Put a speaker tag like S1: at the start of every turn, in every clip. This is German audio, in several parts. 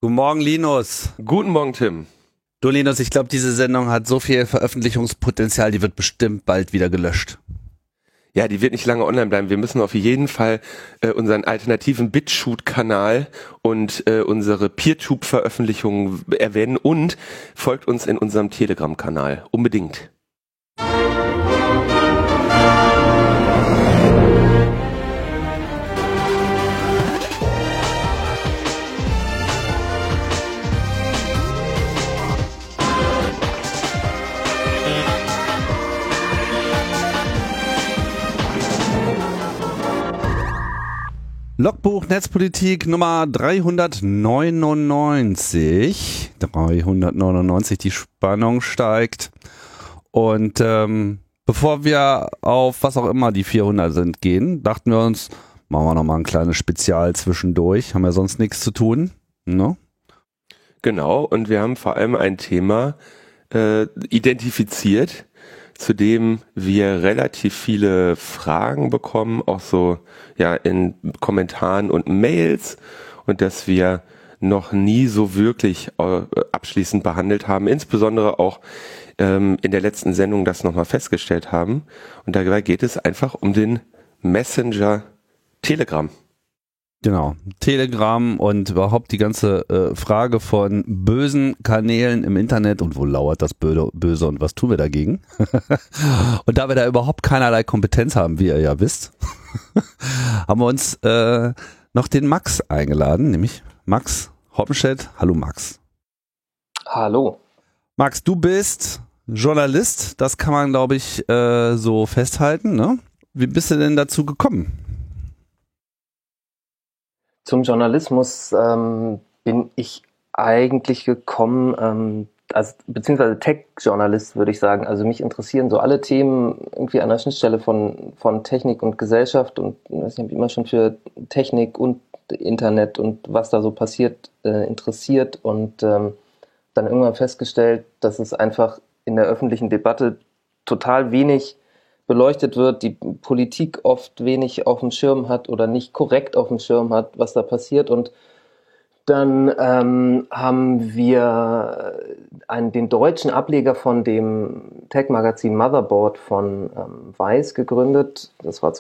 S1: Guten Morgen, Linus.
S2: Guten Morgen, Tim.
S1: Du, Linus, ich glaube, diese Sendung hat so viel Veröffentlichungspotenzial, die wird bestimmt bald wieder gelöscht.
S2: Ja, die wird nicht lange online bleiben. Wir müssen auf jeden Fall unseren alternativen BitChute-Kanal und unsere PeerTube-Veröffentlichungen erwähnen und folgt uns in unserem Telegram-Kanal. Unbedingt.
S1: Logbuch Netzpolitik Nummer 399. 399, die Spannung steigt. Und bevor wir auf was auch immer die 400 sind gehen, dachten wir uns, machen wir nochmal ein kleines Spezial zwischendurch. Haben ja sonst nichts zu tun. No?
S2: Genau, und wir haben vor allem ein Thema identifiziert, zu dem wir relativ viele Fragen bekommen, auch so ja in Kommentaren und Mails, und dass wir noch nie so wirklich abschließend behandelt haben, insbesondere auch in der letzten Sendung das nochmal festgestellt haben. Und dabei geht es einfach um den Messenger Telegram.
S1: Genau, Telegram und überhaupt die ganze Frage von bösen Kanälen im Internet und wo lauert das Böse und was tun wir dagegen? Und da wir da überhaupt keinerlei Kompetenz haben, wie ihr ja wisst, haben wir uns noch den Max eingeladen, nämlich Max Hoppenstedt. Hallo Max.
S3: Hallo.
S1: Max, du bist Journalist, das kann man glaube ich so festhalten, ne? Wie bist du denn dazu gekommen?
S3: Zum Journalismus bin ich eigentlich gekommen, beziehungsweise Tech-Journalist würde ich sagen. Also mich interessieren so alle Themen irgendwie an der Schnittstelle von Technik und Gesellschaft, und ich habe mich immer schon für Technik und Internet und was da so passiert interessiert, und dann irgendwann festgestellt, dass es einfach in der öffentlichen Debatte total wenig beleuchtet wird, die Politik oft wenig auf dem Schirm hat oder nicht korrekt auf dem Schirm hat, was da passiert. Und dann haben wir den deutschen Ableger von dem Tech-Magazin Motherboard von Weiß gegründet. Das war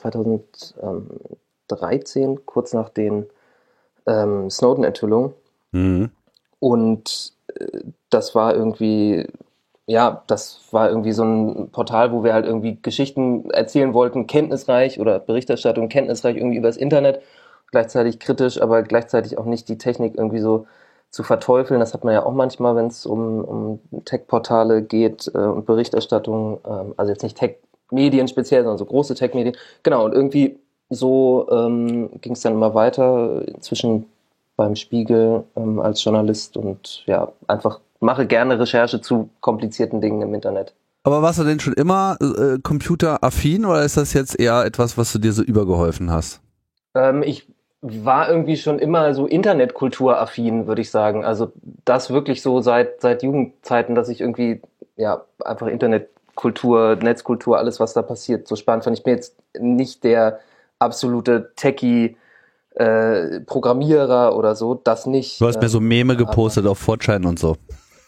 S3: 2013, kurz nach den Snowden-Enthüllungen. Mhm. Und das war irgendwie so ein Portal, wo wir halt irgendwie Geschichten erzählen wollten, kenntnisreich, oder Berichterstattung kenntnisreich irgendwie übers Internet, gleichzeitig kritisch, aber gleichzeitig auch nicht die Technik irgendwie so zu verteufeln. Das hat man ja auch manchmal, wenn es um Tech-Portale geht und Berichterstattung, also jetzt nicht Tech-Medien speziell, sondern so große Tech-Medien. Genau, und irgendwie so ging es dann immer weiter, inzwischen beim Spiegel als Journalist, und ja, einfach mache gerne Recherche zu komplizierten Dingen im Internet.
S1: Aber warst du denn schon immer computeraffin, oder ist das jetzt eher etwas, was du dir so übergeholfen hast?
S3: Ich war irgendwie schon immer so Internetkulturaffin, würde ich sagen. Also das wirklich so seit Jugendzeiten, dass ich irgendwie ja einfach Internetkultur, Netzkultur, alles was da passiert, so spannend fand. Ich bin jetzt nicht der absolute Techie Programmierer oder so, das nicht.
S1: Du hast mir so Meme gepostet auf 4chan und so.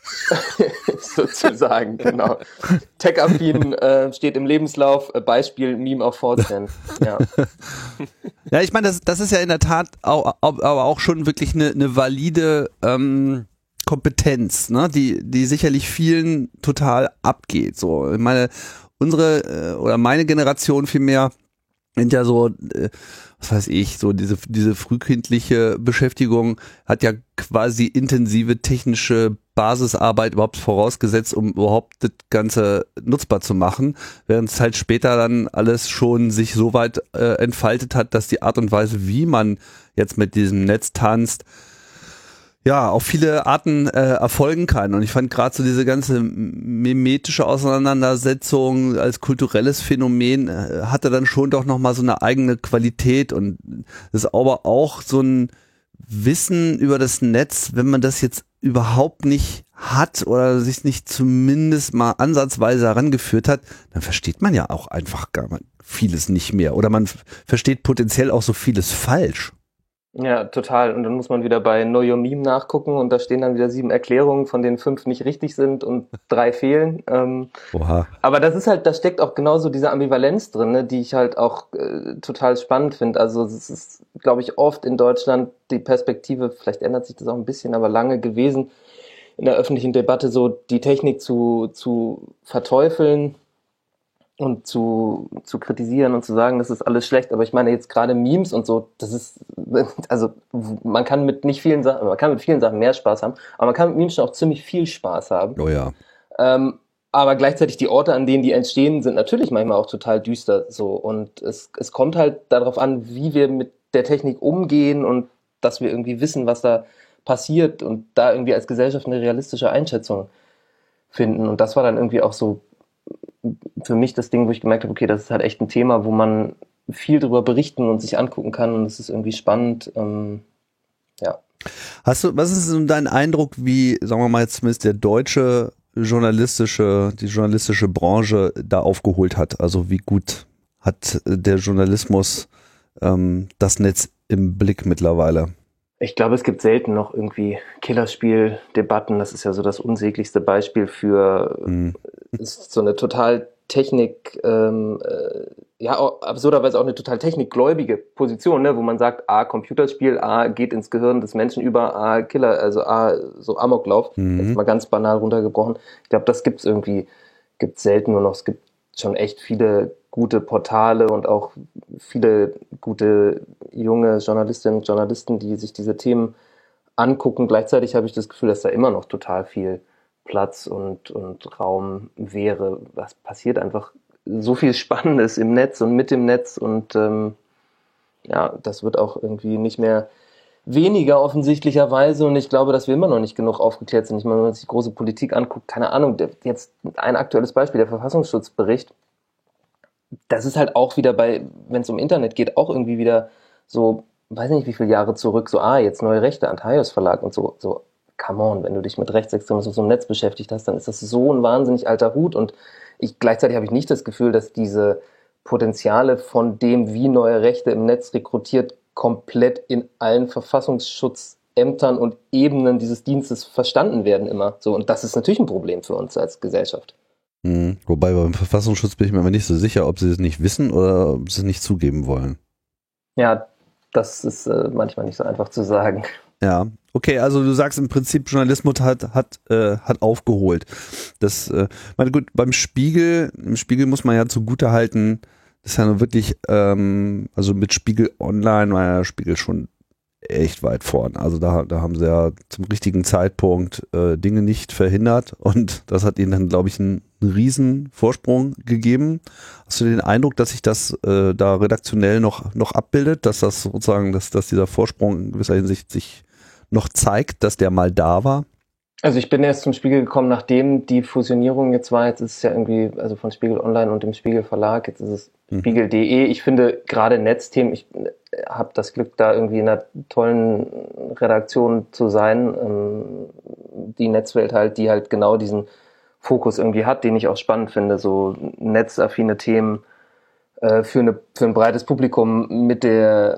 S3: Sozusagen, genau. Tech-affin steht im Lebenslauf, Beispiel Meme auf 4chan. Ja.
S1: Ja, ich meine, das ist ja in der Tat aber auch schon wirklich eine valide Kompetenz, ne, die sicherlich vielen total abgeht. So, ich meine, unsere oder meine Generation vielmehr sind ja so, was weiß ich, so diese frühkindliche Beschäftigung hat ja quasi intensive technische Basisarbeit überhaupt vorausgesetzt, um überhaupt das Ganze nutzbar zu machen, während es halt später dann alles schon sich so weit entfaltet hat, dass die Art und Weise, wie man jetzt mit diesem Netz tanzt, ja, auf viele Arten erfolgen kann. Und ich fand gerade so diese ganze mimetische Auseinandersetzung als kulturelles Phänomen hatte dann schon doch nochmal so eine eigene Qualität, und das ist aber auch so ein Wissen über das Netz, wenn man das jetzt überhaupt nicht hat oder sich nicht zumindest mal ansatzweise herangeführt hat, dann versteht man ja auch einfach gar vieles nicht mehr, oder man versteht potenziell auch so vieles falsch.
S3: Ja, total. Und dann muss man wieder bei Know Your Meme nachgucken und da stehen dann wieder 7 Erklärungen, von denen 5 nicht richtig sind und 3 fehlen.
S1: Oha.
S3: Aber das ist halt, da steckt auch genauso diese Ambivalenz drin, ne, die ich halt auch total spannend finde. Also es ist, glaube ich, oft in Deutschland die Perspektive, vielleicht ändert sich das auch ein bisschen, aber lange gewesen, in der öffentlichen Debatte so die Technik zu verteufeln und zu kritisieren und zu sagen, das ist alles schlecht. Aber ich meine jetzt gerade Memes und so, das ist, also man kann mit vielen Sachen mehr Spaß haben, aber man kann mit Memes schon auch ziemlich viel Spaß haben.
S1: Oh ja.
S3: Aber gleichzeitig die Orte, an denen die entstehen, sind natürlich manchmal auch total düster so. Und es kommt halt darauf an, wie wir mit der Technik umgehen und dass wir irgendwie wissen, was da passiert und da irgendwie als Gesellschaft eine realistische Einschätzung finden. Und das war dann irgendwie auch so für mich das Ding, wo ich gemerkt habe, okay, das ist halt echt ein Thema, wo man viel drüber berichten und sich angucken kann und es ist irgendwie spannend. Ja.
S1: Was ist denn dein Eindruck, wie, sagen wir mal jetzt zumindest die journalistische Branche da aufgeholt hat? Also wie gut hat der Journalismus das Netz im Blick mittlerweile?
S3: Ich glaube, es gibt selten noch irgendwie Killerspiel-Debatten. Das ist ja so das unsäglichste Beispiel für ist so eine total absurderweise auch eine total technikgläubige Position, ne, wo man sagt, Computerspiel, geht ins Gehirn des Menschen über, Killer, also so Amoklauf, jetzt mal ganz banal runtergebrochen. Ich glaube, das gibt's selten nur noch. Es gibt schon echt viele gute Portale und auch viele gute junge Journalistinnen und Journalisten, die sich diese Themen angucken. Gleichzeitig habe ich das Gefühl, dass da immer noch total viel Platz und Raum wäre. Was passiert einfach so viel Spannendes im Netz und mit dem Netz und das wird auch irgendwie nicht mehr weniger offensichtlicherweise und ich glaube, dass wir immer noch nicht genug aufgeklärt sind. Ich meine, wenn man sich die große Politik anguckt, keine Ahnung, jetzt ein aktuelles Beispiel, der Verfassungsschutzbericht, das ist halt auch wieder wenn es um Internet geht, auch irgendwie wieder so, weiß nicht wie viele Jahre zurück, so, jetzt neue Rechte, Antaios Verlag und so, come on, wenn du dich mit Rechtsextremismus im Netz beschäftigt hast, dann ist das so ein wahnsinnig alter Hut und gleichzeitig habe ich nicht das Gefühl, dass diese Potenziale von dem, wie neue Rechte im Netz rekrutiert, komplett in allen Verfassungsschutzämtern und Ebenen dieses Dienstes verstanden werden immer. So, und das ist natürlich ein Problem für uns als Gesellschaft.
S1: Wobei beim Verfassungsschutz bin ich mir aber nicht so sicher, ob sie es nicht wissen oder ob sie es nicht zugeben wollen.
S3: Ja, das ist manchmal nicht so einfach zu sagen.
S1: Ja, okay, also du sagst im Prinzip, Journalismus hat aufgeholt. Meine gut, im Spiegel muss man ja zugute halten, das ist ja nur wirklich, also mit Spiegel Online war ja Spiegel schon echt weit vorn. Also da haben sie ja zum richtigen Zeitpunkt Dinge nicht verhindert und das hat ihnen dann, glaube ich, einen riesen Vorsprung gegeben. Hast du den Eindruck, dass sich das da redaktionell noch abbildet, dass das sozusagen, dass dieser Vorsprung in gewisser Hinsicht sich noch zeigt, dass der mal da war?
S3: Also ich bin erst zum Spiegel gekommen, nachdem die Fusionierung jetzt war. Jetzt ist es ja irgendwie, also von Spiegel Online und dem Spiegel Verlag, jetzt ist es Spiegel.de. Ich finde gerade Netzthemen, ich habe das Glück, da irgendwie in einer tollen Redaktion zu sein, die Netzwelt halt, die halt genau diesen Fokus irgendwie hat, den ich auch spannend finde, so netzaffine Themen für ein breites Publikum mit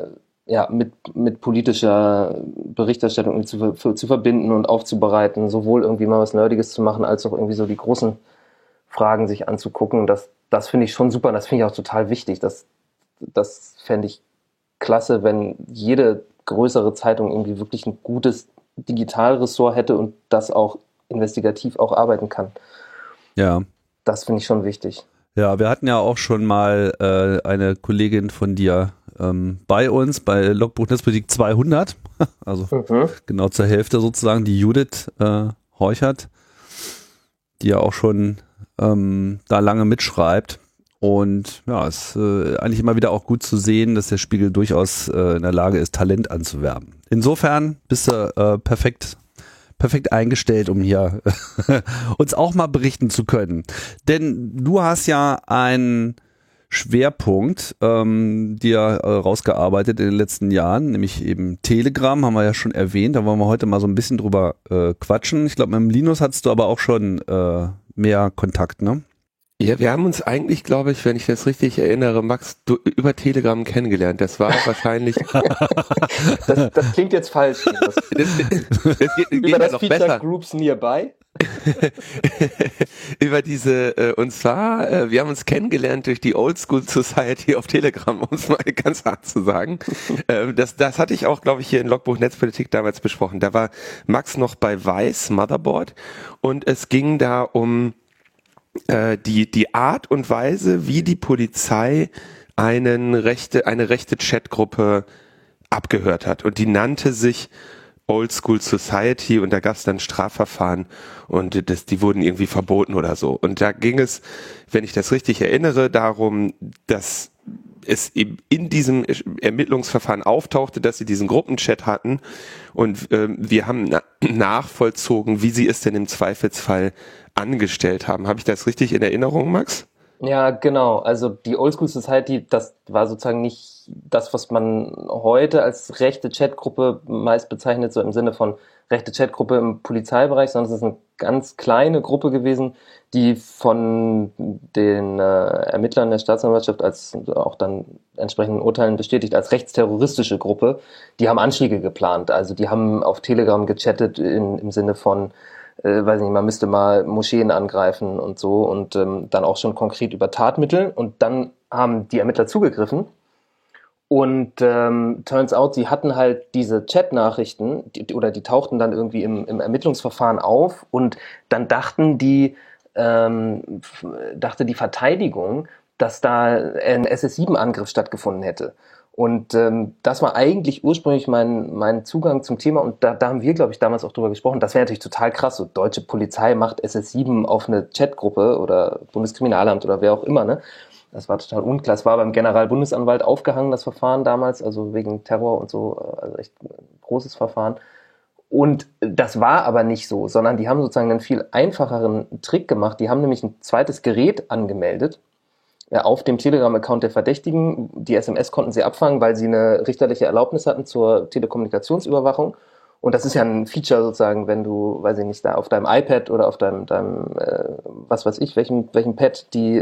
S3: politischer Berichterstattung zu verbinden und aufzubereiten, sowohl irgendwie mal was Nerdiges zu machen, als auch irgendwie so die großen Fragen sich anzugucken. Das finde ich schon super und das finde ich auch total wichtig. Das fände ich klasse, wenn jede größere Zeitung irgendwie wirklich ein gutes Digitalressort hätte und das auch investigativ auch arbeiten kann.
S1: Ja.
S3: Das finde ich schon wichtig.
S1: Ja, wir hatten ja auch schon mal eine Kollegin von dir bei uns, bei Logbuch Netzpolitik 200, also genau zur Hälfte sozusagen, die Judith Horchert, die ja auch schon da lange mitschreibt. Und ja, es ist eigentlich immer wieder auch gut zu sehen, dass der Spiegel durchaus in der Lage ist, Talent anzuwerben. Insofern bist du perfekt eingestellt, um hier uns auch mal berichten zu können. Denn du hast ja einen Schwerpunkt dir rausgearbeitet in den letzten Jahren, nämlich eben Telegram, haben wir ja schon erwähnt. Da wollen wir heute mal so ein bisschen drüber quatschen. Ich glaube, mit dem Linus hattest du aber auch schon mehr Kontakt, ne?
S2: Ja, wir haben uns eigentlich, glaube ich, wenn ich das richtig erinnere, Max, über Telegram kennengelernt. Das war wahrscheinlich...
S3: Das klingt jetzt falsch.
S2: Das geht
S3: Über das
S2: noch
S3: Feature
S2: besser.
S3: Groups Nearby?
S2: Über diese, und zwar, wir haben uns kennengelernt durch die Oldschool Society auf Telegram, um es mal ganz hart zu sagen. Das hatte ich auch, glaube ich, hier in Logbuch Netzpolitik damals besprochen. Da war Max noch bei Weiß, Motherboard, und es ging da um die Art und Weise, wie die Polizei eine rechte Chatgruppe abgehört hat. Und die nannte sich Oldschool Society und da gab es dann Strafverfahren und die wurden irgendwie verboten oder so. Und da ging es, wenn ich das richtig erinnere, darum, dass es eben in diesem Ermittlungsverfahren auftauchte, dass sie diesen Gruppenchat hatten und wir haben nachvollzogen, wie sie es denn im Zweifelsfall angestellt haben. Habe ich das richtig in Erinnerung, Max?
S3: Ja, genau. Also die Oldschool Society, das war sozusagen nicht das, was man heute als rechte Chatgruppe meist bezeichnet, so im Sinne von rechte Chatgruppe im Polizeibereich, sondern es ist eine ganz kleine Gruppe gewesen, die von den Ermittlern der Staatsanwaltschaft als auch dann entsprechenden Urteilen bestätigt als rechtsterroristische Gruppe. Die haben Anschläge geplant. Also die haben auf Telegram gechattet im Sinne von weiß nicht, man müsste mal Moscheen angreifen und so und dann auch schon konkret über Tatmittel und dann haben die Ermittler zugegriffen und turns out, sie hatten halt diese Chat-Nachrichten die tauchten dann irgendwie im Ermittlungsverfahren auf und dann dachte die Verteidigung, dass da ein SS-7-Angriff stattgefunden hätte. Und das war eigentlich ursprünglich mein Zugang zum Thema und da haben wir, glaube ich, damals auch drüber gesprochen. Das wäre natürlich total krass, so deutsche Polizei macht SS7 auf eine Chatgruppe oder Bundeskriminalamt oder wer auch immer, ne? Das war total unklar. Es war beim Generalbundesanwalt aufgehangen, das Verfahren damals, also wegen Terror und so, also echt ein großes Verfahren. Und das war aber nicht so, sondern die haben sozusagen einen viel einfacheren Trick gemacht. Die haben nämlich ein zweites Gerät angemeldet, auf dem Telegram-Account der Verdächtigen. Die SMS konnten sie abfangen, weil sie eine richterliche Erlaubnis hatten zur Telekommunikationsüberwachung. Und das ist ja ein Feature sozusagen, wenn du, weiß ich nicht, da auf deinem iPad oder auf deinem was weiß ich, welchem Pad die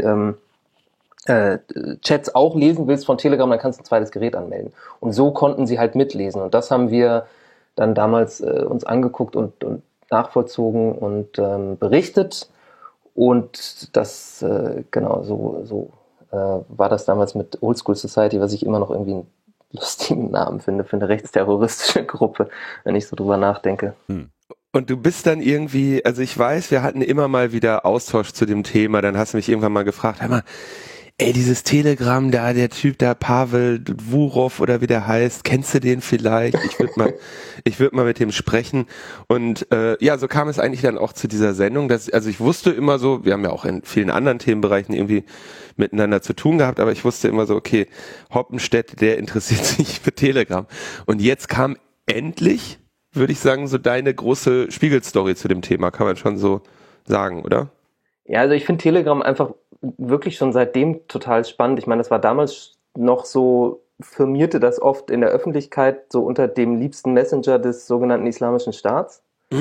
S3: Chats auch lesen willst von Telegram, dann kannst du ein zweites Gerät anmelden. Und so konnten sie halt mitlesen. Und das haben wir dann damals uns angeguckt und nachvollzogen und berichtet. Und das, genau, so war das damals mit Oldschool Society, was ich immer noch irgendwie einen lustigen Namen finde für eine rechtsterroristische Gruppe, wenn ich so drüber nachdenke.
S2: Und du bist dann irgendwie, also ich weiß, wir hatten immer mal wieder Austausch zu dem Thema, dann hast du mich irgendwann mal gefragt, hör mal, ey, dieses Telegram, der Typ da, Pavel Dwurov oder wie der heißt, kennst du den vielleicht? Ich würd mal mit dem sprechen. Und ja, so kam es eigentlich dann auch zu dieser Sendung. Also ich wusste immer so, wir haben ja auch in vielen anderen Themenbereichen irgendwie miteinander zu tun gehabt, aber ich wusste immer so, okay, Hoppenstedt, der interessiert sich für Telegram. Und jetzt kam endlich, würde ich sagen, so deine große Spiegelstory zu dem Thema, kann man schon so sagen, oder?
S3: Ja, also ich finde Telegram einfach wirklich schon seitdem total spannend. Ich meine, das war damals noch so, firmierte das oft in der Öffentlichkeit so unter dem liebsten Messenger des sogenannten Islamischen Staats.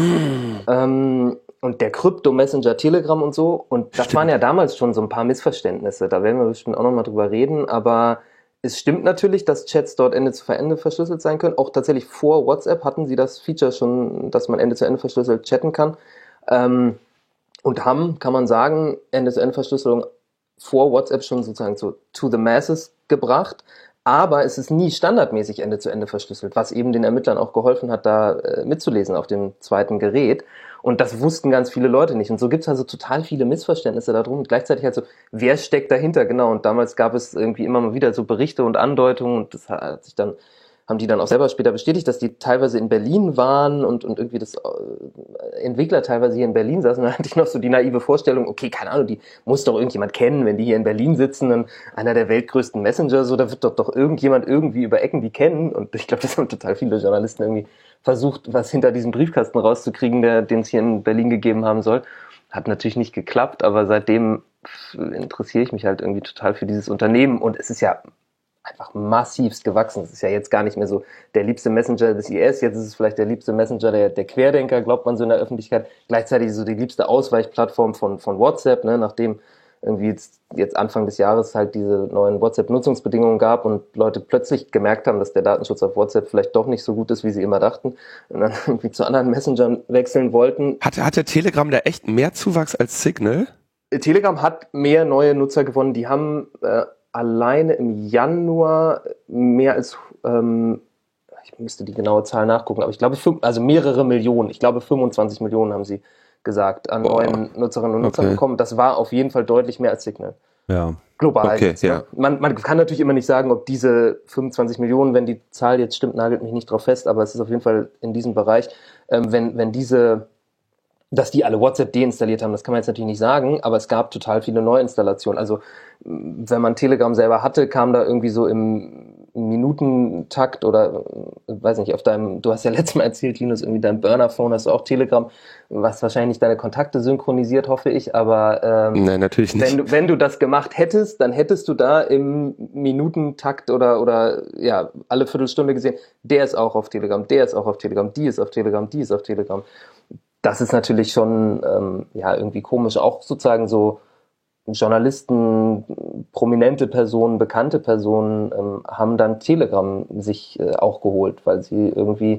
S3: Und der Krypto-Messenger Telegram und so. Und das waren ja damals schon so ein paar Missverständnisse. Da werden wir bestimmt auch nochmal drüber reden. Aber es stimmt natürlich, dass Chats dort Ende zu Ende verschlüsselt sein können. Auch tatsächlich vor WhatsApp hatten sie das Feature schon, dass man Ende zu Ende verschlüsselt chatten kann. Und haben, kann man sagen, Ende-zu-Ende-Verschlüsselung vor WhatsApp schon sozusagen so to the masses gebracht, aber es ist nie standardmäßig Ende-zu-Ende verschlüsselt, was eben den Ermittlern auch geholfen hat, da mitzulesen auf dem zweiten Gerät. Und das wussten ganz viele Leute nicht. Und so gibt es also total viele Missverständnisse darum. Und gleichzeitig halt so, wer steckt dahinter? Genau. Und damals gab es irgendwie immer mal wieder so Berichte und Andeutungen und das hat sich dann haben die dann auch selber später bestätigt, dass die teilweise in Berlin waren und irgendwie das Entwickler teilweise hier in Berlin saßen. Da hatte ich noch so die naive Vorstellung, okay, keine Ahnung, die muss doch irgendjemand kennen, wenn die hier in Berlin sitzen, dann einer der weltgrößten Messenger, so, da wird doch irgendjemand irgendwie über Ecken die kennen. Und ich glaube, das haben total viele Journalisten irgendwie versucht, was hinter diesem Briefkasten rauszukriegen, den es hier in Berlin gegeben haben soll. Hat natürlich nicht geklappt, aber seitdem interessiere ich mich halt irgendwie total für dieses Unternehmen und es ist ja einfach massivst gewachsen. Es ist ja jetzt gar nicht mehr so der liebste Messenger des IS, jetzt ist es vielleicht der liebste Messenger der Querdenker, glaubt man so in der Öffentlichkeit. Gleichzeitig so die liebste Ausweichplattform von WhatsApp, ne, nachdem irgendwie jetzt Anfang des Jahres halt diese neuen WhatsApp-Nutzungsbedingungen gab und Leute plötzlich gemerkt haben, dass der Datenschutz auf WhatsApp vielleicht doch nicht so gut ist, wie sie immer dachten und dann irgendwie zu anderen Messengern wechseln wollten.
S2: Hat der Telegram da echt mehr Zuwachs als Signal?
S3: Telegram hat mehr neue Nutzer gewonnen. Die haben alleine im Januar mehr als, ich müsste die genaue Zahl nachgucken, aber ich glaube, also mehrere Millionen, ich glaube 25 Millionen haben sie gesagt, an neuen Nutzerinnen und Nutzern bekommen. Das war auf jeden Fall deutlich mehr als Signal.
S1: Ja.
S3: Global.
S2: Okay,
S3: jetzt, ne? Man kann natürlich immer nicht sagen, ob diese 25 Millionen, wenn die Zahl jetzt stimmt, nagelt mich nicht drauf fest, aber es ist auf jeden Fall in diesem Bereich, wenn diese, dass die alle WhatsApp deinstalliert haben, das kann man jetzt natürlich nicht sagen, aber es gab total viele Neuinstallationen. Also wenn man Telegram selber hatte, kam da irgendwie so im Minutentakt oder weiß nicht, du hast ja letztes Mal erzählt, Linus, irgendwie dein Burner-Phone hast du auch Telegram, was wahrscheinlich deine Kontakte synchronisiert, hoffe ich, aber
S2: nein, natürlich nicht.
S3: Wenn du das gemacht hättest, dann hättest du da im Minutentakt oder ja, alle Viertelstunde gesehen, der ist auch auf Telegram, der ist auch auf Telegram, die ist auf Telegram, die ist auf Telegram. Das ist natürlich schon irgendwie komisch, auch sozusagen so Journalisten, prominente Personen, bekannte Personen haben dann Telegram sich auch geholt, weil sie irgendwie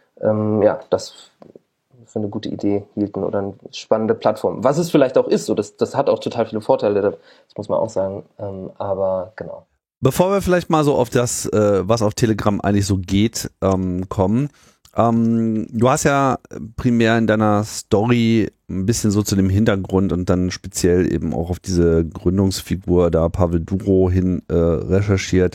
S3: das für eine gute Idee hielten oder eine spannende Plattform. Was es vielleicht auch ist, so das hat auch total viele Vorteile, das muss man auch sagen, aber genau.
S1: Bevor wir vielleicht mal so auf das, was auf Telegram eigentlich so geht, kommen, du hast ja primär in deiner Story ein bisschen so zu dem Hintergrund und dann speziell eben auch auf diese Gründungsfigur da Pavel Duro hin recherchiert.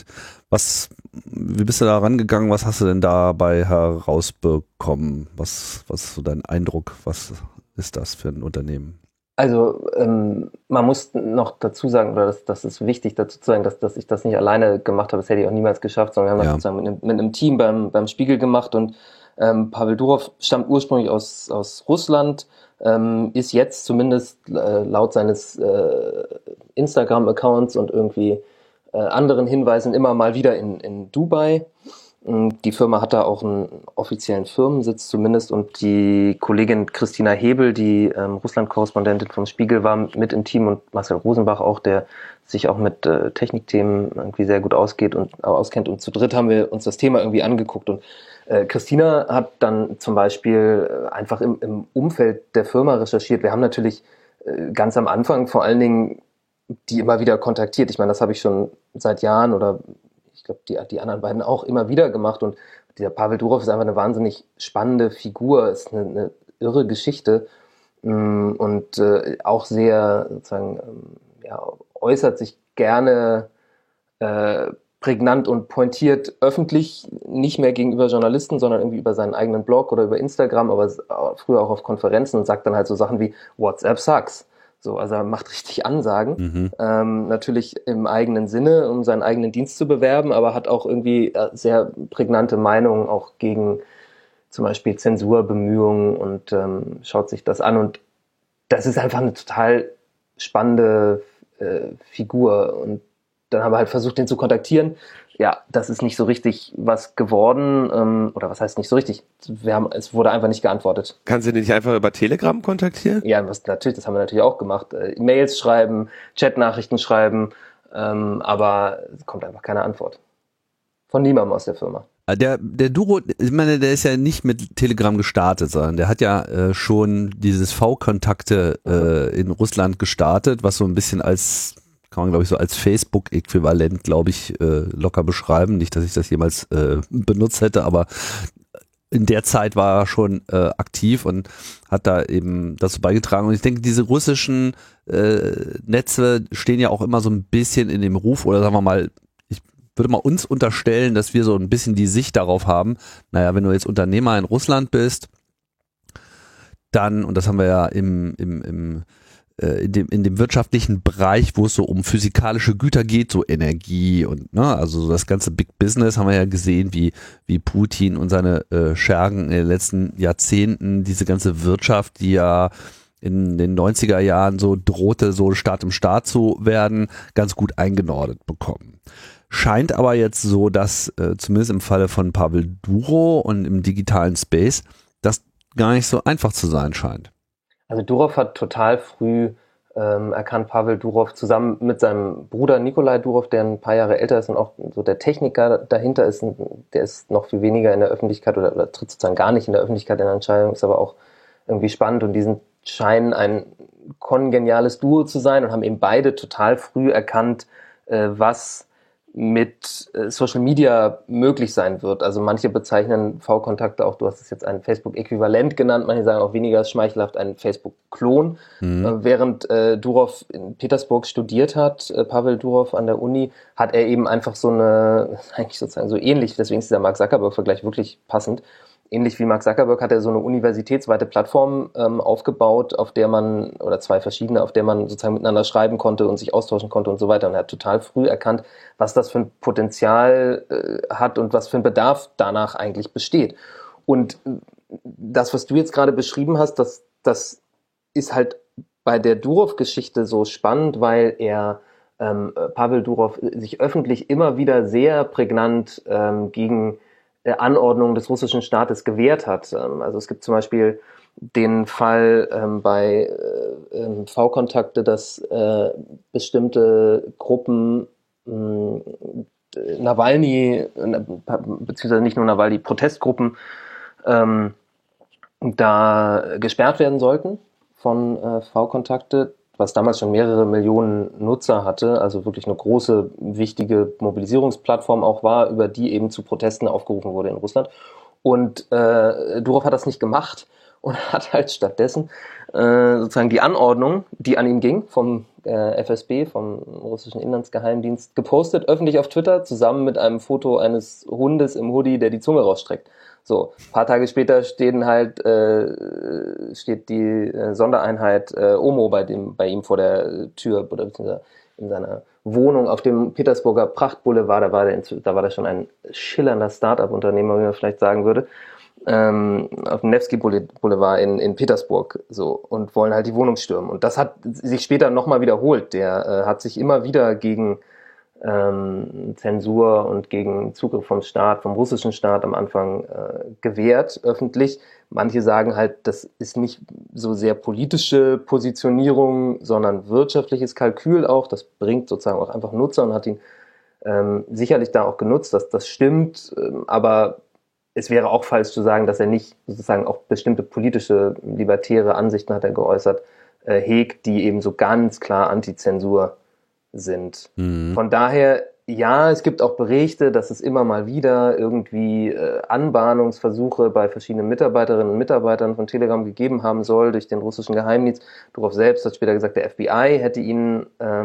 S1: Wie bist du da rangegangen? Was hast du denn dabei herausbekommen? Was ist so dein Eindruck? Was ist das für ein Unternehmen?
S3: Also man muss noch dazu sagen, oder das ist wichtig dazu zu sagen, dass ich das nicht alleine gemacht habe, das hätte ich auch niemals geschafft, sondern wir haben das sozusagen mit einem Team beim Spiegel gemacht und Pavel Durov stammt ursprünglich aus Russland, ist jetzt zumindest laut seines Instagram-Accounts und irgendwie anderen Hinweisen immer mal wieder in Dubai. Die Firma hat da auch einen offiziellen Firmensitz zumindest und die Kollegin Christina Hebel, die Russland-Korrespondentin vom Spiegel, war mit im Team und Marcel Rosenbach auch, der sich auch mit Technikthemen irgendwie sehr gut auskennt und zu dritt haben wir uns das Thema irgendwie angeguckt und Christina hat dann zum Beispiel einfach im Umfeld der Firma recherchiert. Wir haben natürlich ganz am Anfang vor allen Dingen die immer wieder kontaktiert. Ich meine, das habe ich schon seit Jahren oder ich glaube, die anderen beiden auch immer wieder gemacht. Und dieser Pavel Durov ist einfach eine wahnsinnig spannende Figur, ist eine irre Geschichte und auch sehr sozusagen äußert sich gerne prägnant und pointiert öffentlich, nicht mehr gegenüber Journalisten, sondern irgendwie über seinen eigenen Blog oder über Instagram, aber früher auch auf Konferenzen und sagt dann halt so Sachen wie WhatsApp sucks. So, also er macht richtig Ansagen, natürlich im eigenen Sinne, um seinen eigenen Dienst zu bewerben, aber hat auch irgendwie sehr prägnante Meinungen auch gegen zum Beispiel Zensurbemühungen und schaut sich das an und das ist einfach eine total spannende Figur und dann haben wir halt versucht, den zu kontaktieren. Ja, das ist nicht so richtig was geworden. Oder was heißt nicht so richtig? Es wurde einfach nicht geantwortet.
S2: Kannst du den nicht einfach über Telegram kontaktieren?
S3: Ja, das haben wir natürlich auch gemacht. Mails schreiben, Chatnachrichten schreiben, aber es kommt einfach keine Antwort. Von niemandem aus der Firma.
S1: Der Duro, ich meine, der ist ja nicht mit Telegram gestartet, sondern der hat ja schon dieses V-Kontakte in Russland gestartet, was so ein bisschen kann man glaube ich so als Facebook-Äquivalent, glaube ich, locker beschreiben. Nicht, dass ich das jemals benutzt hätte, aber in der Zeit war er schon aktiv und hat da eben dazu beigetragen. Und ich denke, diese russischen Netze stehen ja auch immer so ein bisschen in dem Ruf, oder sagen wir mal, ich würde mal uns unterstellen, dass wir so ein bisschen die Sicht darauf haben, naja, wenn du jetzt Unternehmer in Russland bist, dann, und das haben wir ja in dem wirtschaftlichen Bereich, wo es so um physikalische Güter geht, so Energie und also so das ganze Big Business, haben wir ja gesehen, wie Putin und seine Schergen in den letzten Jahrzehnten diese ganze Wirtschaft, die ja in den 90er Jahren so drohte, so Staat im Staat zu werden, ganz gut eingenordet bekommen. Scheint aber jetzt so, dass zumindest im Falle von Pavel Duro und im digitalen Space das gar nicht so einfach zu sein scheint.
S3: Also Durov hat total früh erkannt Pavel Durov zusammen mit seinem Bruder Nikolai Durov, der ein paar Jahre älter ist und auch so der Techniker dahinter ist. Der ist noch viel weniger in der Öffentlichkeit oder tritt sozusagen gar nicht in der Öffentlichkeit in Erscheinung, ist aber auch irgendwie spannend und die scheinen ein kongeniales Duo zu sein und haben eben beide total früh erkannt, was mit Social Media möglich sein wird. Also manche bezeichnen V-Kontakte auch, du hast es jetzt ein Facebook-Äquivalent genannt, manche sagen auch weniger schmeichelhaft ein Facebook-Klon. Während Durov in Petersburg studiert hat, Pavel Durov an der Uni, hat er eben einfach so eine, eigentlich sozusagen so ähnlich, deswegen ist dieser Mark Zuckerberg-Vergleich wirklich passend, ähnlich wie Mark Zuckerberg hat er so eine universitätsweite Plattform aufgebaut, auf der man, oder zwei verschiedene, auf der man sozusagen miteinander schreiben konnte und sich austauschen konnte und so weiter. Und er hat total früh erkannt, was das für ein Potenzial hat und was für ein Bedarf danach eigentlich besteht. Und das, was du jetzt gerade beschrieben hast, das ist halt bei der Durov-Geschichte so spannend, weil er Pavel Durov sich öffentlich immer wieder sehr prägnant gegen Anordnungen des russischen Staates gewehrt hat. Also es gibt zum Beispiel den Fall bei V-Kontakte, dass bestimmte Gruppen Nawalny, beziehungsweise nicht nur Nawalny, Protestgruppen da gesperrt werden sollten von V-Kontakte, was damals schon mehrere Millionen Nutzer hatte, also wirklich eine große, wichtige Mobilisierungsplattform auch war, über die eben zu Protesten aufgerufen wurde in Russland. Und Durov hat das nicht gemacht und hat halt stattdessen sozusagen die Anordnung, die an ihn ging, vom FSB, vom russischen Inlandsgeheimdienst, gepostet, öffentlich auf Twitter, zusammen mit einem Foto eines Hundes im Hoodie, der die Zunge rausstreckt. So, ein paar Tage später steht die Sondereinheit OMO bei ihm vor der Tür oder beziehungsweise in seiner Wohnung auf dem Petersburger Prachtboulevard. Da war schon ein schillernder Start-up-Unternehmer, wie man vielleicht sagen würde, auf dem Nevsky Boulevard in Petersburg, so, und wollen halt die Wohnung stürmen. Und das hat sich später nochmal wiederholt. Der hat sich immer wieder gegen Zensur und gegen Zugriff vom russischen Staat am Anfang gewehrt, öffentlich. Manche sagen halt, das ist nicht so sehr politische Positionierung, sondern wirtschaftliches Kalkül auch. Das bringt sozusagen auch einfach Nutzer und hat ihn sicherlich da auch genutzt. Das stimmt, aber es wäre auch falsch zu sagen, dass er nicht sozusagen auch bestimmte politische, libertäre Ansichten, hat er geäußert, hegt, die eben so ganz klar Antizensur sind. Von daher, ja, es gibt auch Berichte, dass es immer mal wieder irgendwie Anbahnungsversuche bei verschiedenen Mitarbeiterinnen und Mitarbeitern von Telegram gegeben haben soll durch den russischen Geheimdienst. Durov selbst hat später gesagt, der FBI hätte ihn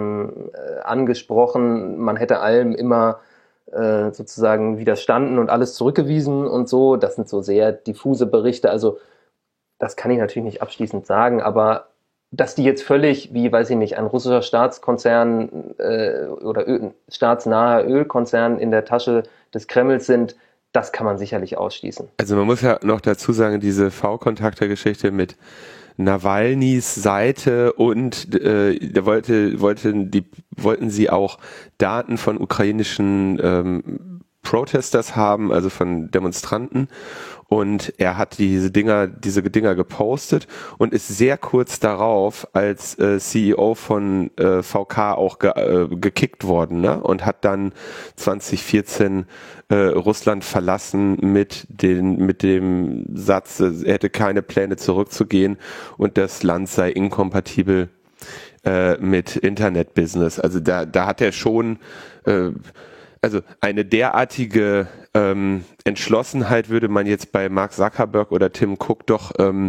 S3: angesprochen, man hätte allem immer sozusagen widerstanden und alles zurückgewiesen und so. Das sind so sehr diffuse Berichte, also das kann ich natürlich nicht abschließend sagen, aber dass die jetzt völlig, wie, weiß ich nicht, ein russischer Staatskonzern oder staatsnaher Ölkonzern in der Tasche des Kremls sind, das kann man sicherlich ausschließen.
S2: Also man muss ja noch dazu sagen, diese V-Kontakte-Geschichte mit Nawalnys Seite und da wollten sie auch Daten von ukrainischen Protesters haben, also von Demonstranten, und er hat diese Dinger gepostet und ist sehr kurz darauf als CEO von VK auch gekickt worden, ne? Und hat dann 2014 Russland verlassen mit dem Satz, er hätte keine Pläne zurückzugehen und das Land sei inkompatibel mit Internet-Business. Also da hat er schon also eine derartige Entschlossenheit würde man jetzt bei Mark Zuckerberg oder Tim Cook doch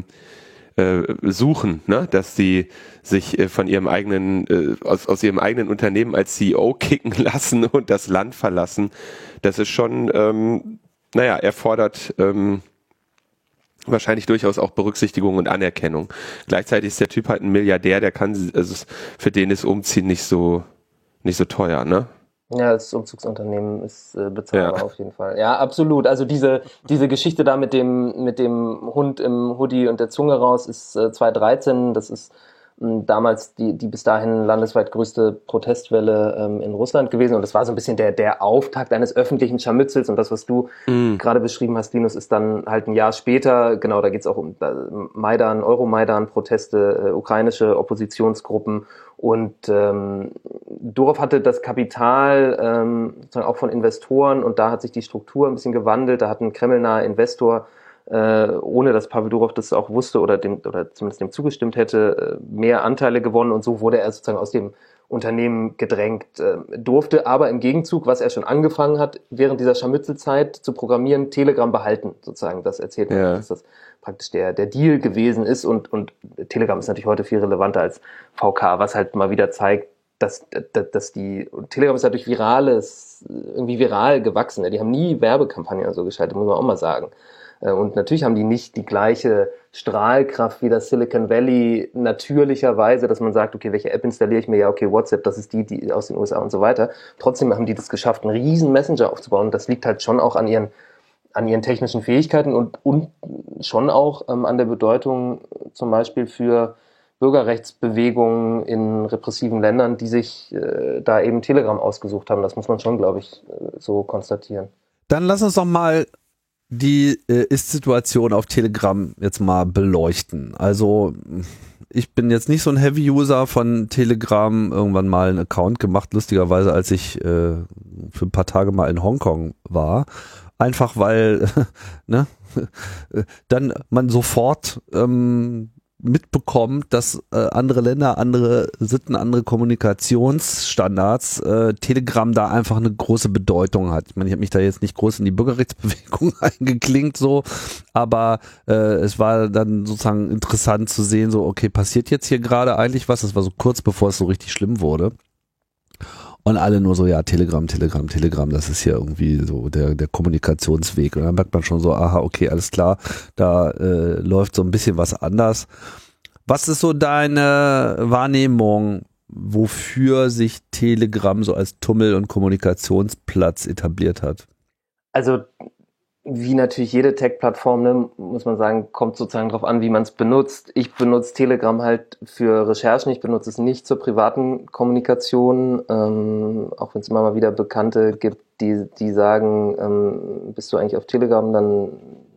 S2: suchen, ne? Dass sie sich von ihrem eigenen aus ihrem eigenen Unternehmen als CEO kicken lassen und das Land verlassen. Das ist schon, erfordert wahrscheinlich durchaus auch Berücksichtigung und Anerkennung. Gleichzeitig ist der Typ halt ein Milliardär, für den ist Umziehen nicht so teuer, ne?
S3: Ja, das Umzugsunternehmen ist bezahlbar auf jeden Fall. Ja, absolut. Also diese Geschichte da mit dem Hund im Hoodie und der Zunge raus ist 2013. Das ist damals die bis dahin landesweit größte Protestwelle in Russland gewesen. Und das war so ein bisschen der Auftakt eines öffentlichen Scharmützels. Und das, was du gerade beschrieben hast, Linus, ist dann halt ein Jahr später, genau, da geht es auch um Maidan, Euromaidan-Proteste, ukrainische Oppositionsgruppen. Und Durov hatte das Kapital sozusagen auch von Investoren, und da hat sich die Struktur ein bisschen gewandelt. Da hat ein kremlnaher Investor, ohne dass Pavel Durov das auch wusste oder zumindest dem zugestimmt hätte, mehr Anteile gewonnen, und so wurde er sozusagen aus dem Unternehmen gedrängt, durfte aber im Gegenzug, was er schon angefangen hat, während dieser Scharmützelzeit zu programmieren, Telegram behalten, sozusagen. Das erzählt man, dass das praktisch der Deal gewesen ist, und Telegram ist natürlich heute viel relevanter als VK, was halt mal wieder zeigt, dass Telegram ist ja durch irgendwie viral gewachsen. Die haben nie Werbekampagnen oder so geschaltet, muss man auch mal sagen. Und natürlich haben die nicht die gleiche Strahlkraft wie das Silicon Valley natürlicherweise, dass man sagt, okay, welche App installiere ich mir? Ja, okay, WhatsApp, das ist die aus den USA und so weiter. Trotzdem haben die das geschafft, einen riesen Messenger aufzubauen. Und das liegt halt schon auch an ihren technischen Fähigkeiten und schon auch an der Bedeutung zum Beispiel für Bürgerrechtsbewegungen in repressiven Ländern, die sich da eben Telegram ausgesucht haben. Das muss man schon, glaube ich, so konstatieren.
S1: Dann lass uns doch mal die Ist-Situation auf Telegram jetzt mal beleuchten. Also ich bin jetzt nicht so ein Heavy-User von Telegram, irgendwann mal einen Account gemacht, lustigerweise, als ich für ein paar Tage mal in Hongkong war. Einfach weil dann man sofort mitbekommt, dass andere Länder, andere Sitten, andere Kommunikationsstandards, Telegram da einfach eine große Bedeutung hat. Ich meine, ich habe mich da jetzt nicht groß in die Bürgerrechtsbewegung eingeklinkt, so, aber es war dann sozusagen interessant zu sehen, so, okay, passiert jetzt hier gerade eigentlich was? Das war so kurz bevor es so richtig schlimm wurde. Und alle nur so, ja, Telegram, das ist hier irgendwie so der Kommunikationsweg. Und dann merkt man schon so, aha, okay, alles klar, da läuft so ein bisschen was anders. Was ist so deine Wahrnehmung, wofür sich Telegram so als Tummel- und Kommunikationsplatz etabliert hat?
S3: Also wie natürlich jede Tech-Plattform, ne, muss man sagen, kommt sozusagen darauf an, wie man es benutzt. Ich benutze Telegram halt für Recherchen, ich benutze es nicht zur privaten Kommunikation, auch wenn es immer mal wieder Bekannte gibt, die sagen, bist du eigentlich auf Telegram, dann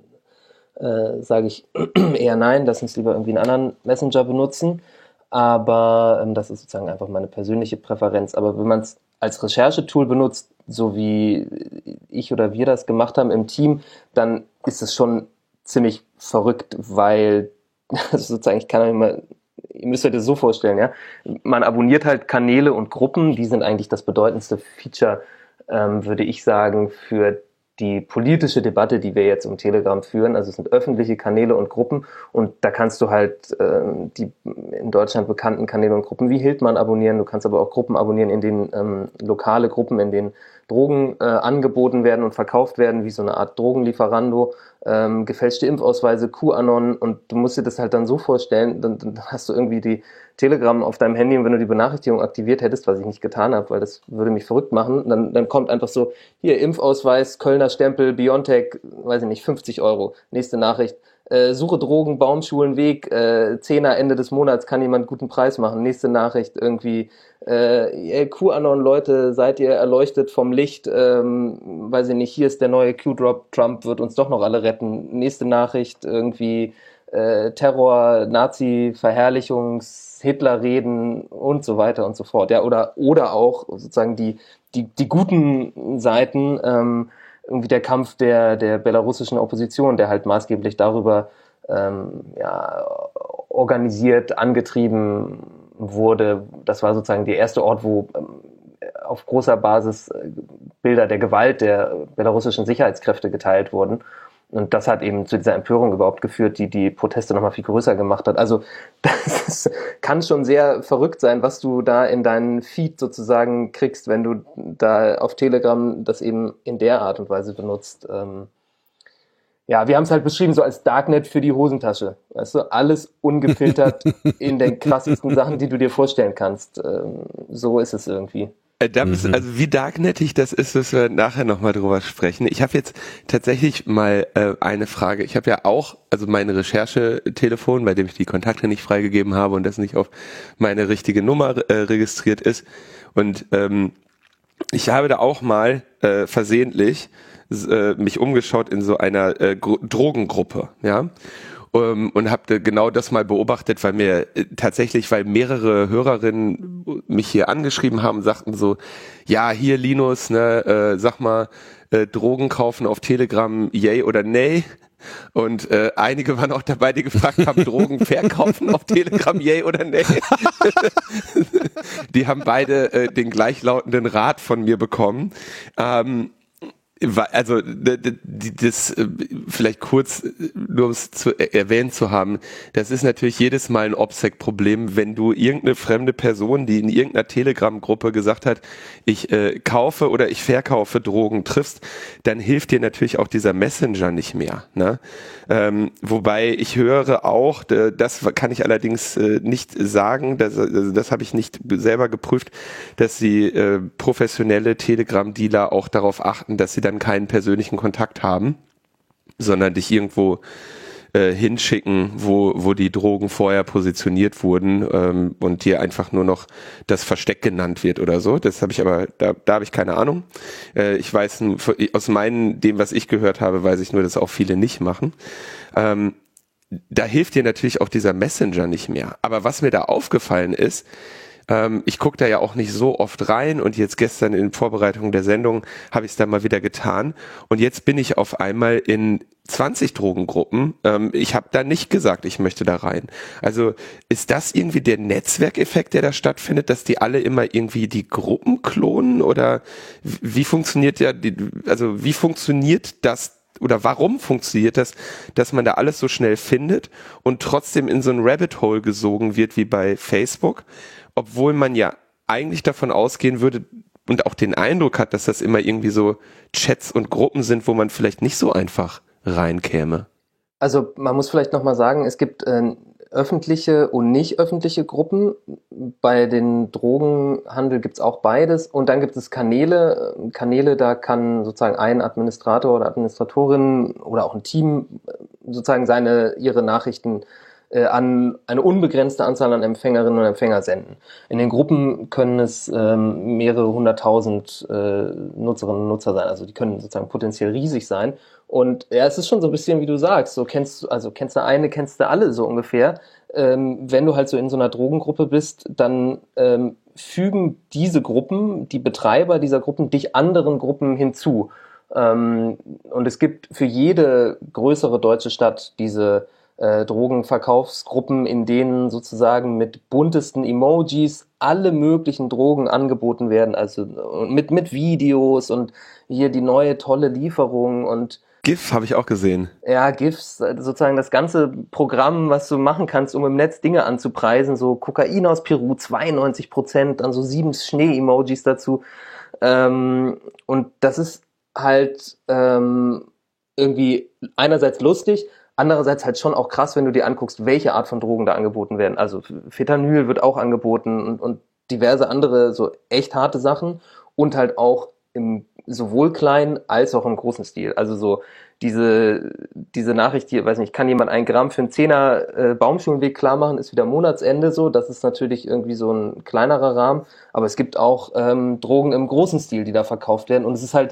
S3: sage ich eher nein, lass uns lieber irgendwie einen anderen Messenger benutzen. Aber das ist sozusagen einfach meine persönliche Präferenz. Aber wenn man es als Recherchetool benutzt, so wie ich oder wir das gemacht haben im Team, dann ist es schon ziemlich verrückt, weil sozusagen, ihr müsst euch das so vorstellen, ja, man abonniert halt Kanäle und Gruppen, die sind eigentlich das bedeutendste Feature, würde ich sagen, für die politische Debatte, die wir jetzt um Telegram führen. Also es sind öffentliche Kanäle und Gruppen, und da kannst du halt die in Deutschland bekannten Kanäle und Gruppen wie Hildmann abonnieren. Du kannst aber auch Gruppen abonnieren, in denen lokale Gruppen, in denen Drogen angeboten werden und verkauft werden, wie so eine Art Drogenlieferando, gefälschte Impfausweise, QAnon, und du musst dir das halt dann so vorstellen, dann hast du irgendwie die Telegram auf deinem Handy, und wenn du die Benachrichtigung aktiviert hättest, was ich nicht getan habe, weil das würde mich verrückt machen, dann kommt einfach so, hier Impfausweis, Kölner Stempel, BioNTech, weiß ich nicht, 50 €. Nächste Nachricht, suche Drogen, Baumschulenweg, 10er Ende des Monats, kann jemand guten Preis machen. Nächste Nachricht irgendwie, QAnon-Leute, seid ihr erleuchtet vom Licht, weiß ich nicht, hier ist der neue Q-Drop, Trump wird uns doch noch alle retten. Nächste Nachricht irgendwie, Terror, Nazi-Verherrlichungs-, Hitler-Reden und so weiter und so fort. Ja, oder auch sozusagen die guten Seiten, irgendwie der Kampf der belarussischen Opposition, der halt maßgeblich darüber organisiert, angetrieben wurde. Das war sozusagen der erste Ort, wo auf großer Basis Bilder der Gewalt der belarussischen Sicherheitskräfte geteilt wurden. Und das hat eben zu dieser Empörung überhaupt geführt, die Proteste nochmal viel größer gemacht hat. Also das kann schon sehr verrückt sein, was du da in deinen Feed sozusagen kriegst, wenn du da auf Telegram das eben in der Art und Weise benutzt. Ja, wir haben es halt beschrieben so als Darknet für die Hosentasche. Weißt du, alles ungefiltert in den krassesten Sachen, die du dir vorstellen kannst. So ist es irgendwie.
S2: Also wie darknettig das ist, müssen wir nachher nochmal drüber sprechen. Ich habe jetzt tatsächlich mal eine Frage. Ich habe ja auch, also mein Recherchetelefon, bei dem ich die Kontakte nicht freigegeben habe und das nicht auf meine richtige Nummer registriert ist. Und ich habe da auch mal versehentlich mich umgeschaut in so einer Drogengruppe, ja. Und habe genau das mal beobachtet, weil mehrere Hörerinnen mich hier angeschrieben haben, sagten so, ja, hier Linus, ne, sag mal, Drogen kaufen auf Telegram, yay oder nay? Und einige waren auch dabei, die gefragt haben, Drogen verkaufen auf Telegram, yay oder nay? Die haben beide den gleichlautenden Rat von mir bekommen. Also das vielleicht kurz, nur um es erwähnt zu haben, das ist natürlich jedes Mal ein OPSEC-Problem, wenn du irgendeine fremde Person, die in irgendeiner Telegram-Gruppe gesagt hat, ich kaufe oder ich verkaufe Drogen, triffst, dann hilft dir natürlich auch dieser Messenger nicht mehr. Ne? Wobei ich höre auch, das kann ich allerdings nicht sagen, das habe ich nicht selber geprüft, dass die professionelle Telegram-Dealer auch darauf achten, dass sie dann keinen persönlichen Kontakt haben, sondern dich irgendwo hinschicken, wo die Drogen vorher positioniert wurden und dir einfach nur noch das Versteck genannt wird oder so. Das habe ich aber, da habe ich keine Ahnung. Ich weiß, aus dem, was ich gehört habe, weiß ich nur, dass auch viele nicht machen. Da hilft dir natürlich auch dieser Messenger nicht mehr. Aber was mir da aufgefallen ist, ich gucke da ja auch nicht so oft rein und jetzt gestern in Vorbereitung der Sendung habe ich es dann mal wieder getan und jetzt bin ich auf einmal in 20 Drogengruppen. Ich habe da nicht gesagt, ich möchte da rein. Also ist das irgendwie der Netzwerkeffekt, der da stattfindet, dass die alle immer irgendwie die Gruppen klonen oder wie funktioniert wie funktioniert das oder warum funktioniert das, dass man da alles so schnell findet und trotzdem in so ein Rabbit Hole gesogen wird wie bei Facebook? Obwohl man ja eigentlich davon ausgehen würde und auch den Eindruck hat, dass das immer irgendwie so Chats und Gruppen sind, wo man vielleicht nicht so einfach reinkäme.
S3: Also man muss vielleicht nochmal sagen, es gibt öffentliche und nicht öffentliche Gruppen. Bei den Drogenhandel gibt es auch beides. Und dann gibt es Kanäle. Kanäle, da kann sozusagen ein Administrator oder Administratorin oder auch ein Team sozusagen ihre Nachrichten an eine unbegrenzte Anzahl an Empfängerinnen und Empfänger senden. In den Gruppen können es mehrere hunderttausend Nutzerinnen und Nutzer sein, also die können sozusagen potenziell riesig sein. Und ja, es ist schon so ein bisschen, wie du sagst, so kennst du eine, kennst du alle so ungefähr. Wenn du halt so in so einer Drogengruppe bist, dann fügen diese Gruppen, die Betreiber dieser Gruppen, dich anderen Gruppen hinzu. Und es gibt für jede größere deutsche Stadt diese Drogenverkaufsgruppen, in denen sozusagen mit buntesten Emojis alle möglichen Drogen angeboten werden, also mit Videos und hier die neue tolle Lieferung und
S2: GIF habe ich auch gesehen.
S3: Ja, GIFs, sozusagen das ganze Programm, was du machen kannst, um im Netz Dinge anzupreisen, so Kokain aus Peru, 92%, dann so 7 Schnee-Emojis dazu. Und das ist halt irgendwie einerseits lustig, andererseits halt schon auch krass, wenn du dir anguckst, welche Art von Drogen da angeboten werden. Also Fentanyl wird auch angeboten und diverse andere so echt harte Sachen und halt auch im sowohl kleinen als auch im großen Stil. Also so diese Nachricht hier, weiß nicht, kann jemand 1 Gramm für einen 10er Baumschulenweg klar machen, ist wieder Monatsende so. Das ist natürlich irgendwie so ein kleinerer Rahmen. Aber es gibt auch Drogen im großen Stil, die da verkauft werden. Und es ist halt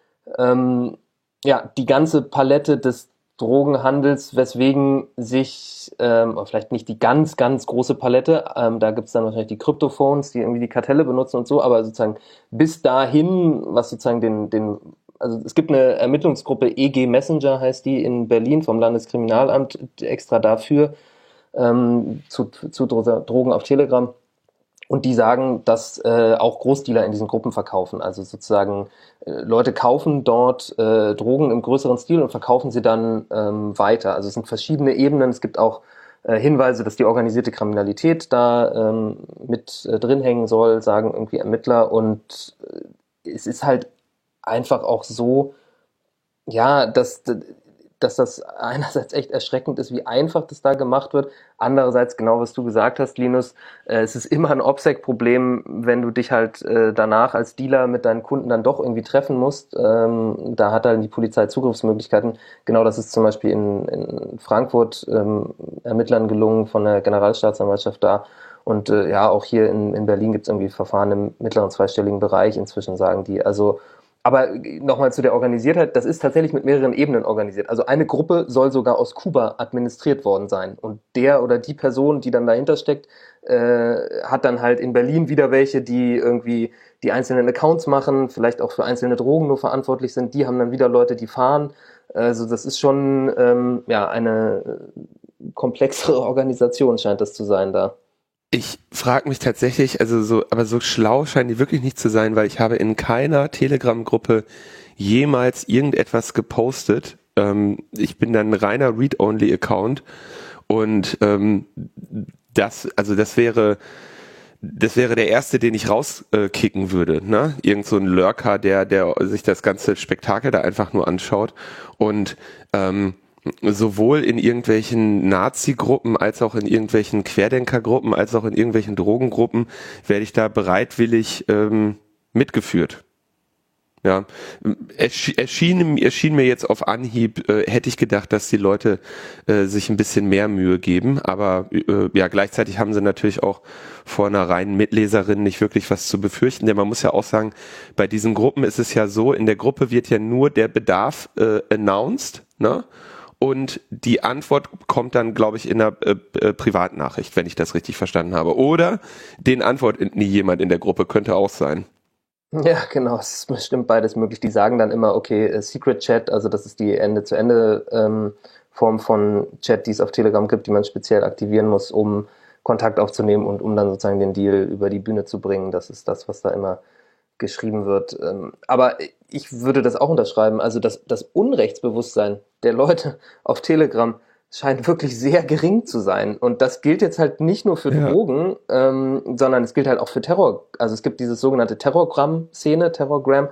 S3: die ganze Palette des Drogenhandels, weswegen sich, vielleicht nicht die ganz, ganz große Palette, da gibt's dann wahrscheinlich die Kryptophones, die irgendwie die Kartelle benutzen und so, aber sozusagen bis dahin, was sozusagen also es gibt eine Ermittlungsgruppe, EG Messenger heißt die in Berlin vom Landeskriminalamt, extra dafür, zu Drogen auf Telegram. Und die sagen, dass auch Großdealer in diesen Gruppen verkaufen. Also sozusagen Leute kaufen dort Drogen im größeren Stil und verkaufen sie dann weiter. Also es sind verschiedene Ebenen. Es gibt auch Hinweise, dass die organisierte Kriminalität da mit drin hängen soll, sagen irgendwie Ermittler. Und es ist halt einfach auch so, ja, dass dass das einerseits echt erschreckend ist, wie einfach das da gemacht wird. Andererseits, genau was du gesagt hast, Linus, es ist immer ein OPSEC-Problem, wenn du dich halt danach als Dealer mit deinen Kunden dann doch irgendwie treffen musst. Da hat halt die Polizei Zugriffsmöglichkeiten. Genau das ist zum Beispiel in Frankfurt Ermittlern gelungen von der Generalstaatsanwaltschaft da. Und ja, auch hier in Berlin gibt es irgendwie Verfahren im mittleren zweistelligen Bereich inzwischen, sagen die. Also aber nochmal zu der Organisiertheit, das ist tatsächlich mit mehreren Ebenen organisiert. Also eine Gruppe soll sogar aus Kuba administriert worden sein. Und der oder die Person, die dann dahinter steckt, hat dann halt in Berlin wieder welche, die irgendwie die einzelnen Accounts machen, vielleicht auch für einzelne Drogen nur verantwortlich sind. Die haben dann wieder Leute, die fahren. Also das ist schon eine komplexere Organisation, scheint das zu sein da.
S2: Ich frage mich tatsächlich, aber so schlau scheinen die wirklich nicht zu sein, weil ich habe in keiner Telegram-Gruppe jemals irgendetwas gepostet. Ich bin dann ein reiner Read-Only-Account und das wäre der erste, den ich rauskicken würde, ne? Irgend so ein Lurker, der sich das ganze Spektakel da einfach nur anschaut und sowohl in irgendwelchen Nazi-Gruppen als auch in irgendwelchen Querdenker-Gruppen als auch in irgendwelchen Drogengruppen werde ich da bereitwillig mitgeführt. Ja, erschien mir jetzt auf Anhieb, hätte ich gedacht, dass die Leute sich ein bisschen mehr Mühe geben, aber ja, gleichzeitig haben sie natürlich auch vor einer reinen Mitleserin nicht wirklich was zu befürchten, denn man muss ja auch sagen, bei diesen Gruppen ist es ja so, in der Gruppe wird ja nur der Bedarf announced, ne? Und die Antwort kommt dann, glaube ich, in einer Privatnachricht, wenn ich das richtig verstanden habe. Oder den antwortet nie jemand in der Gruppe, könnte auch sein.
S3: Ja, genau, es ist bestimmt beides möglich. Die sagen dann immer, okay, Secret Chat, also das ist die Ende-zu-Ende Form von Chat, die es auf Telegram gibt, die man speziell aktivieren muss, um Kontakt aufzunehmen und um dann sozusagen den Deal über die Bühne zu bringen. Das ist das, was da immer geschrieben wird. Aber ich würde das auch unterschreiben. Also das Unrechtsbewusstsein der Leute auf Telegram scheint wirklich sehr gering zu sein. Und das gilt jetzt halt nicht nur für Drogen, sondern es gilt halt auch für Terror. Also es gibt dieses sogenannte Terrorgramm-Szene, Terrorgram.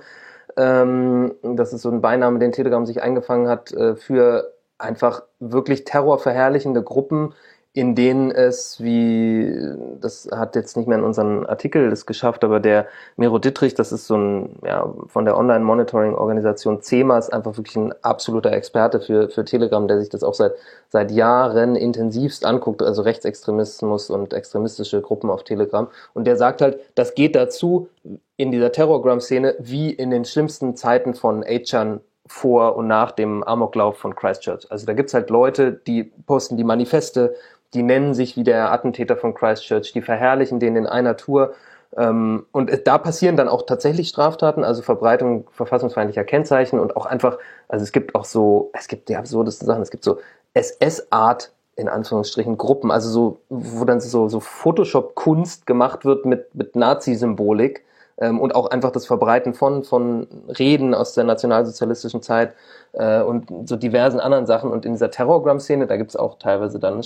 S3: Das ist so ein Beiname, den Telegram sich eingefangen hat, für einfach wirklich terrorverherrlichende Gruppen, in denen es, das hat jetzt nicht mehr in unseren Artikel das geschafft, aber der Miro Dittrich, das ist so ein, von der Online-Monitoring-Organisation CEMAS, einfach wirklich ein absoluter Experte für Telegram, der sich das auch seit Jahren intensivst anguckt, also Rechtsextremismus und extremistische Gruppen auf Telegram. Und der sagt halt, das geht dazu in dieser Terrorgram-Szene wie in den schlimmsten Zeiten von 8chan vor und nach dem Amoklauf von Christchurch. Also da gibt's halt Leute, die posten die Manifeste, die nennen sich wie der Attentäter von Christchurch, die verherrlichen den in einer Tour. Und da passieren dann auch tatsächlich Straftaten, also Verbreitung verfassungsfeindlicher Kennzeichen und auch einfach, also es gibt die absurdesten Sachen, es gibt so SS-Art, in Anführungsstrichen, Gruppen, also so, wo dann so Photoshop-Kunst gemacht wird mit Nazi-Symbolik. Und auch einfach das Verbreiten von Reden aus der nationalsozialistischen Zeit und so diversen anderen Sachen. Und in dieser Terrorgram-Szene, da gibt es auch teilweise dann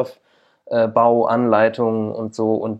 S3: Sprengstoffbauanleitungen und so. Und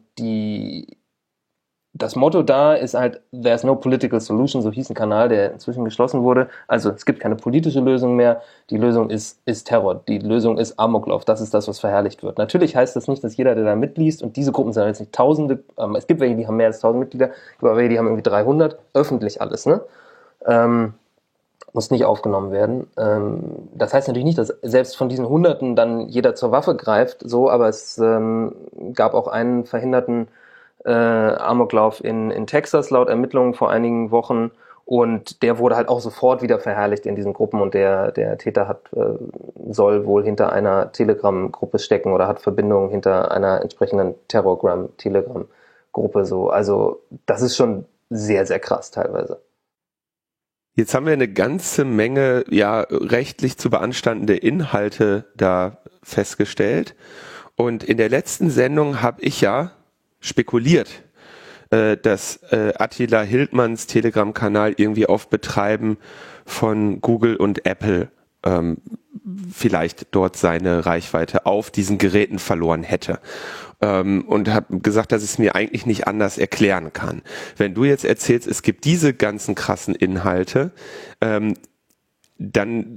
S3: das Motto da ist halt, there's no political solution, so hieß ein Kanal, der inzwischen geschlossen wurde. Also es gibt keine politische Lösung mehr. Die Lösung ist Terror. Die Lösung ist Amoklauf. Das ist das, was verherrlicht wird. Natürlich heißt das nicht, dass jeder, der da mitliest, und diese Gruppen sind jetzt nicht Tausende, es gibt welche, die haben mehr als 1000 Mitglieder, es gibt aber welche, die haben irgendwie 300, öffentlich alles, ne? Muss nicht aufgenommen werden. Das heißt natürlich nicht, dass selbst von diesen Hunderten dann jeder zur Waffe greift, so, aber es gab auch einen verhinderten Amoklauf in Texas laut Ermittlungen vor einigen Wochen und der wurde halt auch sofort wieder verherrlicht in diesen Gruppen und der Täter soll wohl hinter einer Telegram-Gruppe stecken oder hat Verbindungen hinter einer entsprechenden Telegram-Gruppe so. Also das ist schon sehr, sehr krass teilweise.
S2: Jetzt haben wir eine ganze Menge rechtlich zu beanstandende Inhalte da festgestellt und in der letzten Sendung habe ich spekuliert, dass Attila Hildmanns Telegram-Kanal irgendwie auf Betreiben von Google und Apple vielleicht dort seine Reichweite auf diesen Geräten verloren hätte. Und habe gesagt, dass ich es mir eigentlich nicht anders erklären kann. Wenn du jetzt erzählst, es gibt diese ganzen krassen Inhalte, dann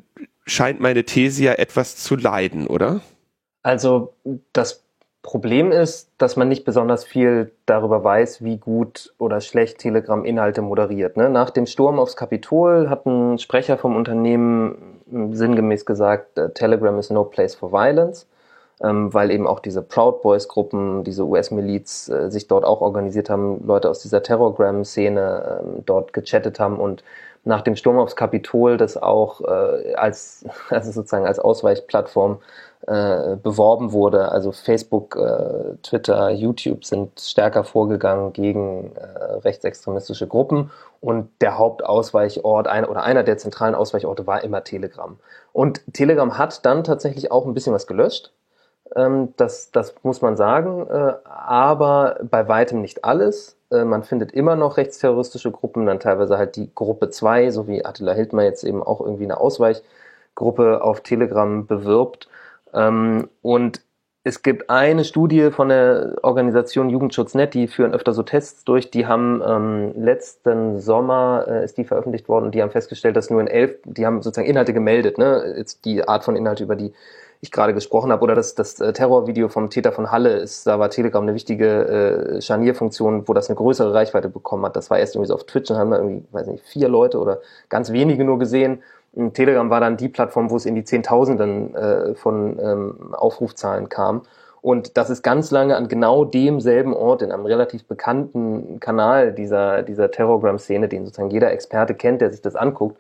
S2: scheint meine These ja etwas zu leiden, oder?
S3: Also das Problem ist, dass man nicht besonders viel darüber weiß, wie gut oder schlecht Telegram Inhalte moderiert. Ne? Nach dem Sturm aufs Kapitol hat ein Sprecher vom Unternehmen sinngemäß gesagt, Telegram is no place for violence, weil eben auch diese Proud Boys Gruppen, diese US-Miliz sich dort auch organisiert haben, Leute aus dieser Terrorgram-Szene dort gechattet haben und nach dem Sturm aufs Kapitol das auch also sozusagen als Ausweichplattform beworben wurde. Also Facebook, Twitter, YouTube sind stärker vorgegangen gegen rechtsextremistische Gruppen und der Hauptausweichort einer der zentralen Ausweichorte war immer Telegram. Und Telegram hat dann tatsächlich auch ein bisschen was gelöscht. Das muss man sagen, aber bei weitem nicht alles. Man findet immer noch rechtsterroristische Gruppen, dann teilweise halt die Gruppe 2, so wie Attila Hildmann jetzt eben auch irgendwie eine Ausweichgruppe auf Telegram bewirbt. Und es gibt eine Studie von der Organisation Jugendschutz.net, die führen öfter so Tests durch, die haben letzten Sommer ist die veröffentlicht worden und die haben festgestellt, dass die haben sozusagen Inhalte gemeldet, ne? Jetzt die Art von Inhalte, über die ich gerade gesprochen habe, oder das Terrorvideo vom Täter von Halle da war Telegram eine wichtige Scharnierfunktion, wo das eine größere Reichweite bekommen hat. Das war erst irgendwie so auf Twitch und haben da irgendwie, weiß nicht, 4 Leute oder ganz wenige nur gesehen. Telegram war dann die Plattform, wo es in die Zehntausenden von Aufrufzahlen kam. Und das ist ganz lange an genau demselben Ort, in einem relativ bekannten Kanal dieser Terrorgram-Szene, den sozusagen jeder Experte kennt, der sich das anguckt,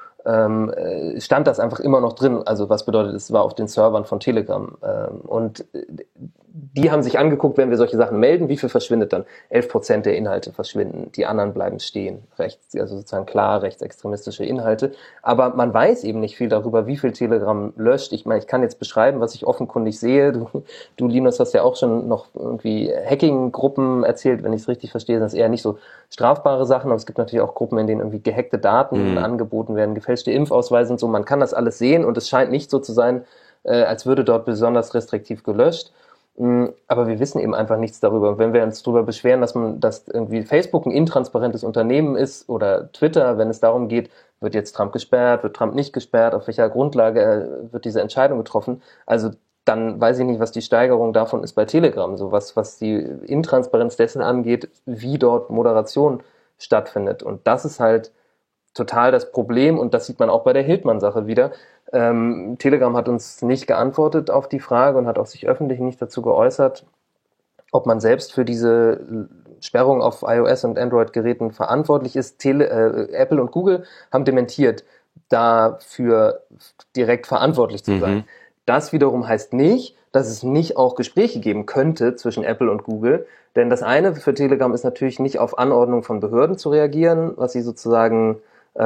S3: stand das einfach immer noch drin. Also was bedeutet, es war auf den Servern von Telegram. Und die haben sich angeguckt, wenn wir solche Sachen melden, wie viel verschwindet dann? 11% der Inhalte verschwinden, die anderen bleiben stehen. Also sozusagen klar rechtsextremistische Inhalte. Aber man weiß eben nicht viel darüber, wie viel Telegram löscht. Ich meine, ich kann jetzt beschreiben, was ich offenkundig sehe. Du Linus, hast ja auch schon noch irgendwie Hacking-Gruppen erzählt, wenn ich es richtig verstehe, sind das eher nicht so strafbare Sachen, aber es gibt natürlich auch Gruppen, in denen irgendwie gehackte Daten angeboten werden, gefälschte Impfausweise und so. Man kann das alles sehen und es scheint nicht so zu sein, als würde dort besonders restriktiv gelöscht. Aber wir wissen eben einfach nichts darüber. Und wenn wir uns darüber beschweren, dass irgendwie Facebook ein intransparentes Unternehmen ist oder Twitter, wenn es darum geht, wird jetzt Trump gesperrt, wird Trump nicht gesperrt, auf welcher Grundlage wird diese Entscheidung getroffen, also dann weiß ich nicht, was die Steigerung davon ist bei Telegram, so was die Intransparenz dessen angeht, wie dort Moderation stattfindet. Und das ist halt total das Problem und das sieht man auch bei der Hildmann-Sache wieder. Telegram hat uns nicht geantwortet auf die Frage und hat auch sich öffentlich nicht dazu geäußert, ob man selbst für diese Sperrung auf iOS und Android-Geräten verantwortlich ist. Apple und Google haben dementiert, dafür direkt verantwortlich zu sein. Das wiederum heißt nicht, dass es nicht auch Gespräche geben könnte zwischen Apple und Google, denn das eine für Telegram ist natürlich nicht auf Anordnung von Behörden zu reagieren, was sie sozusagen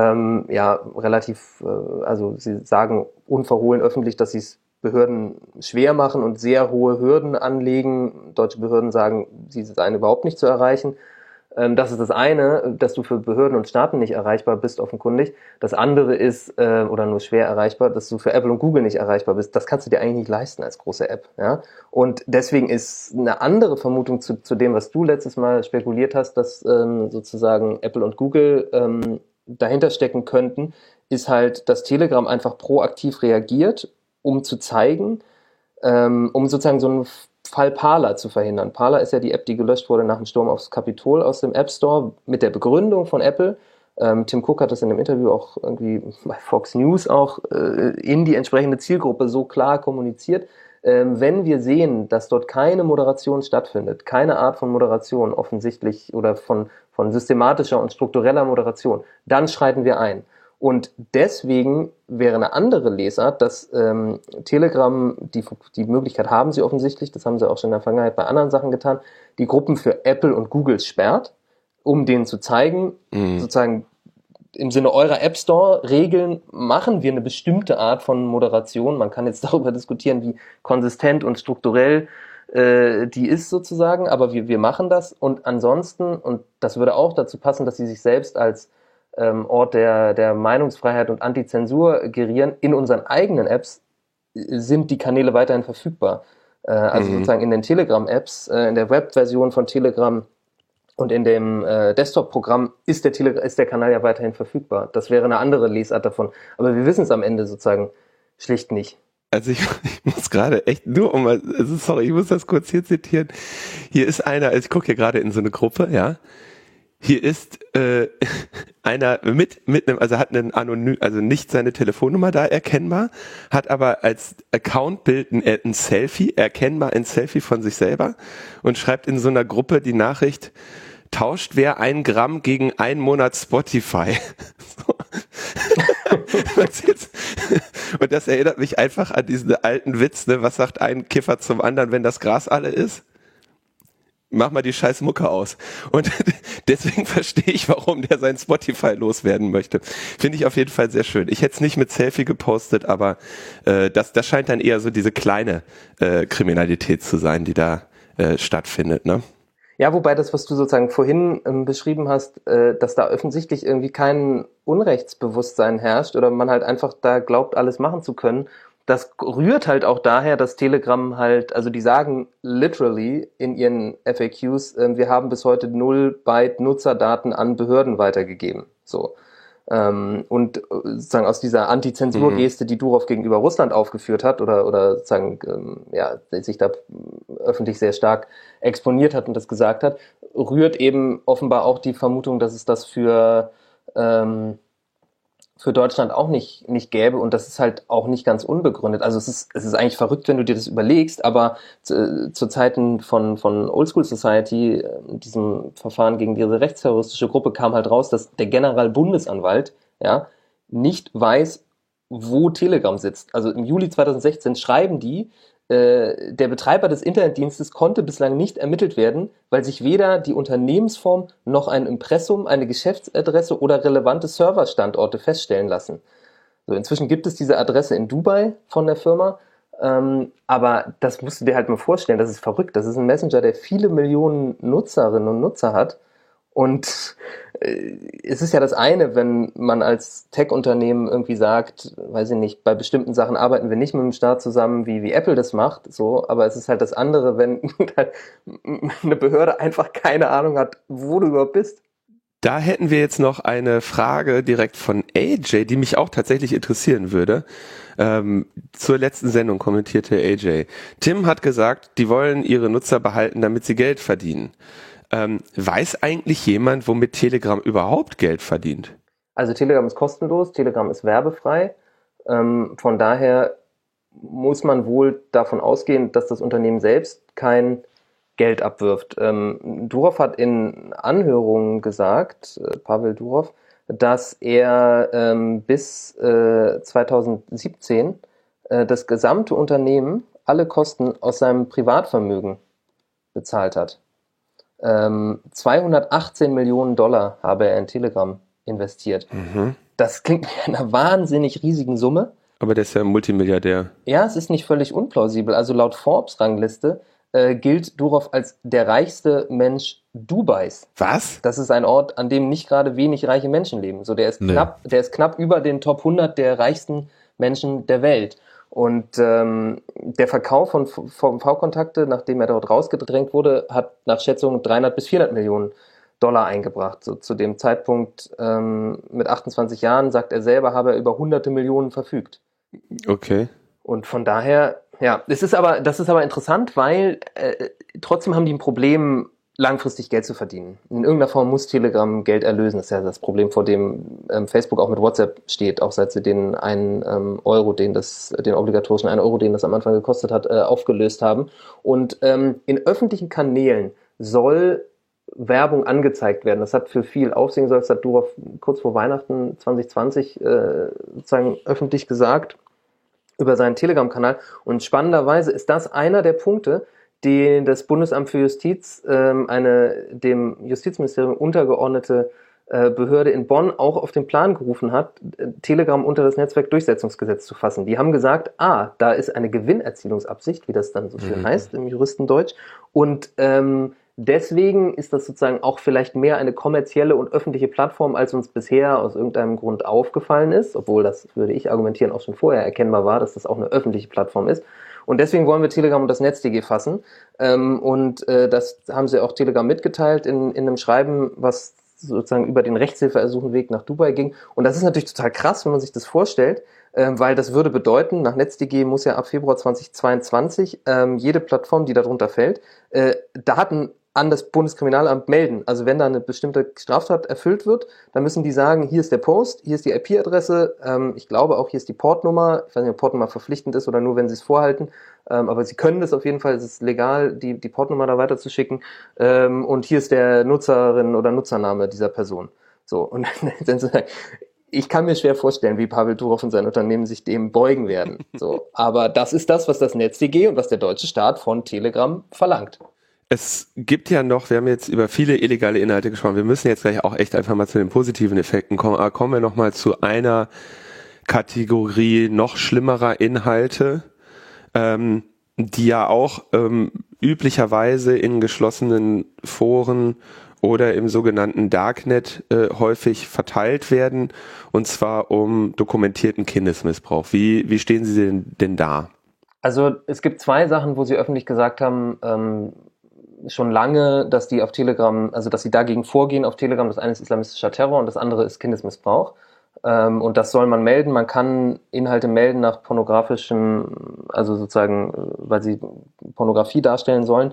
S3: relativ, also sie sagen unverhohlen öffentlich, dass sie es Behörden schwer machen und sehr hohe Hürden anlegen. Deutsche Behörden sagen, sie seien überhaupt nicht zu erreichen. Das ist das eine, dass du für Behörden und Staaten nicht erreichbar bist, offenkundig. Das andere ist, oder nur schwer erreichbar, dass du für Apple und Google nicht erreichbar bist. Das kannst du dir eigentlich nicht leisten als große App. Ja? Und deswegen ist eine andere Vermutung zu dem, was du letztes Mal spekuliert hast, dass sozusagen Apple und Google dahinter stecken könnten, ist halt, dass Telegram einfach proaktiv reagiert, um zu zeigen, um sozusagen so einen Fall Parler zu verhindern. Parler ist ja die App, die gelöscht wurde nach dem Sturm aufs Kapitol aus dem App Store mit der Begründung von Apple. Tim Cook hat das in einem Interview auch irgendwie bei Fox News auch in die entsprechende Zielgruppe so klar kommuniziert. Wenn wir sehen, dass dort keine Moderation stattfindet, keine Art von Moderation offensichtlich oder von systematischer und struktureller Moderation, dann schreiten wir ein. Und deswegen wäre eine andere Lesart, dass Telegram, die Möglichkeit haben sie offensichtlich, das haben sie auch schon in der Vergangenheit bei anderen Sachen getan, die Gruppen für Apple und Google sperrt, um denen zu zeigen, sozusagen im Sinne eurer App Store Regeln machen wir eine bestimmte Art von Moderation. Man kann jetzt darüber diskutieren, wie konsistent und strukturell die ist sozusagen, aber wir machen das und ansonsten, und das würde auch dazu passen, dass sie sich selbst als Ort der Meinungsfreiheit und Antizensur gerieren, in unseren eigenen Apps sind die Kanäle weiterhin verfügbar. Also sozusagen in den Telegram-Apps, in der Web-Version von Telegram und in dem Desktop-Programm ist der Kanal ja weiterhin verfügbar. Das wäre eine andere Lesart davon. Aber wir wissen es am Ende sozusagen schlicht nicht.
S2: Also ich muss gerade echt nur sorry, ich muss das kurz hier zitieren. Hier ist einer, also ich gucke hier gerade in so eine Gruppe, ja. Hier ist einer mit einem, also hat einen anonym, also nicht seine Telefonnummer da erkennbar, hat aber als Accountbild ein Selfie, erkennbar ein Selfie von sich selber und schreibt in so einer Gruppe die Nachricht: Tauscht wer 1 Gramm gegen 1 Monat Spotify. So. Und das erinnert mich einfach an diesen alten Witz, ne? Was sagt ein Kiffer zum anderen, wenn das Gras alle ist? Mach mal die scheiß Mucke aus. Und deswegen verstehe ich, warum der sein Spotify loswerden möchte. Finde ich auf jeden Fall sehr schön. Ich hätte es nicht mit Selfie gepostet, aber das scheint dann eher so diese kleine Kriminalität zu sein, die da stattfindet, ne?
S3: Ja, wobei das, was du sozusagen vorhin beschrieben hast, dass da offensichtlich irgendwie kein Unrechtsbewusstsein herrscht oder man halt einfach da glaubt, alles machen zu können, das rührt halt auch daher, dass Telegram halt, also die sagen literally in ihren FAQs, wir haben bis heute 0 Byte Nutzerdaten an Behörden weitergegeben. So. Und sozusagen aus dieser Anti-Zensur-Geste, die Durov gegenüber Russland aufgeführt hat oder sozusagen sich da öffentlich sehr stark exponiert hat und das gesagt hat, rührt eben offenbar auch die Vermutung, dass es das für Deutschland auch nicht gäbe, und das ist halt auch nicht ganz unbegründet. Also es ist eigentlich verrückt, wenn du dir das überlegst, aber zu Zeiten von Old School Society, diesem Verfahren gegen diese rechtsterroristische Gruppe, kam halt raus, dass der Generalbundesanwalt nicht weiß, wo Telegram sitzt. Also im Juli 2016 schreiben die, der Betreiber des Internetdienstes konnte bislang nicht ermittelt werden, weil sich weder die Unternehmensform noch ein Impressum, eine Geschäftsadresse oder relevante Serverstandorte feststellen lassen. So, inzwischen gibt es diese Adresse in Dubai von der Firma, aber das musst du dir halt mal vorstellen, das ist verrückt. Das ist ein Messenger, der viele Millionen Nutzerinnen und Nutzer hat. Und es ist ja das eine, wenn man als Tech-Unternehmen irgendwie sagt, weiß ich nicht, bei bestimmten Sachen arbeiten wir nicht mit dem Staat zusammen, wie Apple das macht, so, aber es ist halt das andere, wenn eine Behörde einfach keine Ahnung hat, wo du überhaupt bist.
S2: Da hätten wir jetzt noch eine Frage direkt von AJ, die mich auch tatsächlich interessieren würde. Zur letzten Sendung kommentierte AJ: Tim hat gesagt, die wollen ihre Nutzer behalten, damit sie Geld verdienen. Weiß eigentlich jemand, womit Telegram überhaupt Geld verdient?
S3: Also Telegram ist kostenlos, Telegram ist werbefrei. Von daher muss man wohl davon ausgehen, dass das Unternehmen selbst kein Geld abwirft. Durov hat in Anhörungen gesagt, Pavel Durov, dass er bis 2017 das gesamte Unternehmen alle Kosten aus seinem Privatvermögen bezahlt hat. 218 Millionen Dollar habe er in Telegram investiert. Mhm. Das klingt wie einer wahnsinnig riesigen Summe.
S2: Aber der ist ja Multimilliardär.
S3: Ja, es ist nicht völlig unplausibel. Also laut Forbes-Rangliste gilt Durov als der reichste Mensch Dubais.
S2: Was?
S3: Das ist ein Ort, an dem nicht gerade wenig reiche Menschen leben. So, der ist knapp über den Top 100 der reichsten Menschen der Welt. Und der Verkauf von V-Kontakte, nachdem er dort rausgedrängt wurde, hat nach Schätzung 300 bis 400 Millionen Dollar eingebracht. So, zu dem Zeitpunkt mit 28 Jahren, sagt er selber, habe er über hunderte Millionen verfügt.
S2: Okay.
S3: Und von daher, ja, das ist aber interessant, weil trotzdem haben die ein Problem, langfristig Geld zu verdienen. In irgendeiner Form muss Telegram Geld erlösen. Das ist ja das Problem, vor dem Facebook auch mit WhatsApp steht, auch seit sie den den obligatorischen 1 Euro, den das am Anfang gekostet hat, aufgelöst haben. Und in öffentlichen Kanälen soll Werbung angezeigt werden. Das hat für viel Aufsehen gesorgt. Das hat Durov kurz vor Weihnachten 2020 sozusagen öffentlich gesagt über seinen Telegram-Kanal. Und spannenderweise ist das einer der Punkte, den das Bundesamt für Justiz, dem Justizministerium untergeordnete Behörde in Bonn, auch auf den Plan gerufen hat, Telegram unter das Netzwerkdurchsetzungsgesetz zu fassen. Die haben gesagt, da ist eine Gewinnerzielungsabsicht, wie das dann so schön heißt im Juristendeutsch, und deswegen ist das sozusagen auch vielleicht mehr eine kommerzielle und öffentliche Plattform, als uns bisher aus irgendeinem Grund aufgefallen ist, obwohl das, würde ich argumentieren, auch schon vorher erkennbar war, dass das auch eine öffentliche Plattform ist. Und deswegen wollen wir Telegram und das NetzDG fassen. Das haben sie auch Telegram mitgeteilt in einem Schreiben, was sozusagen über den Rechtshilfeersuchenweg nach Dubai ging. Und das ist natürlich total krass, wenn man sich das vorstellt. weil das würde bedeuten, nach NetzDG muss ja ab Februar 2022 jede Plattform, die darunter fällt, Daten an das Bundeskriminalamt melden. Also wenn da eine bestimmte Straftat erfüllt wird, dann müssen die sagen, hier ist der Post, hier ist die IP-Adresse, ich glaube auch, hier ist die Portnummer. Ich weiß nicht, ob Portnummer verpflichtend ist oder nur, wenn sie es vorhalten. Aber sie können das auf jeden Fall, es ist legal, die Portnummer da weiterzuschicken. Und hier ist der Nutzerin oder Nutzername dieser Person. So, und dann sagen, ich kann mir schwer vorstellen, wie Pavel Durov und sein Unternehmen sich dem beugen werden. So, aber das ist das, was das NetzDG und was der deutsche Staat von Telegram verlangt.
S2: Es gibt ja noch, wir haben jetzt über viele illegale Inhalte gesprochen, wir müssen jetzt gleich auch echt einfach mal zu den positiven Effekten kommen. Aber kommen wir nochmal zu einer Kategorie noch schlimmerer Inhalte, die ja auch üblicherweise in geschlossenen Foren oder im sogenannten Darknet häufig verteilt werden, und zwar um dokumentierten Kindesmissbrauch. Wie stehen Sie denn da?
S3: Also es gibt zwei Sachen, wo Sie öffentlich gesagt haben, schon lange, dass die auf Telegram, also dass sie dagegen vorgehen auf Telegram. Das eine ist islamistischer Terror und das andere ist Kindesmissbrauch. Und das soll man melden. Man kann Inhalte melden nach pornografischem, also sozusagen, weil sie Pornografie darstellen sollen.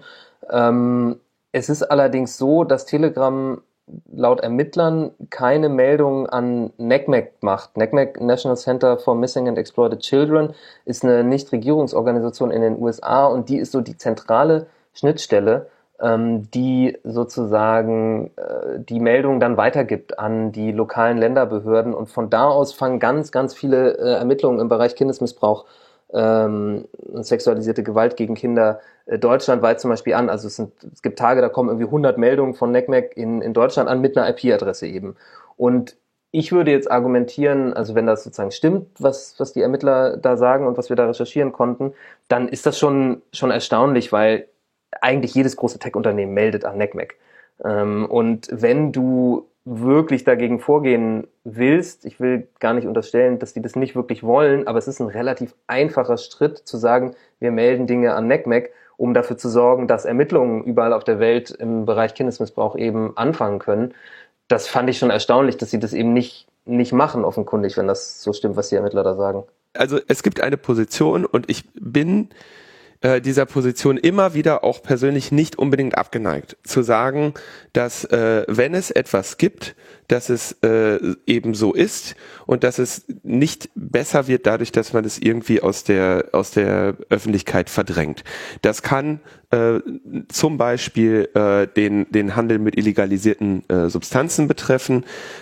S3: Es ist allerdings so, dass Telegram laut Ermittlern keine Meldung an NCMEC macht. NCMEC, National Center for Missing and Exploited Children, ist eine Nichtregierungsorganisation in den USA und die ist so die zentrale Schnittstelle, die sozusagen die Meldung dann weitergibt an die lokalen Länderbehörden, und von da aus fangen ganz, ganz viele Ermittlungen im Bereich Kindesmissbrauch und sexualisierte Gewalt gegen Kinder deutschlandweit zum Beispiel an. Also es gibt Tage, da kommen irgendwie 100 Meldungen von NCMEC in Deutschland an mit einer IP-Adresse eben. Und ich würde jetzt argumentieren, also wenn das sozusagen stimmt, was die Ermittler da sagen und was wir da recherchieren konnten, dann ist das schon erstaunlich, weil eigentlich jedes große Tech-Unternehmen meldet an NCMEC. Und wenn du wirklich dagegen vorgehen willst, ich will gar nicht unterstellen, dass die das nicht wirklich wollen, aber es ist ein relativ einfacher Schritt zu sagen, wir melden Dinge an NCMEC, um dafür zu sorgen, dass Ermittlungen überall auf der Welt im Bereich Kindesmissbrauch eben anfangen können. Das fand ich schon erstaunlich, dass sie das eben nicht machen, offenkundig, wenn das so stimmt, was die Ermittler da sagen.
S2: Also es gibt eine Position, und ich bin dieser Position immer wieder auch persönlich nicht unbedingt abgeneigt, zu sagen, dass wenn es etwas gibt, dass es eben so ist und dass es nicht besser wird dadurch, dass man es irgendwie aus der Öffentlichkeit verdrängt. Das kann zum Beispiel den Handel mit illegalisierten Substanzen betreffen.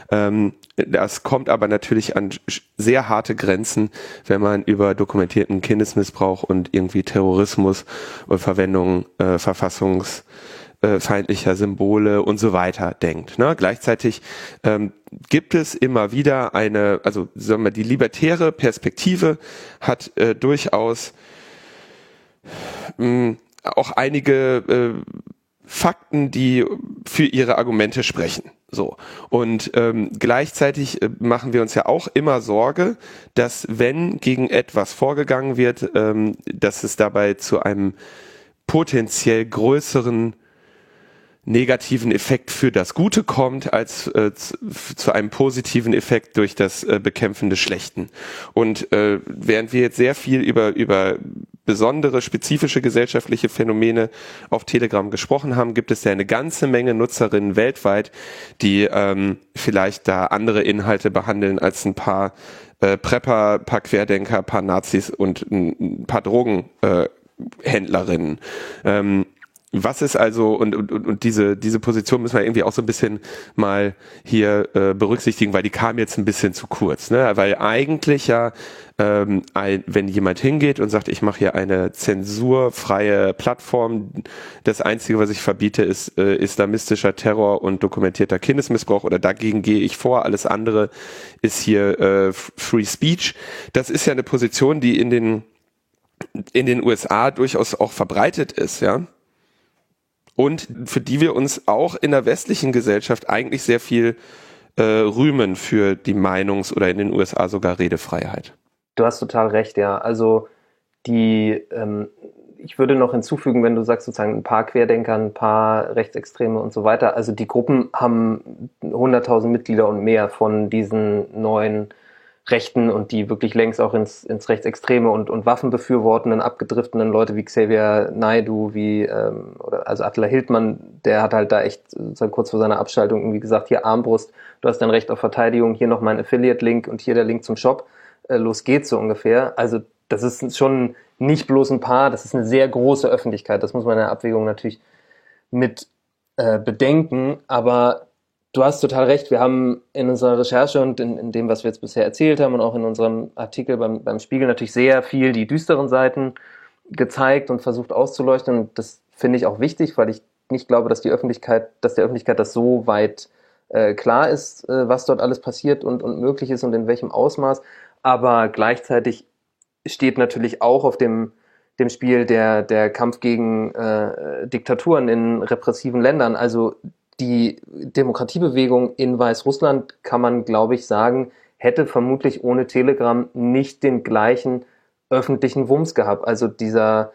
S2: Das kommt aber natürlich an sehr harte Grenzen, wenn man über dokumentierten Kindesmissbrauch und irgendwie Terrorismus und Verwendung verfassungsfeindlicher Symbole und so weiter denkt. Ne? Gleichzeitig gibt es immer wieder also sagen wir, die libertäre Perspektive hat durchaus auch einige Fakten, die für ihre Argumente sprechen. So. Und gleichzeitig machen wir uns ja auch immer Sorge, dass wenn gegen etwas vorgegangen wird, dass es dabei zu einem potenziell größeren negativen Effekt für das Gute kommt, als zu einem positiven Effekt durch das Bekämpfen des Schlechten. Und während wir jetzt sehr viel über besondere, spezifische gesellschaftliche Phänomene auf Telegram gesprochen haben, gibt es ja eine ganze Menge Nutzerinnen weltweit, die vielleicht da andere Inhalte behandeln als ein paar Prepper, paar Querdenker, paar Nazis und ein paar Drogenhändlerinnen. Was ist also, und diese Position müssen wir irgendwie auch so ein bisschen mal hier berücksichtigen, weil die kam jetzt ein bisschen zu kurz, ne? Weil eigentlich ja, wenn jemand hingeht und sagt, ich mache hier eine zensurfreie Plattform, das Einzige, was ich verbiete, ist islamistischer Terror und dokumentierter Kindesmissbrauch, oder dagegen gehe ich vor, alles andere ist hier Free Speech. Das ist ja eine Position, die in den USA durchaus auch verbreitet ist, ja. Und für die wir uns auch in der westlichen Gesellschaft eigentlich sehr viel rühmen für die oder in den USA sogar Redefreiheit.
S3: Du hast total recht, ja. Also ich würde noch hinzufügen, wenn du sagst sozusagen ein paar Querdenker, ein paar Rechtsextreme und so weiter, also die Gruppen haben 100.000 Mitglieder und mehr von diesen neuen Rechten und die wirklich längst auch ins Rechtsextreme und waffenbefürwortenden, abgedriftenden Leute wie Xavier Naidoo, also Attila Hildmann, der hat halt da echt kurz vor seiner Abschaltung irgendwie gesagt, hier Armbrust, du hast dein Recht auf Verteidigung, hier noch mein Affiliate-Link und hier der Link zum Shop, los geht's so ungefähr. Also das ist schon nicht bloß ein paar, das ist eine sehr große Öffentlichkeit, das muss man in der Abwägung natürlich mit bedenken, aber du hast total recht, wir haben in unserer Recherche und in dem, was wir jetzt bisher erzählt haben und auch in unserem Artikel beim Spiegel natürlich sehr viel die düsteren Seiten gezeigt und versucht auszuleuchten und das finde ich auch wichtig, weil ich nicht glaube, dass der Öffentlichkeit das so weit klar ist, was dort alles passiert und möglich ist und in welchem Ausmaß, aber gleichzeitig steht natürlich auch auf dem Spiel der Kampf gegen Diktaturen in repressiven Ländern. Also die Demokratiebewegung in Weißrussland, kann man, glaube ich, sagen, hätte vermutlich ohne Telegram nicht den gleichen öffentlichen Wumms gehabt. Also dieser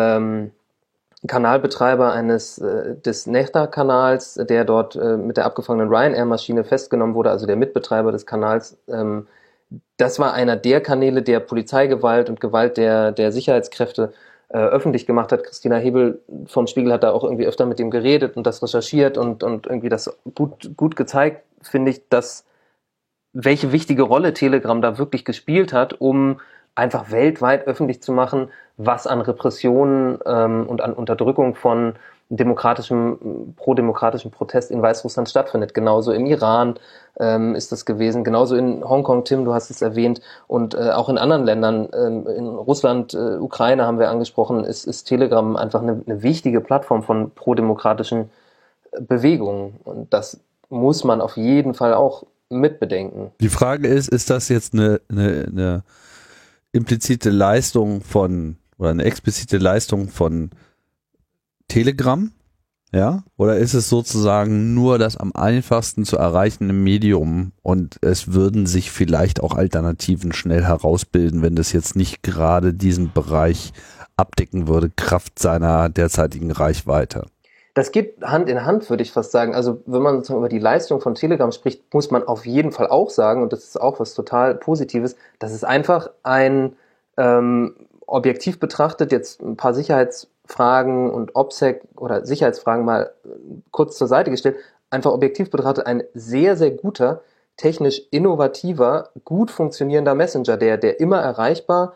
S3: Kanalbetreiber des Nechta-Kanals, der dort mit der abgefangenen Ryanair-Maschine festgenommen wurde, also der Mitbetreiber des Kanals, das war einer der Kanäle, der Polizeigewalt und Gewalt der Sicherheitskräfte öffentlich gemacht hat. Christina Hebel vom Spiegel hat da auch irgendwie öfter mit ihm geredet und das recherchiert und irgendwie das gut gezeigt, finde ich, dass welche wichtige Rolle Telegram da wirklich gespielt hat, um einfach weltweit öffentlich zu machen, was an Repressionen und an Unterdrückung von pro-demokratischem Protest in Weißrussland stattfindet. Genauso im Iran ist das gewesen, genauso in Hongkong, Tim, du hast es erwähnt, und auch in anderen Ländern, in Russland, Ukraine haben wir angesprochen, ist Telegram einfach eine wichtige Plattform von pro-demokratischen Bewegungen. Und das muss man auf jeden Fall auch mitbedenken.
S1: Die Frage ist das jetzt eine implizite Leistung oder eine explizite Leistung von Telegram, ja? Oder ist es sozusagen nur das am einfachsten zu erreichende Medium und es würden sich vielleicht auch Alternativen schnell herausbilden, wenn das jetzt nicht gerade diesen Bereich abdecken würde, Kraft seiner derzeitigen Reichweite?
S3: Das geht Hand in Hand, würde ich fast sagen. Also wenn man sozusagen über die Leistung von Telegram spricht, muss man auf jeden Fall auch sagen, und das ist auch was total Positives, dass es einfach ein objektiv betrachtet, jetzt ein paar Sicherheitsfragen und OPSEC oder Sicherheitsfragen mal kurz zur Seite gestellt, einfach objektiv betrachtet ein sehr, sehr guter, technisch innovativer, gut funktionierender Messenger, der immer erreichbar,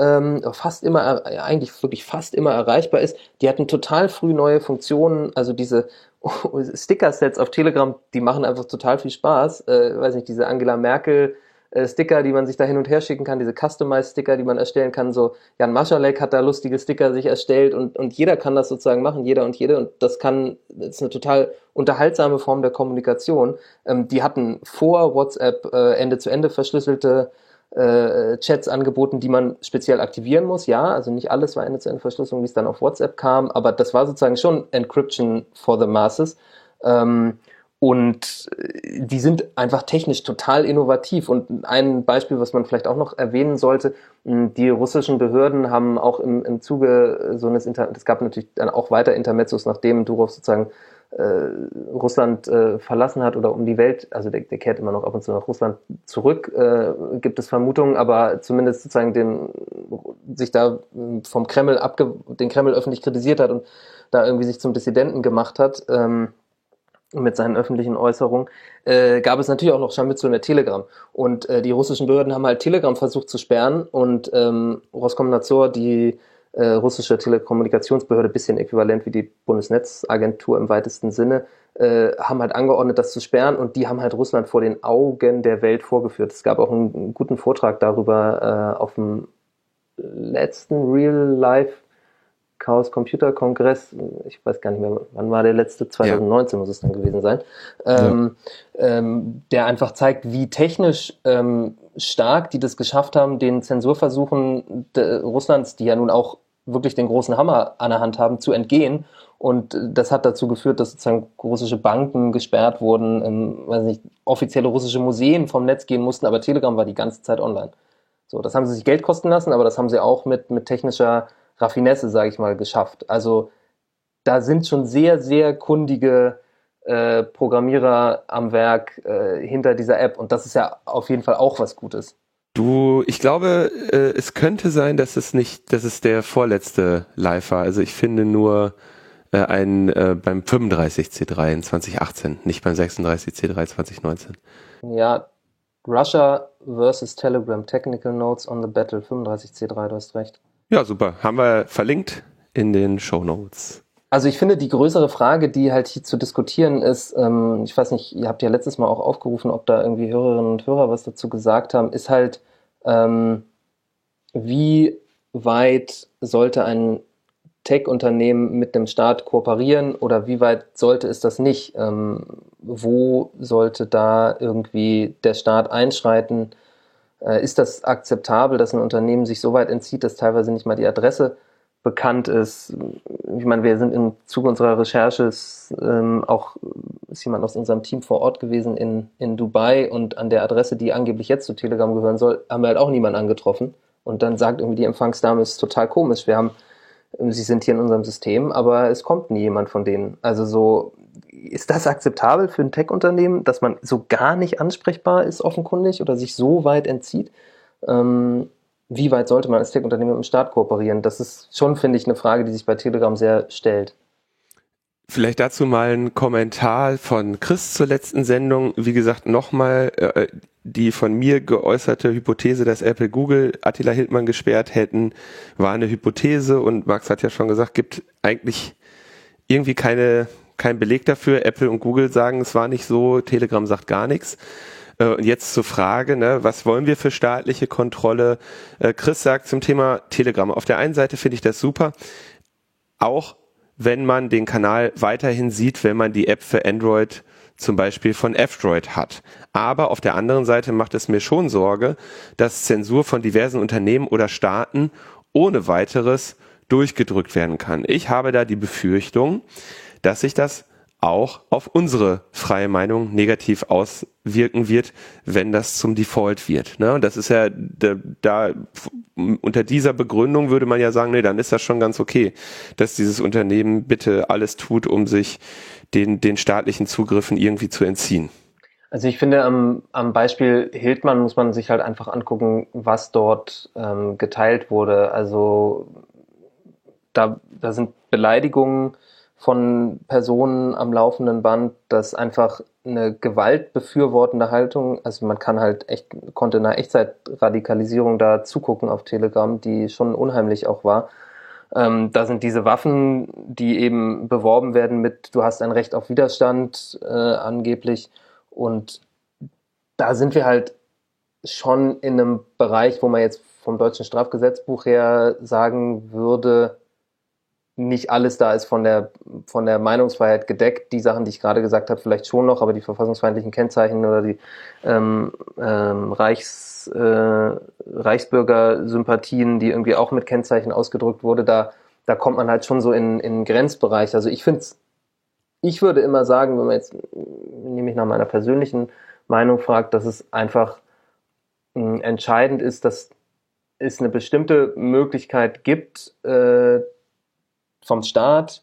S3: eigentlich wirklich fast immer erreichbar ist. Die hatten total früh neue Funktionen, also diese Sticker-Sets auf Telegram, die machen einfach total viel Spaß. Weiß nicht, diese Angela Merkel Sticker, die man sich da hin und her schicken kann, diese Customized-Sticker, die man erstellen kann, so Jan Maschalek hat da lustige Sticker sich erstellt und jeder kann das sozusagen machen, jeder und jede, und das ist eine total unterhaltsame Form der Kommunikation. Die hatten vor WhatsApp Ende-zu-Ende verschlüsselte Chats angeboten, die man speziell aktivieren muss, ja, also nicht alles war Ende-zu-Ende-Verschlüsselung, wie es dann auf WhatsApp kam, aber das war sozusagen schon Encryption for the Masses. Und die sind einfach technisch total innovativ. Und ein Beispiel, was man vielleicht auch noch erwähnen sollte, die russischen Behörden haben auch im Zuge so eines es gab natürlich dann auch weiter Intermezzos, nachdem Durov sozusagen Russland verlassen hat oder um die Welt, also der kehrt immer noch ab und zu nach Russland zurück, gibt es Vermutungen, aber zumindest sozusagen sich da vom Kreml den Kreml öffentlich kritisiert hat und da irgendwie sich zum Dissidenten gemacht hat, mit seinen öffentlichen Äußerungen, gab es natürlich auch noch Scharmützel mit Telegram. Und die russischen Behörden haben halt Telegram versucht zu sperren und Roskomnadzor, die russische Telekommunikationsbehörde, bisschen äquivalent wie die Bundesnetzagentur im weitesten Sinne, haben halt angeordnet, das zu sperren, und die haben halt Russland vor den Augen der Welt vorgeführt. Es gab auch einen guten Vortrag darüber auf dem letzten Real-Life Chaos Computer Kongress, ich weiß gar nicht mehr, wann war der letzte, 2019 muss es dann gewesen sein, der einfach zeigt, wie technisch stark die das geschafft haben, den Zensurversuchen Russlands, die ja nun auch wirklich den großen Hammer an der Hand haben, zu entgehen. Und das hat dazu geführt, dass sozusagen russische Banken gesperrt wurden, weiß nicht, offizielle russische Museen vom Netz gehen mussten, aber Telegram war die ganze Zeit online. So, das haben sie sich Geld kosten lassen, aber das haben sie auch mit technischer Raffinesse, sage ich mal, geschafft. Also da sind schon sehr, sehr kundige Programmierer am Werk hinter dieser App, und das ist ja auf jeden Fall auch was Gutes.
S2: Ich glaube, es könnte sein, dass es der vorletzte Live war. Also ich finde nur beim 35C3 in 2018, nicht beim 36C3 2019.
S3: Ja, Russia versus Telegram, Technical Notes on the Battle, 35C3, du hast recht.
S2: Ja, super. Haben wir verlinkt in den Shownotes.
S3: Also ich finde, die größere Frage, die halt hier zu diskutieren ist, ich weiß nicht, ihr habt ja letztes Mal auch aufgerufen, ob da irgendwie Hörerinnen und Hörer was dazu gesagt haben, ist halt, wie weit sollte ein Tech-Unternehmen mit dem Staat kooperieren oder wie weit sollte es das nicht? Wo sollte da irgendwie der Staat einschreiten? Ist das akzeptabel, dass ein Unternehmen sich so weit entzieht, dass teilweise nicht mal die Adresse bekannt ist? Ich meine, wir sind im Zuge unserer Recherche auch ist jemand aus unserem Team vor Ort gewesen in Dubai und an der Adresse, die angeblich jetzt zu Telegram gehören soll, haben wir halt auch niemanden angetroffen. Und dann sagt irgendwie die Empfangsdame, ist total komisch. Sie sind hier in unserem System, aber es kommt nie jemand von denen. Also so, ist das akzeptabel für ein Tech-Unternehmen, dass man so gar nicht ansprechbar ist offenkundig oder sich so weit entzieht? Wie weit sollte man als Tech-Unternehmen mit dem Staat kooperieren? Das ist schon, finde ich, eine Frage, die sich bei Telegram sehr stellt.
S2: Vielleicht dazu mal ein Kommentar von Chris zur letzten Sendung. Wie gesagt, nochmal die von mir geäußerte Hypothese, dass Apple Google Attila Hildmann gesperrt hätten, war eine Hypothese und Max hat ja schon gesagt, gibt eigentlich irgendwie kein Beleg dafür. Apple und Google sagen, es war nicht so, Telegram sagt gar nichts. Und jetzt zur Frage, ne, was wollen wir für staatliche Kontrolle? Chris sagt zum Thema Telegram, auf der einen Seite finde ich das super, auch wenn man den Kanal weiterhin sieht, wenn man die App für Android zum Beispiel von F-Droid hat. Aber auf der anderen Seite macht es mir schon Sorge, dass Zensur von diversen Unternehmen oder Staaten ohne weiteres durchgedrückt werden kann. Ich habe da die Befürchtung, dass sich das auch auf unsere freie Meinung negativ auswirken wird, wenn das zum Default wird. Ne? Und das ist ja, da unter dieser Begründung würde man ja sagen, nee, dann ist das schon ganz okay, dass dieses Unternehmen bitte alles tut, um sich den staatlichen Zugriffen irgendwie zu entziehen.
S3: Also ich finde, am Beispiel Hildmann muss man sich halt einfach angucken, was dort geteilt wurde. Also da sind Beleidigungen von Personen am laufenden Band, das einfach eine gewaltbefürwortende Haltung, also man konnte in einer Echtzeitradikalisierung da zugucken auf Telegram, die schon unheimlich auch war. Da sind diese Waffen, die eben beworben werden mit, du hast ein Recht auf Widerstand angeblich, und da sind wir halt schon in einem Bereich, wo man jetzt vom deutschen Strafgesetzbuch her sagen würde, nicht alles da ist von der Meinungsfreiheit gedeckt. Die Sachen, die ich gerade gesagt habe, vielleicht schon noch, aber die verfassungsfeindlichen Kennzeichen oder die Reichsbürgersympathien, die irgendwie auch mit Kennzeichen ausgedrückt wurde, da kommt man halt schon so in Grenzbereich. Also ich würde immer sagen, wenn man jetzt nämlich nach meiner persönlichen Meinung fragt, dass es einfach entscheidend ist, dass es eine bestimmte Möglichkeit gibt, vom Staat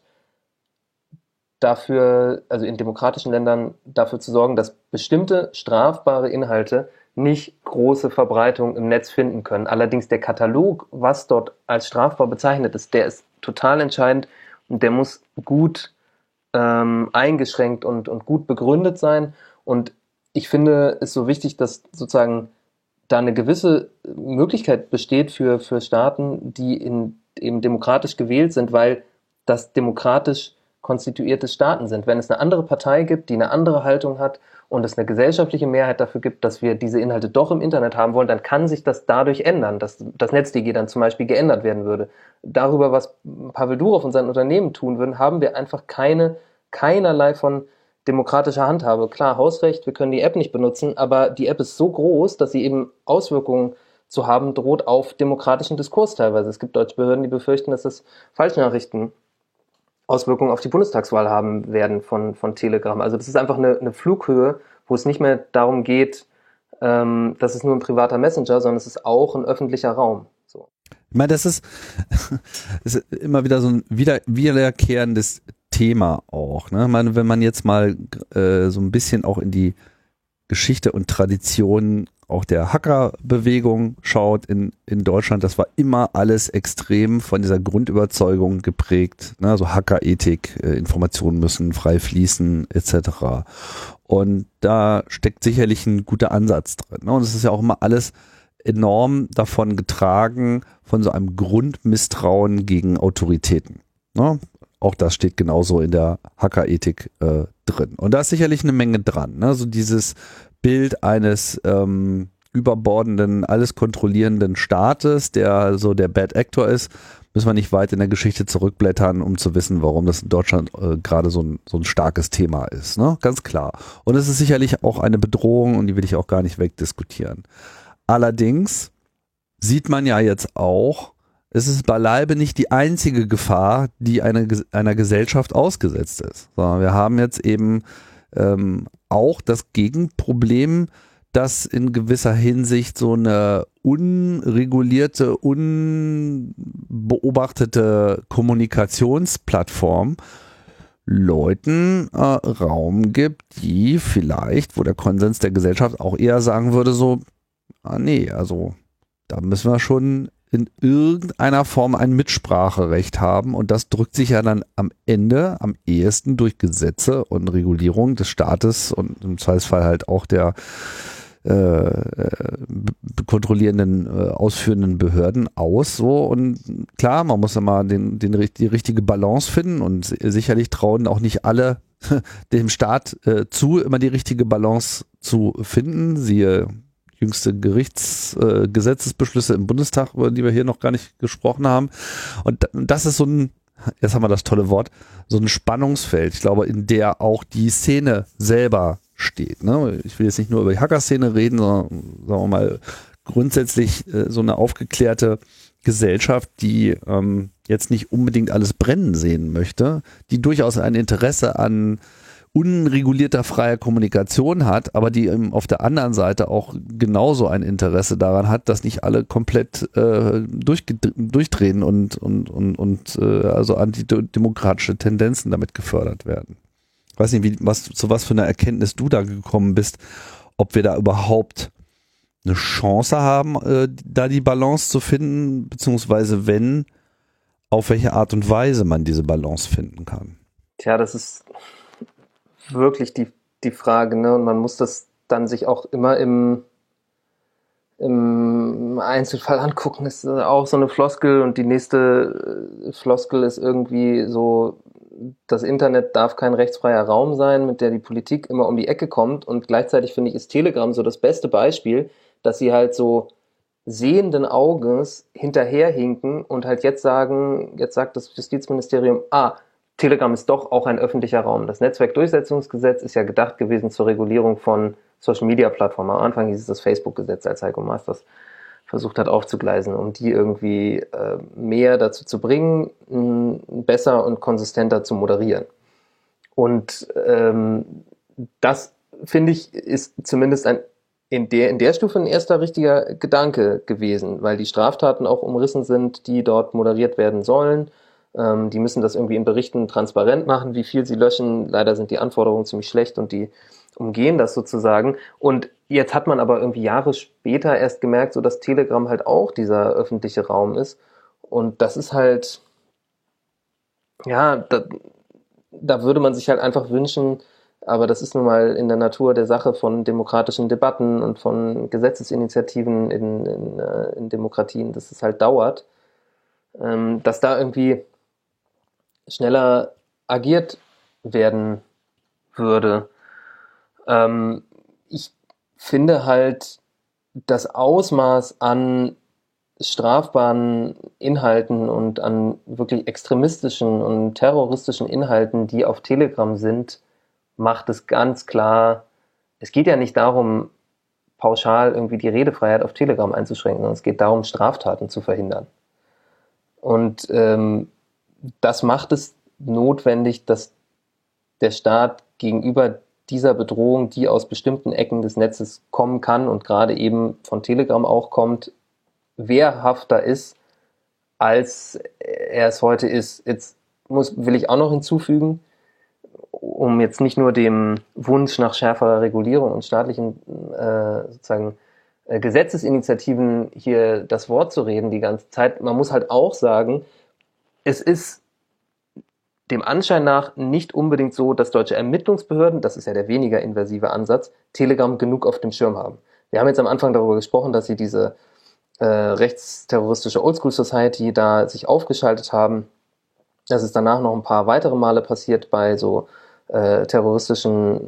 S3: dafür, also in demokratischen Ländern dafür zu sorgen, dass bestimmte strafbare Inhalte nicht große Verbreitung im Netz finden können. Allerdings der Katalog, was dort als strafbar bezeichnet ist, der ist total entscheidend und der muss gut eingeschränkt und gut begründet sein. Und ich finde es so wichtig, dass sozusagen da eine gewisse Möglichkeit besteht für Staaten, die eben demokratisch gewählt sind, weil das demokratisch konstituierte Staaten sind. Wenn es eine andere Partei gibt, die eine andere Haltung hat und es eine gesellschaftliche Mehrheit dafür gibt, dass wir diese Inhalte doch im Internet haben wollen, dann kann sich das dadurch ändern, dass das NetzDG dann zum Beispiel geändert werden würde. Darüber, was Pavel Durov und sein Unternehmen tun würden, haben wir einfach keinerlei von demokratischer Handhabe. Klar, Hausrecht, wir können die App nicht benutzen, aber die App ist so groß, dass sie eben Auswirkungen zu haben droht auf demokratischen Diskurs teilweise. Es gibt deutsche Behörden, die befürchten, dass es Falschnachrichten Auswirkungen auf die Bundestagswahl haben werden von Telegram. Also das ist einfach eine Flughöhe, wo es nicht mehr darum geht, das ist nur ein privater Messenger, sondern es ist auch ein öffentlicher Raum. So.
S1: Ich meine, das ist immer wieder so ein wiederkehrendes Thema auch. Ne? Ich meine, wenn man jetzt mal so ein bisschen auch in die Geschichte und Tradition auch der Hackerbewegung schaut in Deutschland, das war immer alles extrem von dieser Grundüberzeugung geprägt, ne? Also Hackerethik, Informationen müssen frei fließen etc. Und da steckt sicherlich ein guter Ansatz drin, ne? Und es ist ja auch immer alles enorm davon getragen, von so einem Grundmisstrauen gegen Autoritäten, ne? Auch das steht genauso in der Hackerethik drin. Und da ist sicherlich eine Menge dran, ne? So dieses Bild eines überbordenden, alles kontrollierenden Staates, der so der Bad Actor ist, müssen wir nicht weit in der Geschichte zurückblättern, um zu wissen, warum das in Deutschland gerade so ein starkes Thema ist, ne? Ganz klar. Und es ist sicherlich auch eine Bedrohung und die will ich auch gar nicht wegdiskutieren. Allerdings sieht man ja jetzt auch, es ist beileibe nicht die einzige Gefahr, die einer Gesellschaft ausgesetzt ist, sondern wir haben jetzt eben auch das Gegenproblem, dass in gewisser Hinsicht so eine unregulierte, unbeobachtete Kommunikationsplattform Leuten Raum gibt, die vielleicht, wo der Konsens der Gesellschaft auch eher sagen würde, so, nee, also da müssen wir schon in irgendeiner Form ein Mitspracherecht haben und das drückt sich ja dann am Ende am ehesten durch Gesetze und Regulierung des Staates und im Zweifelsfall halt auch der kontrollierenden, ausführenden Behörden aus. So, und klar, man muss immer die richtige Balance finden und sicherlich trauen auch nicht alle dem Staat zu, immer die richtige Balance zu finden. Siehe jüngste Gesetzesbeschlüsse im Bundestag, über die wir hier noch gar nicht gesprochen haben. Und das ist so ein, jetzt haben wir das tolle Wort, so ein Spannungsfeld, ich glaube, in der auch die Szene selber steht. Ne? Ich will jetzt nicht nur über die Hacker-Szene reden, sondern sagen wir mal grundsätzlich so eine aufgeklärte Gesellschaft, die jetzt nicht unbedingt alles brennen sehen möchte, die durchaus ein Interesse an unregulierter freier Kommunikation hat, aber die auf der anderen Seite auch genauso ein Interesse daran hat, dass nicht alle komplett durchdrehen und also antidemokratische Tendenzen damit gefördert werden. Ich weiß nicht, zu was für einer Erkenntnis du da gekommen bist, ob wir da überhaupt eine Chance haben, da die Balance zu finden, beziehungsweise wenn, auf welche Art und Weise man diese Balance finden kann.
S3: Tja, das ist wirklich die Frage, ne? Und man muss das dann sich auch immer im Einzelfall angucken. Das ist auch so eine Floskel und die nächste Floskel ist irgendwie so, das Internet darf kein rechtsfreier Raum sein, mit der die Politik immer um die Ecke kommt, und gleichzeitig finde ich, ist Telegram so das beste Beispiel, dass sie halt so sehenden Auges hinterherhinken und halt jetzt sagt das Justizministerium, Telegram ist doch auch ein öffentlicher Raum. Das Netzwerkdurchsetzungsgesetz ist ja gedacht gewesen zur Regulierung von Social-Media-Plattformen. Am Anfang hieß es das Facebook-Gesetz, als Heiko Maas das versucht hat aufzugleisen, um die irgendwie mehr dazu zu bringen, besser und konsistenter zu moderieren. Und das, finde ich, ist zumindest in der Stufe ein erster richtiger Gedanke gewesen, weil die Straftaten auch umrissen sind, die dort moderiert werden sollen. Die müssen das irgendwie in Berichten transparent machen, wie viel sie löschen. Leider sind die Anforderungen ziemlich schlecht und die umgehen das sozusagen. Und jetzt hat man aber irgendwie Jahre später erst gemerkt, so dass Telegram halt auch dieser öffentliche Raum ist. Und das ist halt, ja, da würde man sich halt einfach wünschen, aber das ist nun mal in der Natur der Sache von demokratischen Debatten und von Gesetzesinitiativen in Demokratien, dass es halt dauert, dass da irgendwie schneller agiert werden würde. Ich finde halt das Ausmaß an strafbaren Inhalten und an wirklich extremistischen und terroristischen Inhalten, die auf Telegram sind, macht es ganz klar, es geht ja nicht darum, pauschal irgendwie die Redefreiheit auf Telegram einzuschränken, sondern es geht darum, Straftaten zu verhindern. Und das macht es notwendig, dass der Staat gegenüber dieser Bedrohung, die aus bestimmten Ecken des Netzes kommen kann und gerade eben von Telegram auch kommt, wehrhafter ist, als er es heute ist. Jetzt will ich auch noch hinzufügen, um jetzt nicht nur dem Wunsch nach schärferer Regulierung und staatlichen sozusagen Gesetzesinitiativen hier das Wort zu reden die ganze Zeit. Man muss halt auch sagen, es ist dem Anschein nach nicht unbedingt so, dass deutsche Ermittlungsbehörden, das ist ja der weniger invasive Ansatz, Telegram genug auf dem Schirm haben. Wir haben jetzt am Anfang darüber gesprochen, dass sie diese rechtsterroristische Oldschool Society da sich aufgeschaltet haben. Das ist danach noch ein paar weitere Male passiert bei so terroristischen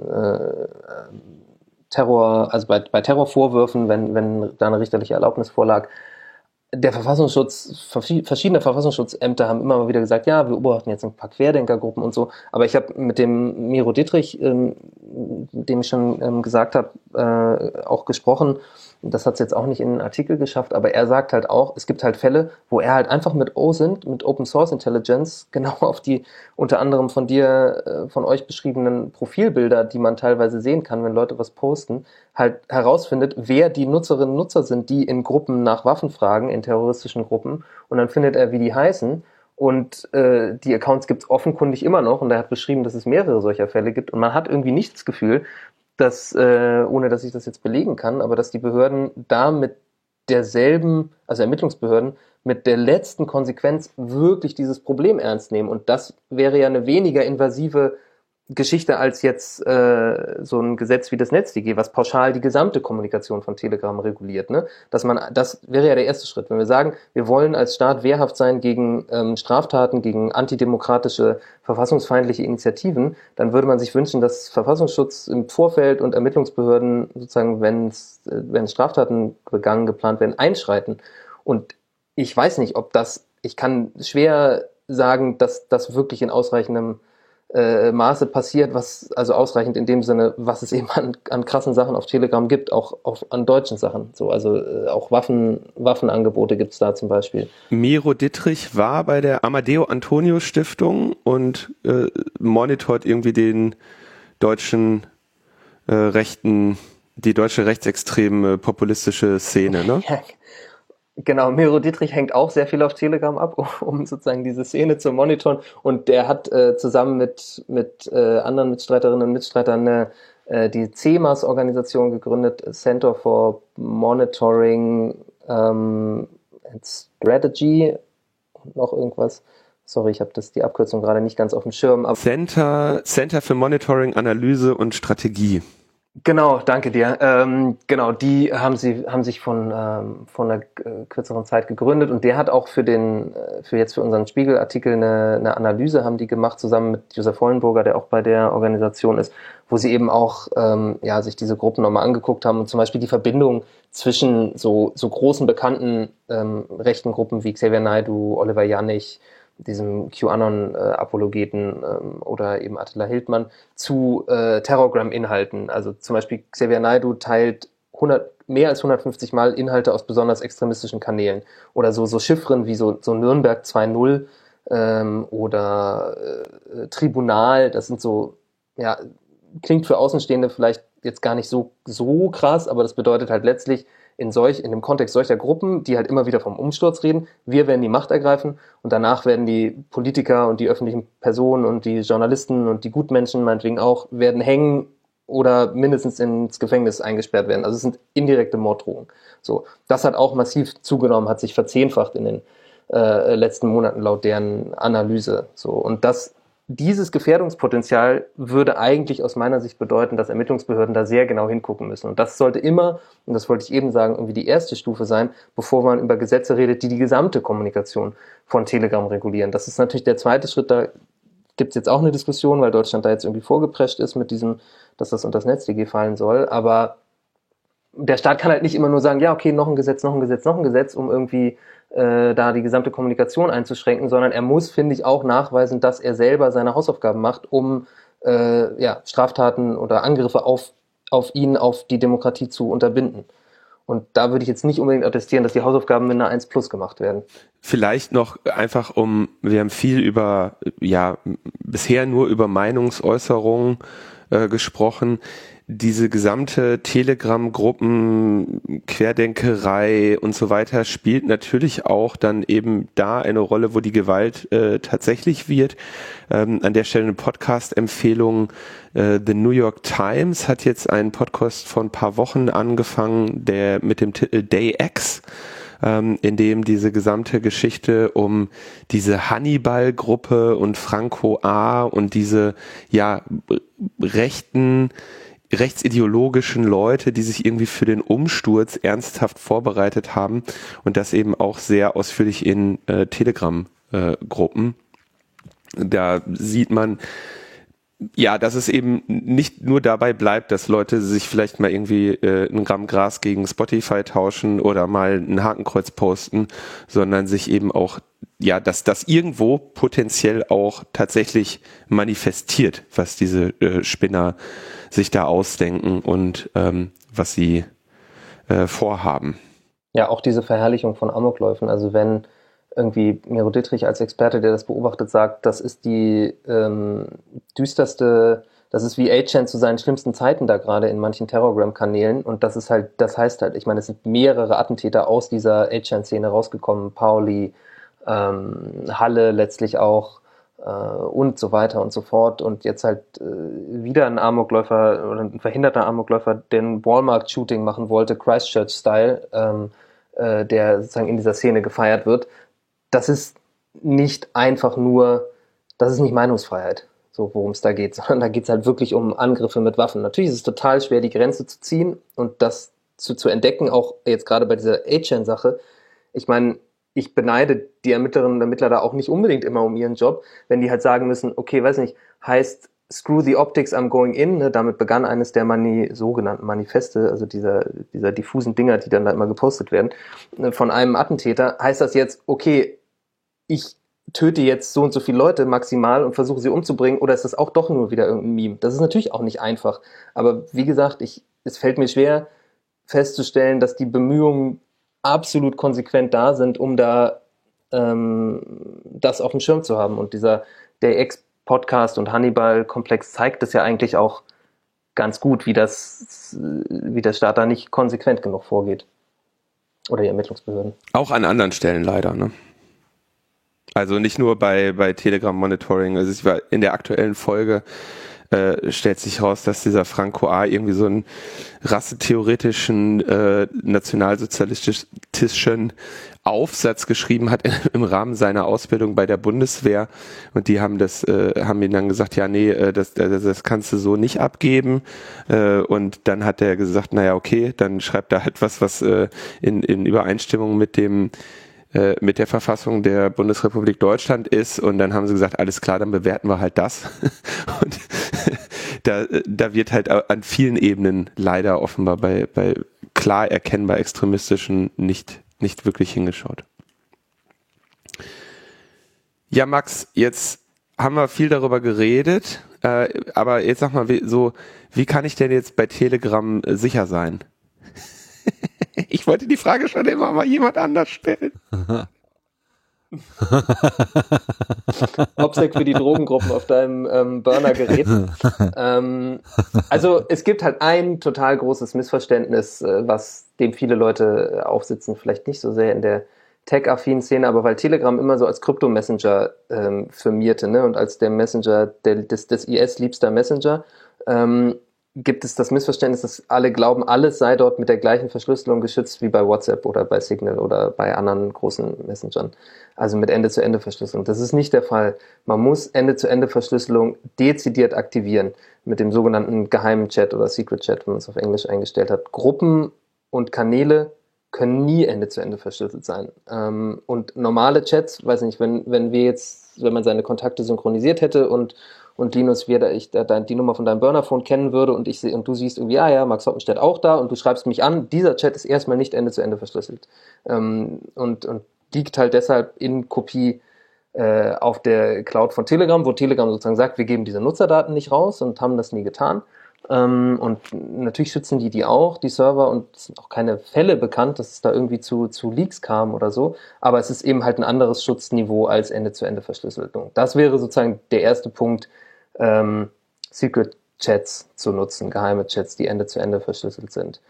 S3: Terror, also bei Terrorvorwürfen, wenn da eine richterliche Erlaubnis vorlag. Der Verfassungsschutz, verschiedene Verfassungsschutzämter haben immer mal wieder gesagt, ja, wir beobachten jetzt ein paar Querdenkergruppen und so. Aber ich habe mit dem Miro Dittrich, dem ich schon gesagt habe, auch gesprochen. Das hat es jetzt auch nicht in den Artikel geschafft, aber er sagt halt auch, es gibt halt Fälle, wo er halt einfach mit OSINT, mit Open Source Intelligence, genau auf die unter anderem von euch beschriebenen Profilbilder, die man teilweise sehen kann, wenn Leute was posten, halt herausfindet, wer die Nutzerinnen und Nutzer sind, die in Gruppen nach Waffen fragen, in terroristischen Gruppen, und dann findet er, wie die heißen. Und die Accounts gibt es offenkundig immer noch, und er hat beschrieben, dass es mehrere solcher Fälle gibt, und man hat irgendwie nicht das Gefühl, dass, ohne dass ich das jetzt belegen kann, aber dass die Behörden da mit derselben, also Ermittlungsbehörden, mit der letzten Konsequenz wirklich dieses Problem ernst nehmen. Und das wäre ja eine weniger invasive Geschichte als jetzt so ein Gesetz wie das NetzDG, was pauschal die gesamte Kommunikation von Telegram reguliert. Ne? Das wäre ja der erste Schritt. Wenn wir sagen, wir wollen als Staat wehrhaft sein gegen Straftaten, gegen antidemokratische, verfassungsfeindliche Initiativen, dann würde man sich wünschen, dass Verfassungsschutz im Vorfeld und Ermittlungsbehörden sozusagen, wenn Straftaten geplant werden, einschreiten. Und ich weiß nicht, ich kann schwer sagen, dass das wirklich in ausreichendem Maße passiert, also ausreichend in dem Sinne, was es eben an krassen Sachen auf Telegram gibt, auch an deutschen Sachen. So, also auch Waffenangebote gibt es da zum Beispiel.
S2: Miro Dittrich war bei der Amadeo Antonio Stiftung und monitort irgendwie den deutschen die deutsche rechtsextreme populistische Szene, ne?
S3: Ja. Genau, Miro Dittrich hängt auch sehr viel auf Telegram ab, um sozusagen diese Szene zu monitoren. Und der hat zusammen mit anderen Mitstreiterinnen und Mitstreitern die CEMAS-Organisation gegründet, Center for Monitoring and Strategy und noch irgendwas. Sorry, ich habe die Abkürzung gerade nicht ganz auf dem Schirm.
S2: Center für Monitoring, Analyse und Strategie.
S3: Genau, danke dir. Genau, die haben sich von einer kürzeren Zeit gegründet, und der hat auch für unseren Spiegelartikel eine Analyse haben die gemacht, zusammen mit Josef Hollenburger, der auch bei der Organisation ist, wo sie eben auch sich diese Gruppen nochmal angeguckt haben und zum Beispiel die Verbindung zwischen so großen bekannten rechten Gruppen wie Xavier Naidoo, Oliver Janich, diesem QAnon-Apologeten oder eben Attila Hildmann zu Terrorgram-Inhalten. Also zum Beispiel Xavier Naidoo teilt mehr als 150 Mal Inhalte aus besonders extremistischen Kanälen. Oder so Chiffren wie so Nürnberg 2.0 oder Tribunal. Das sind so, ja, klingt für Außenstehende vielleicht jetzt gar nicht so krass, aber das bedeutet halt letztlich, in dem Kontext solcher Gruppen, die halt immer wieder vom Umsturz reden, wir werden die Macht ergreifen und danach werden die Politiker und die öffentlichen Personen und die Journalisten und die Gutmenschen meinetwegen auch, werden hängen oder mindestens ins Gefängnis eingesperrt werden. Also es sind indirekte Morddrohungen. So, das hat auch massiv zugenommen, hat sich verzehnfacht in den letzten Monaten laut deren Analyse. So, und dieses Gefährdungspotenzial würde eigentlich aus meiner Sicht bedeuten, dass Ermittlungsbehörden da sehr genau hingucken müssen. Und das sollte immer, und das wollte ich eben sagen, irgendwie die erste Stufe sein, bevor man über Gesetze redet, die gesamte Kommunikation von Telegram regulieren. Das ist natürlich der zweite Schritt, da gibt es jetzt auch eine Diskussion, weil Deutschland da jetzt irgendwie vorgeprescht ist mit diesem, dass das unter das NetzDG fallen soll. Aber der Staat kann halt nicht immer nur sagen, ja, okay, noch ein Gesetz, um irgendwie da die gesamte Kommunikation einzuschränken, sondern er muss, finde ich, auch nachweisen, dass er selber seine Hausaufgaben macht, um Straftaten oder Angriffe auf die Demokratie zu unterbinden. Und da würde ich jetzt nicht unbedingt attestieren, dass die Hausaufgaben mit einer 1+ gemacht werden.
S2: Vielleicht noch einfach wir haben viel bisher nur über Meinungsäußerungen gesprochen. diese gesamte Telegram-Gruppen, Querdenkerei und so weiter spielt natürlich auch dann eben da eine Rolle, wo die Gewalt tatsächlich wird. An der Stelle eine Podcast-Empfehlung. The New York Times hat jetzt einen Podcast vor ein paar Wochen angefangen, der mit dem Titel Day X, in dem diese gesamte Geschichte um diese Hannibal-Gruppe und Franco A. und diese rechtsideologischen Leute, die sich irgendwie für den Umsturz ernsthaft vorbereitet haben, und das eben auch sehr ausführlich in Telegram-Gruppen. Da sieht man, dass es eben nicht nur dabei bleibt, dass Leute sich vielleicht mal irgendwie ein Gramm Gras gegen Spotify tauschen oder mal ein Hakenkreuz posten, sondern sich eben auch, dass das irgendwo potenziell auch tatsächlich manifestiert, was diese Spinner sich da ausdenken und was sie vorhaben.
S3: Ja, auch diese Verherrlichung von Amokläufen. Also wenn irgendwie Miro Dittrich als Experte, der das beobachtet, sagt, das ist die düsterste, das ist wie 8chan zu seinen schlimmsten Zeiten da gerade in manchen Terrorgram-Kanälen, und das heißt halt, ich meine, es sind mehrere Attentäter aus dieser 8chan-Szene rausgekommen, Pauli, Halle letztlich auch und so weiter und so fort, und jetzt halt wieder ein Amokläufer oder ein verhinderter Amokläufer, der ein Walmart-Shooting machen wollte, Christchurch-Style, der sozusagen in dieser Szene gefeiert wird. Das ist nicht einfach nur, das ist nicht Meinungsfreiheit, so worum es da geht, sondern da geht es halt wirklich um Angriffe mit Waffen. Natürlich ist es total schwer, die Grenze zu ziehen und das zu entdecken, auch jetzt gerade bei dieser 8chan-Sache. Ich meine, ich beneide die Ermittlerinnen und Ermittler da auch nicht unbedingt immer um ihren Job, wenn die halt sagen müssen, okay, weiß nicht, heißt Screw the Optics, I'm going in, ne? Damit begann eines der sogenannten Manifeste, also dieser diffusen Dinger, die dann da immer gepostet werden, von einem Attentäter. Heißt das jetzt, okay, ich töte jetzt so und so viele Leute maximal und versuche sie umzubringen, oder ist das auch doch nur wieder irgendein Meme? Das ist natürlich auch nicht einfach. Aber wie gesagt, es fällt mir schwer festzustellen, dass die Bemühungen absolut konsequent da sind, um da das auf dem Schirm zu haben. Und dieser Day-X-Podcast und Hannibal-Komplex zeigt es ja eigentlich auch ganz gut, wie der Staat da nicht konsequent genug vorgeht. Oder die Ermittlungsbehörden.
S2: Auch an anderen Stellen leider, ne? Also nicht nur bei Telegram Monitoring. Also ich war in der aktuellen Folge, stellt sich raus, dass dieser Franco A. irgendwie so einen rassetheoretischen, nationalsozialistischen Aufsatz geschrieben hat im Rahmen seiner Ausbildung bei der Bundeswehr, und die haben ihm dann gesagt, ja nee, das kannst du so nicht abgeben, und dann hat er gesagt, naja okay, dann schreibt er halt was in Übereinstimmung mit der Verfassung der Bundesrepublik Deutschland ist, und dann haben sie gesagt, alles klar, dann bewerten wir halt das. Und da wird halt an vielen Ebenen leider offenbar bei klar erkennbar extremistischen nicht wirklich hingeschaut. Ja, Max, jetzt haben wir viel darüber geredet, aber jetzt sag mal, wie kann ich denn jetzt bei Telegram sicher sein? Ich wollte die Frage schon immer mal jemand anders stellen.
S3: OPSEC für die Drogengruppen auf deinem Burner-Gerät. Also es gibt halt ein total großes Missverständnis, was dem viele Leute aufsitzen, vielleicht nicht so sehr in der tech-affinen Szene, aber weil Telegram immer so als Krypto-Messenger firmierte, ne, und als der Messenger des IS liebster Messenger, gibt es das Missverständnis, dass alle glauben, alles sei dort mit der gleichen Verschlüsselung geschützt wie bei WhatsApp oder bei Signal oder bei anderen großen Messengern. Also mit Ende-zu-Ende-Verschlüsselung. Das ist nicht der Fall. Man muss Ende-zu-Ende-Verschlüsselung dezidiert aktivieren mit dem sogenannten geheimen Chat oder Secret Chat, wenn man es auf Englisch eingestellt hat. Gruppen und Kanäle können nie Ende-zu-Ende verschlüsselt sein. Und normale Chats, weiß nicht, wenn man seine Kontakte synchronisiert hätte und Linus, die Nummer von deinem Burner-Phone kennen würde und du siehst irgendwie, ja, Max Hoppenstedt auch da und du schreibst mich an, dieser Chat ist erstmal nicht Ende-zu-Ende verschlüsselt. Und liegt halt deshalb in Kopie auf der Cloud von Telegram, wo Telegram sozusagen sagt, wir geben diese Nutzerdaten nicht raus und haben das nie getan. Und natürlich schützen die auch, die Server, und es sind auch keine Fälle bekannt, dass es da irgendwie zu Leaks kam oder so, aber es ist eben halt ein anderes Schutzniveau als Ende-zu-Ende Verschlüsselung. Das wäre sozusagen der erste Punkt, Secret Chats zu nutzen, geheime Chats, die Ende zu Ende verschlüsselt sind.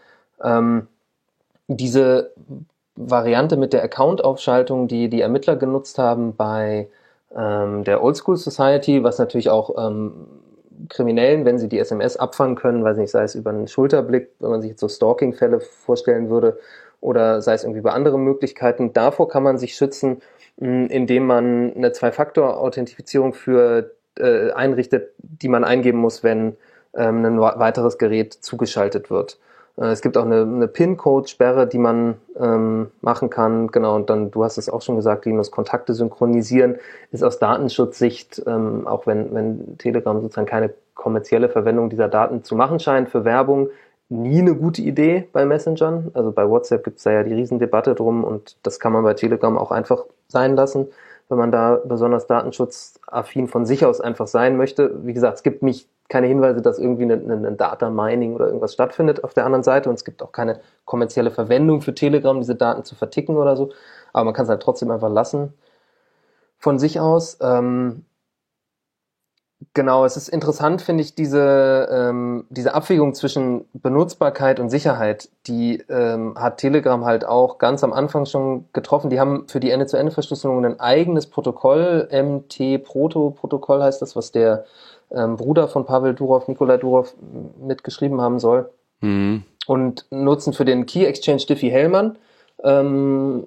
S3: Diese Variante mit der Account-Aufschaltung, die Ermittler genutzt haben bei der Oldschool Society, was natürlich auch Kriminellen, wenn sie die SMS abfangen können, weiß nicht, sei es über einen Schulterblick, wenn man sich jetzt so Stalking-Fälle vorstellen würde, oder sei es irgendwie bei anderen Möglichkeiten, davor kann man sich schützen, indem man eine Zwei-Faktor-Authentifizierung für einrichtet, die man eingeben muss, wenn ein weiteres Gerät zugeschaltet wird. Es gibt auch eine PIN-Code-Sperre, die man machen kann. Genau, und dann, du hast es auch schon gesagt, Linus, Kontakte synchronisieren ist aus Datenschutzsicht, auch wenn Telegram sozusagen keine kommerzielle Verwendung dieser Daten zu machen scheint für Werbung, nie eine gute Idee bei Messengern. Also bei WhatsApp gibt es da ja die Riesendebatte drum und das kann man bei Telegram auch einfach sein lassen, wenn man da besonders datenschutzaffin von sich aus einfach sein möchte. Wie gesagt, es gibt keine Hinweise, dass irgendwie ein Data Mining oder irgendwas stattfindet auf der anderen Seite und es gibt auch keine kommerzielle Verwendung für Telegram, diese Daten zu verticken oder so. Aber man kann es halt trotzdem einfach lassen von sich aus. Genau, es ist interessant, finde ich, diese Abwägung zwischen Benutzbarkeit und Sicherheit, die hat Telegram halt auch ganz am Anfang schon getroffen. Die haben für die Ende-zu-Ende-Verschlüsselung ein eigenes Protokoll, MT-Proto-Protokoll heißt das, was der Bruder von Pavel Durov, Nikolai Durov, mitgeschrieben haben soll. Mhm. Und nutzen für den Key Exchange Diffie-Hellman und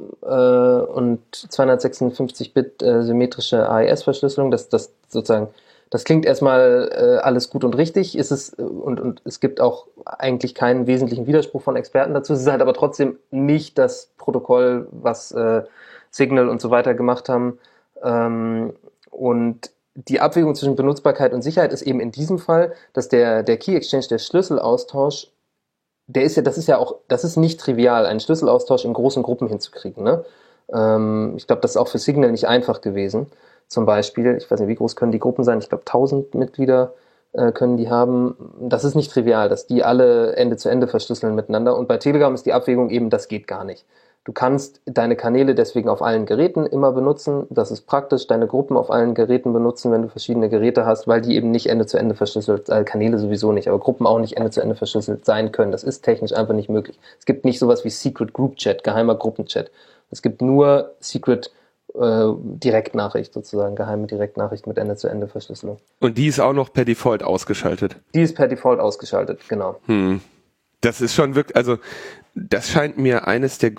S3: 256-Bit symmetrische AES-Verschlüsselung, das sozusagen. Das klingt erstmal alles gut und richtig, ist es und es gibt auch eigentlich keinen wesentlichen Widerspruch von Experten dazu. Es ist halt aber trotzdem nicht das Protokoll, was Signal und so weiter gemacht haben. Und die Abwägung zwischen Benutzbarkeit und Sicherheit ist eben in diesem Fall, dass der Key Exchange, der Schlüsselaustausch, das ist nicht trivial, einen Schlüsselaustausch in großen Gruppen hinzukriegen. Ne? Ich glaube, das ist auch für Signal nicht einfach gewesen. Zum Beispiel, ich weiß nicht, wie groß können die Gruppen sein, ich glaube 1000 Mitglieder können die haben. Das ist nicht trivial, dass die alle Ende zu Ende verschlüsseln miteinander. Und bei Telegram ist die Abwägung eben, das geht gar nicht. Du kannst deine Kanäle deswegen auf allen Geräten immer benutzen. Das ist praktisch, deine Gruppen auf allen Geräten benutzen, wenn du verschiedene Geräte hast, weil die eben nicht Ende zu Ende verschlüsselt, Kanäle sowieso nicht, aber Gruppen auch nicht Ende zu Ende verschlüsselt sein können. Das ist technisch einfach nicht möglich. Es gibt nicht sowas wie Secret Group Chat, geheimer Gruppenchat. Es gibt nur Secret Direktnachricht sozusagen, geheime Direktnachricht mit Ende-zu-Ende-Verschlüsselung.
S2: Und die ist auch noch per Default ausgeschaltet?
S3: Die ist per Default ausgeschaltet, genau.
S2: Das ist schon wirklich, also das scheint mir eines der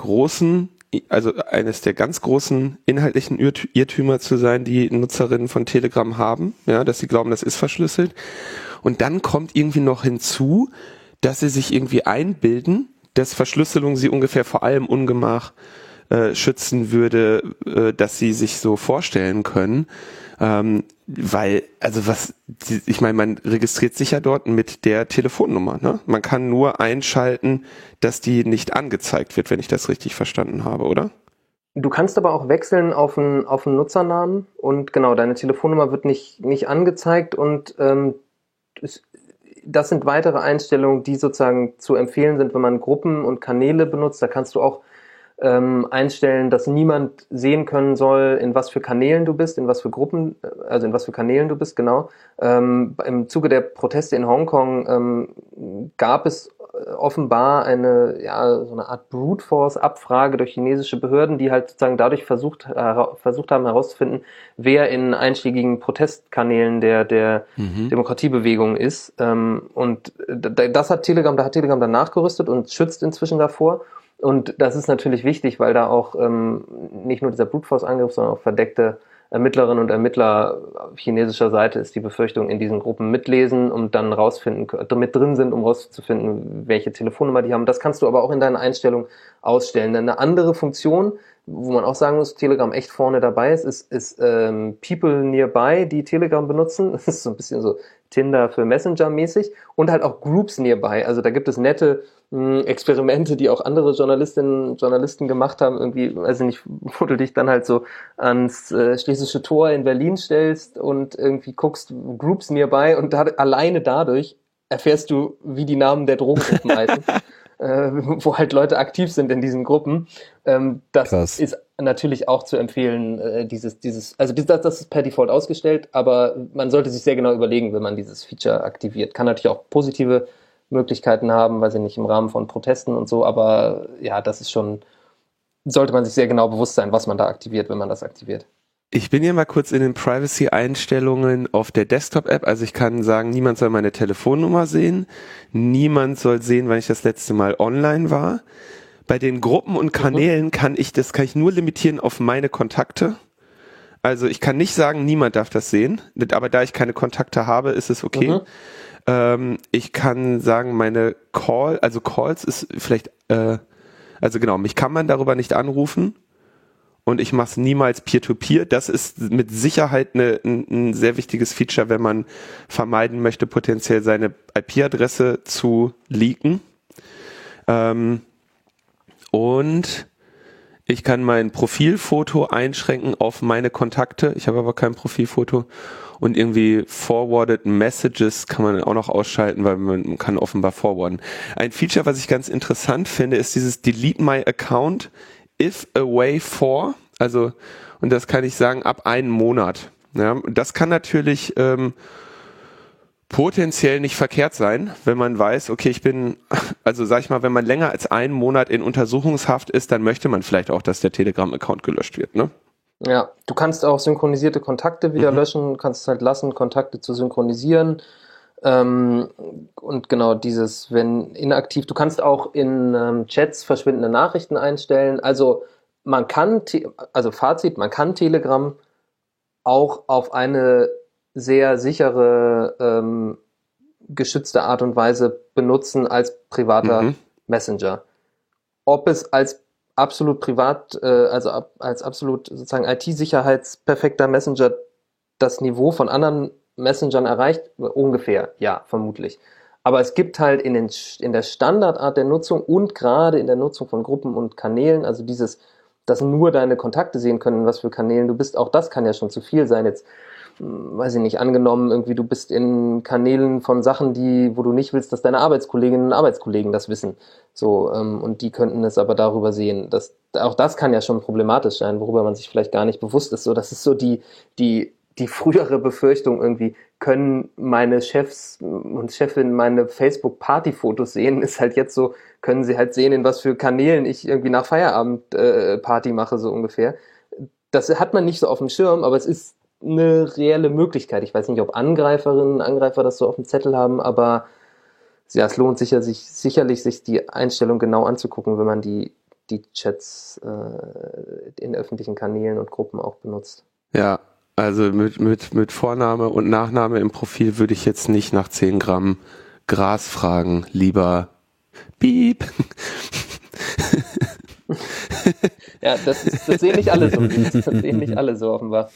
S2: ganz großen inhaltlichen Irrtümer zu sein, die Nutzerinnen von Telegram haben, ja, dass sie glauben, das ist verschlüsselt. Und dann kommt irgendwie noch hinzu, dass sie sich irgendwie einbilden, dass Verschlüsselung sie ungefähr vor allem Ungemach schützen würde, dass sie sich so vorstellen können, weil, ich meine, man registriert sich ja dort mit der Telefonnummer, ne? Man kann nur einschalten, dass die nicht angezeigt wird, wenn ich das richtig verstanden habe, oder?
S3: Du kannst aber auch wechseln auf einen Nutzernamen und genau, deine Telefonnummer wird nicht angezeigt und das sind weitere Einstellungen, die sozusagen zu empfehlen sind, wenn man Gruppen und Kanäle benutzt. Da kannst du auch einstellen, dass niemand sehen können soll, in was für Kanälen du bist, in was für Gruppen, also in was für Kanälen du bist, genau. Im Zuge der Proteste in Hongkong gab es offenbar so eine Art Brute Force Abfrage durch chinesische Behörden, die halt sozusagen dadurch versucht haben herauszufinden, wer in einschlägigen Protestkanälen der Demokratiebewegung ist. Und da hat Telegram dann nachgerüstet und schützt inzwischen davor. Und das ist natürlich wichtig, weil da auch nicht nur dieser Brute Force Angriff, sondern auch verdeckte Ermittlerinnen und Ermittler auf chinesischer Seite ist die Befürchtung, in diesen Gruppen mitlesen und dann mit drin sind, um rauszufinden, welche Telefonnummer die haben. Das kannst du aber auch in deinen Einstellungen ausstellen. Eine andere Funktion, wo man auch sagen muss, Telegram echt vorne dabei ist People Nearby, die Telegram benutzen. Das ist so ein bisschen so Tinder für Messenger mäßig und halt auch Groups Nearby. Also da gibt es nette Experimente, die auch andere Journalistinnen und Journalisten gemacht haben, irgendwie, weiß ich nicht, wo du dich dann halt so ans Schlesische Tor in Berlin stellst und irgendwie guckst Groups Nearby und alleine dadurch erfährst du, wie die Namen der Drogengruppen heißen, wo halt Leute aktiv sind in diesen Gruppen. Das Krass. Ist natürlich auch zu empfehlen, das ist per Default ausgestellt, aber man sollte sich sehr genau überlegen, wenn man dieses Feature aktiviert. Kann natürlich auch positive Möglichkeiten haben, weiß ich nicht, im Rahmen von Protesten und so, aber ja, das ist schon, sollte man sich sehr genau bewusst sein, was man da aktiviert, wenn man das aktiviert.
S2: Ich bin hier mal kurz in den Privacy-Einstellungen auf der Desktop-App. Also ich kann sagen, niemand soll meine Telefonnummer sehen. Niemand soll sehen, wann ich das letzte Mal online war. Bei den Gruppen und Kanälen kann ich nur limitieren auf meine Kontakte. Also ich kann nicht sagen, niemand darf das sehen. Aber da ich keine Kontakte habe, ist es okay. Ich kann sagen, meine Calls ist vielleicht, also genau, mich kann man darüber nicht anrufen. Und ich mache es niemals Peer-to-Peer. Das ist mit Sicherheit ein sehr wichtiges Feature, wenn man vermeiden möchte, potenziell seine IP-Adresse zu leaken. Und ich kann mein Profilfoto einschränken auf meine Kontakte. Ich habe aber kein Profilfoto. Und irgendwie Forwarded Messages kann man auch noch ausschalten, weil man kann offenbar forwarden. Ein Feature, was ich ganz interessant finde, ist dieses Delete My Account if away for, also, und das kann ich sagen, ab 1 Monat. Ja, das kann natürlich potenziell nicht verkehrt sein, wenn man weiß, okay, also sag ich mal, wenn man länger als 1 Monat in Untersuchungshaft ist, dann möchte man vielleicht auch, dass der Telegram-Account gelöscht wird, ne?
S3: Ja, du kannst auch synchronisierte Kontakte wieder löschen, kannst es halt lassen, Kontakte zu synchronisieren. Und genau dieses, wenn inaktiv, du kannst auch in Chats verschwindende Nachrichten einstellen. Also man kann Telegram auch auf eine sehr sichere, geschützte Art und Weise benutzen als privater Messenger. Ob es als absolut privat, als absolut sozusagen IT-sicherheitsperfekter Messenger das Niveau von anderen Messengern erreicht? Ungefähr, ja, vermutlich. Aber es gibt halt in der Standardart der Nutzung und gerade in der Nutzung von Gruppen und Kanälen, also dass nur deine Kontakte sehen können, was für Kanälen du bist, auch das kann ja schon zu viel sein. Jetzt, weiß ich nicht, angenommen, irgendwie du bist in Kanälen von Sachen, wo du nicht willst, dass deine Arbeitskolleginnen und Arbeitskollegen das wissen. So, und die könnten es aber darüber sehen. Auch das kann ja schon problematisch sein, worüber man sich vielleicht gar nicht bewusst ist. So, das ist so die frühere Befürchtung irgendwie, können meine Chefs und Chefinnen meine Facebook-Party-Fotos sehen, ist halt jetzt so, können sie halt sehen, in was für Kanälen ich irgendwie nach Feierabend Party mache, so ungefähr. Das hat man nicht so auf dem Schirm, aber es ist eine reelle Möglichkeit. Ich weiß nicht, ob Angreiferinnen und Angreifer das so auf dem Zettel haben, aber ja, es lohnt sich sicherlich, sich die Einstellung genau anzugucken, wenn man die Chats in öffentlichen Kanälen und Gruppen auch benutzt.
S2: Ja, also mit Vorname und Nachname im Profil würde ich jetzt nicht nach 10 Gramm Gras fragen, lieber Piep.
S3: Ja, das sehen nicht alle so. Das sehen nicht alle so offenbar.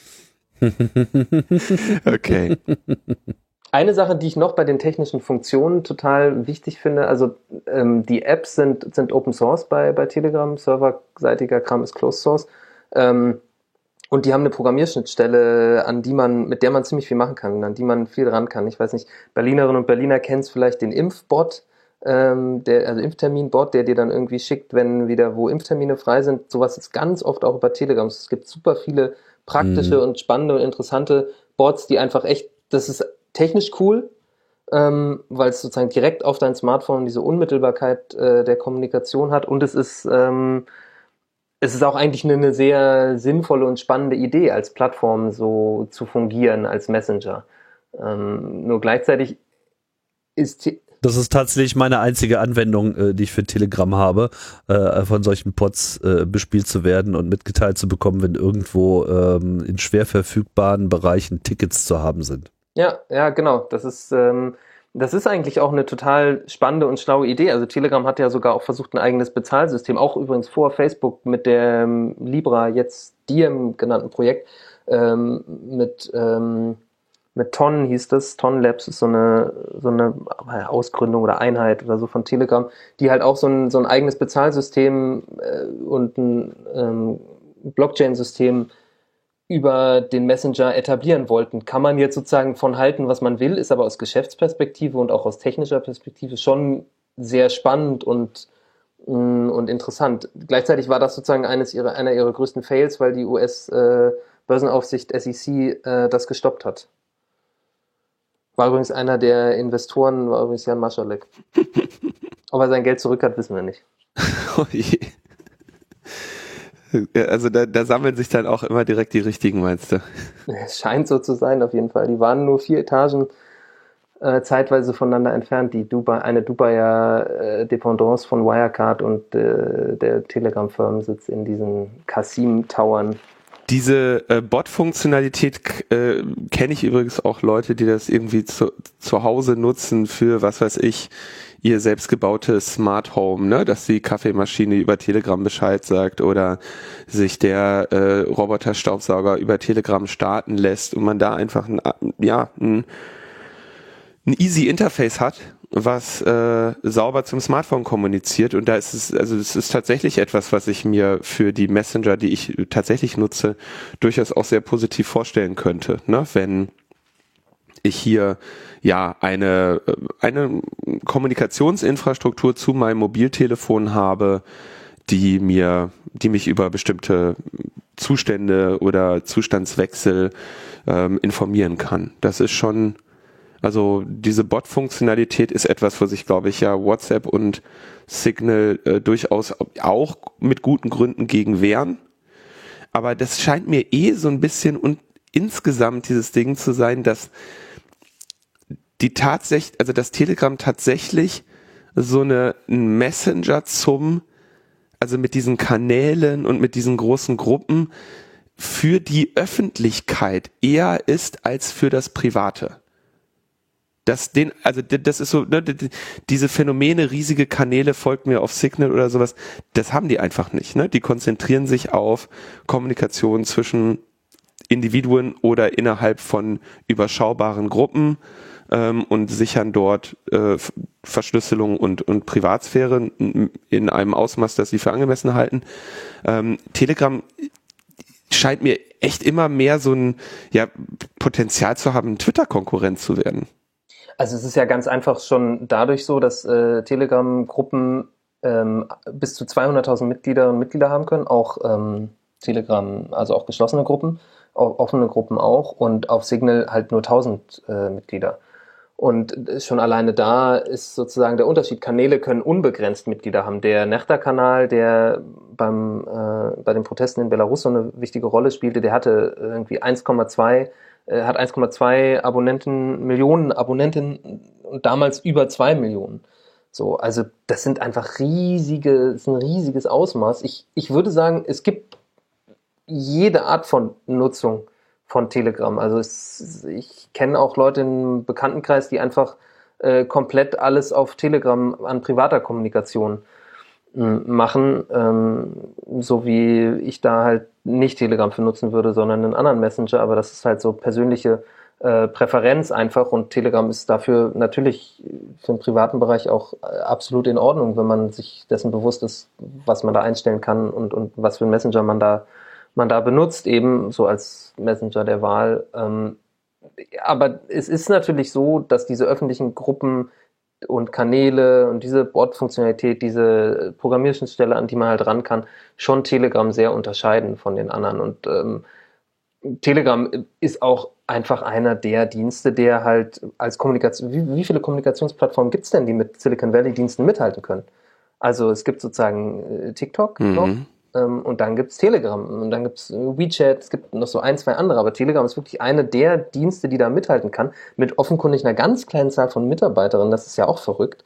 S2: Okay.
S3: Eine Sache, die ich noch bei den technischen Funktionen total wichtig finde, also die Apps sind Open Source bei Telegram, serverseitiger Kram ist Closed Source, und die haben eine Programmierschnittstelle, mit der man ziemlich viel machen kann, an die man viel ran kann. Ich weiß nicht, Berlinerinnen und Berliner kennen vielleicht den Impfbot, also Impftermin-Bot, der dir dann irgendwie schickt, wenn wieder wo Impftermine frei sind. Sowas ist ganz oft auch über Telegram. Es gibt super viele praktische und spannende und interessante Bots, die einfach das ist technisch cool, weil es sozusagen direkt auf dein Smartphone diese Unmittelbarkeit der Kommunikation hat, und es ist auch eigentlich eine sehr sinnvolle und spannende Idee, als Plattform so zu fungieren, als Messenger. Nur gleichzeitig
S1: das ist tatsächlich meine einzige Anwendung, die ich für Telegram habe, von solchen Pods bespielt zu werden und mitgeteilt zu bekommen, wenn irgendwo in schwer verfügbaren Bereichen Tickets zu haben sind.
S3: Ja, genau. Das ist eigentlich auch eine total spannende und schlaue Idee. Also Telegram hat ja sogar auch versucht, ein eigenes Bezahlsystem, auch übrigens vor Facebook mit der Libra, jetzt Diem genannten Projekt, mit Ton hieß das. Ton Labs ist so eine Ausgründung oder Einheit oder so von Telegram, die halt auch so ein eigenes Bezahlsystem und ein Blockchain-System über den Messenger etablieren wollten. Kann man jetzt sozusagen von halten, was man will, ist aber aus Geschäftsperspektive und auch aus technischer Perspektive schon sehr spannend und und interessant. Gleichzeitig war das sozusagen einer ihrer größten Fails, weil die US-Börsenaufsicht SEC das gestoppt hat. War übrigens einer der Investoren, war übrigens Jan Marschalek. Ob er sein Geld zurück hat, wissen wir nicht.
S2: Oh je. Also da sammeln sich dann auch immer direkt die richtigen, meinst du?
S3: Es scheint so zu sein, auf jeden Fall. Die waren nur 4 Etagen zeitweise voneinander entfernt. Eine Dubaier Dependance von Wirecard und der Telegram-Firmensitz in diesen Qasim-Towern.
S2: Diese Bot-Funktionalität kenne ich übrigens auch Leute, die das irgendwie zu Hause nutzen für, was weiß ich, ihr selbstgebautes Smart Home, ne, dass die Kaffeemaschine über Telegram Bescheid sagt oder sich der Roboter-Staubsauger über Telegram starten lässt und man da einfach ein easy Interface hat, was sauber zum Smartphone kommuniziert, und da ist es ist tatsächlich etwas, was ich mir für die Messenger, die ich tatsächlich nutze, durchaus auch sehr positiv vorstellen könnte, ne, wenn ich hier ja eine Kommunikationsinfrastruktur zu meinem Mobiltelefon habe, die mich über bestimmte Zustände oder Zustandswechsel informieren kann. Das ist schon, also diese Bot-Funktionalität ist etwas, wo sich, glaube ich, ja WhatsApp und Signal durchaus auch mit guten Gründen gegen wehren. Aber das scheint mir so ein bisschen und insgesamt dieses Ding zu sein, dass dass Telegram tatsächlich so ein Messenger also mit diesen Kanälen und mit diesen großen Gruppen für die Öffentlichkeit eher ist als für das Private. Das ist so, ne, diese Phänomene, riesige Kanäle, folgt mir auf Signal oder sowas, das haben die einfach nicht, ne? Die konzentrieren sich auf Kommunikation zwischen Individuen oder innerhalb von überschaubaren Gruppen und sichern dort Verschlüsselung und Privatsphäre in einem Ausmaß, das sie für angemessen halten. Telegram scheint mir echt immer mehr so ein Potenzial zu haben, Twitter-Konkurrent zu werden.
S3: Also es ist ja ganz einfach schon dadurch so, dass Telegram-Gruppen bis zu 200.000 Mitglieder und Mitglieder haben können, auch Telegram, also auch geschlossene Gruppen, auch offene Gruppen auch, und auf Signal halt nur 1.000 Mitglieder. Und schon alleine da ist sozusagen der Unterschied. Kanäle können unbegrenzt Mitglieder haben. Der Nechta-Kanal, der bei den Protesten in Belarus so eine wichtige Rolle spielte, der hatte irgendwie 1,2 Millionen Abonnenten und damals über 2 Millionen. So, also das sind einfach ein riesiges Ausmaß. Ich würde sagen, es gibt jede Art von Nutzung von Telegram. Also ich kenne auch Leute im Bekanntenkreis, die einfach komplett alles auf Telegram an privater Kommunikation machen, so wie ich da halt nicht Telegram für nutzen würde, sondern einen anderen Messenger, aber das ist halt so persönliche Präferenz einfach, und Telegram ist dafür natürlich für den privaten Bereich auch absolut in Ordnung, wenn man sich dessen bewusst ist, was man da einstellen kann und was für einen Messenger man da benutzt, eben so als Messenger der Wahl. Aber es ist natürlich so, dass diese öffentlichen Gruppen und Kanäle und diese Bot-Funktionalität, diese Programmierschnittstelle, an die man halt ran kann, schon Telegram sehr unterscheiden von den anderen. Und Telegram ist auch einfach einer der Dienste, der halt als Kommunikation, wie viele Kommunikationsplattformen gibt es denn, die mit Silicon Valley-Diensten mithalten können? Also es gibt sozusagen TikTok noch, und dann gibt's Telegram und dann gibt's WeChat, es gibt noch so 1, 2 andere, aber Telegram ist wirklich eine der Dienste, die da mithalten kann, mit offenkundig einer ganz kleinen Zahl von Mitarbeiterinnen. Das ist ja auch verrückt.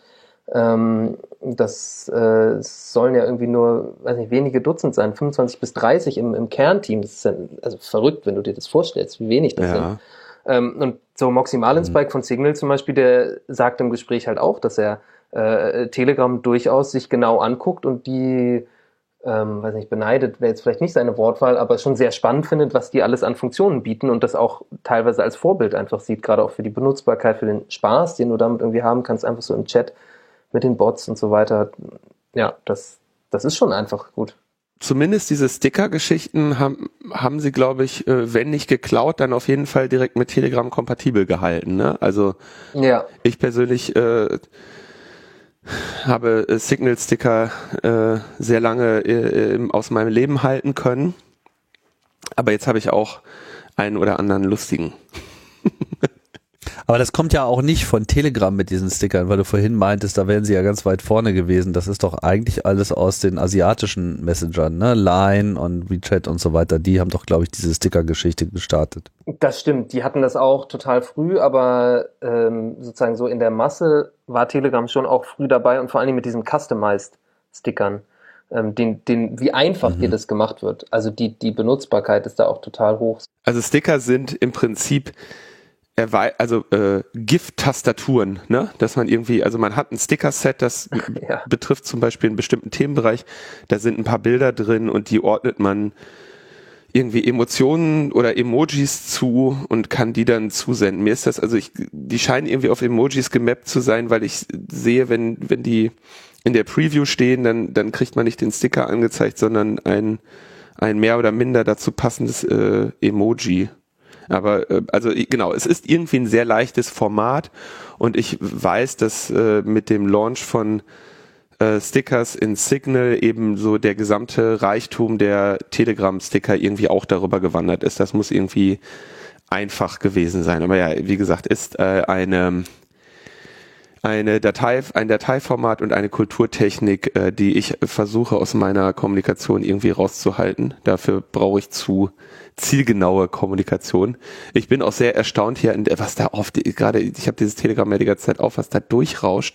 S3: Das sollen ja irgendwie nur, weiß nicht, wenige Dutzend sein, 25 bis 30 im Kernteam. Das ist ja, also verrückt, wenn du dir das vorstellst, wie wenig das sind. Und so Moxie Marlinspike von Signal zum Beispiel, der sagt im Gespräch halt auch, dass er Telegram durchaus sich genau anguckt und die weiß nicht, beneidet wäre jetzt vielleicht nicht seine Wortwahl, aber schon sehr spannend findet, was die alles an Funktionen bieten und das auch teilweise als Vorbild einfach sieht, gerade auch für die Benutzbarkeit, für den Spaß, den du damit irgendwie haben kannst, einfach so im Chat mit den Bots und so weiter. Ja, das ist schon einfach gut.
S2: Zumindest diese Sticker-Geschichten haben sie, glaube ich, wenn nicht geklaut, dann auf jeden Fall direkt mit Telegram kompatibel gehalten, ne? Also ja. Ich persönlich habe Signal-Sticker sehr lange aus meinem Leben halten können. Aber jetzt habe ich auch einen oder anderen lustigen.
S1: Aber das kommt ja auch nicht von Telegram mit diesen Stickern, weil du vorhin meintest, da wären sie ja ganz weit vorne gewesen. Das ist doch eigentlich alles aus den asiatischen Messengern, ne? Line und WeChat und so weiter. Die haben doch, glaube ich, diese Sticker-Geschichte gestartet.
S3: Das stimmt, die hatten das auch total früh, aber sozusagen so in der Masse war Telegram schon auch früh dabei und vor allem mit diesen Customized-Stickern, wie einfach dir das gemacht wird. Also die Benutzbarkeit ist da auch total hoch.
S2: Also Sticker sind im Prinzip Gift-Tastaturen, ne? Dass man irgendwie, also man hat ein Sticker-Set, das betrifft zum Beispiel einen bestimmten Themenbereich, da sind ein paar Bilder drin und die ordnet man irgendwie Emotionen oder Emojis zu und kann die dann zusenden. Mir ist das, die scheinen irgendwie auf Emojis gemappt zu sein, weil ich sehe, wenn die in der Preview stehen, dann kriegt man nicht den Sticker angezeigt, sondern ein mehr oder minder dazu passendes Emoji. Aber genau, es ist irgendwie ein sehr leichtes Format und ich weiß, dass mit dem Launch von Stickers in Signal eben so der gesamte Reichtum der Telegram-Sticker irgendwie auch darüber gewandert ist. Das muss irgendwie einfach gewesen sein. Aber ja, wie gesagt, ist ein Dateiformat und eine Kulturtechnik, die ich versuche aus meiner Kommunikation irgendwie rauszuhalten. Dafür brauche ich zu zielgenaue Kommunikation. Ich bin auch sehr erstaunt hier, was da oft, gerade ich habe dieses Telegram ja die ganze Zeit auf, was da durchrauscht.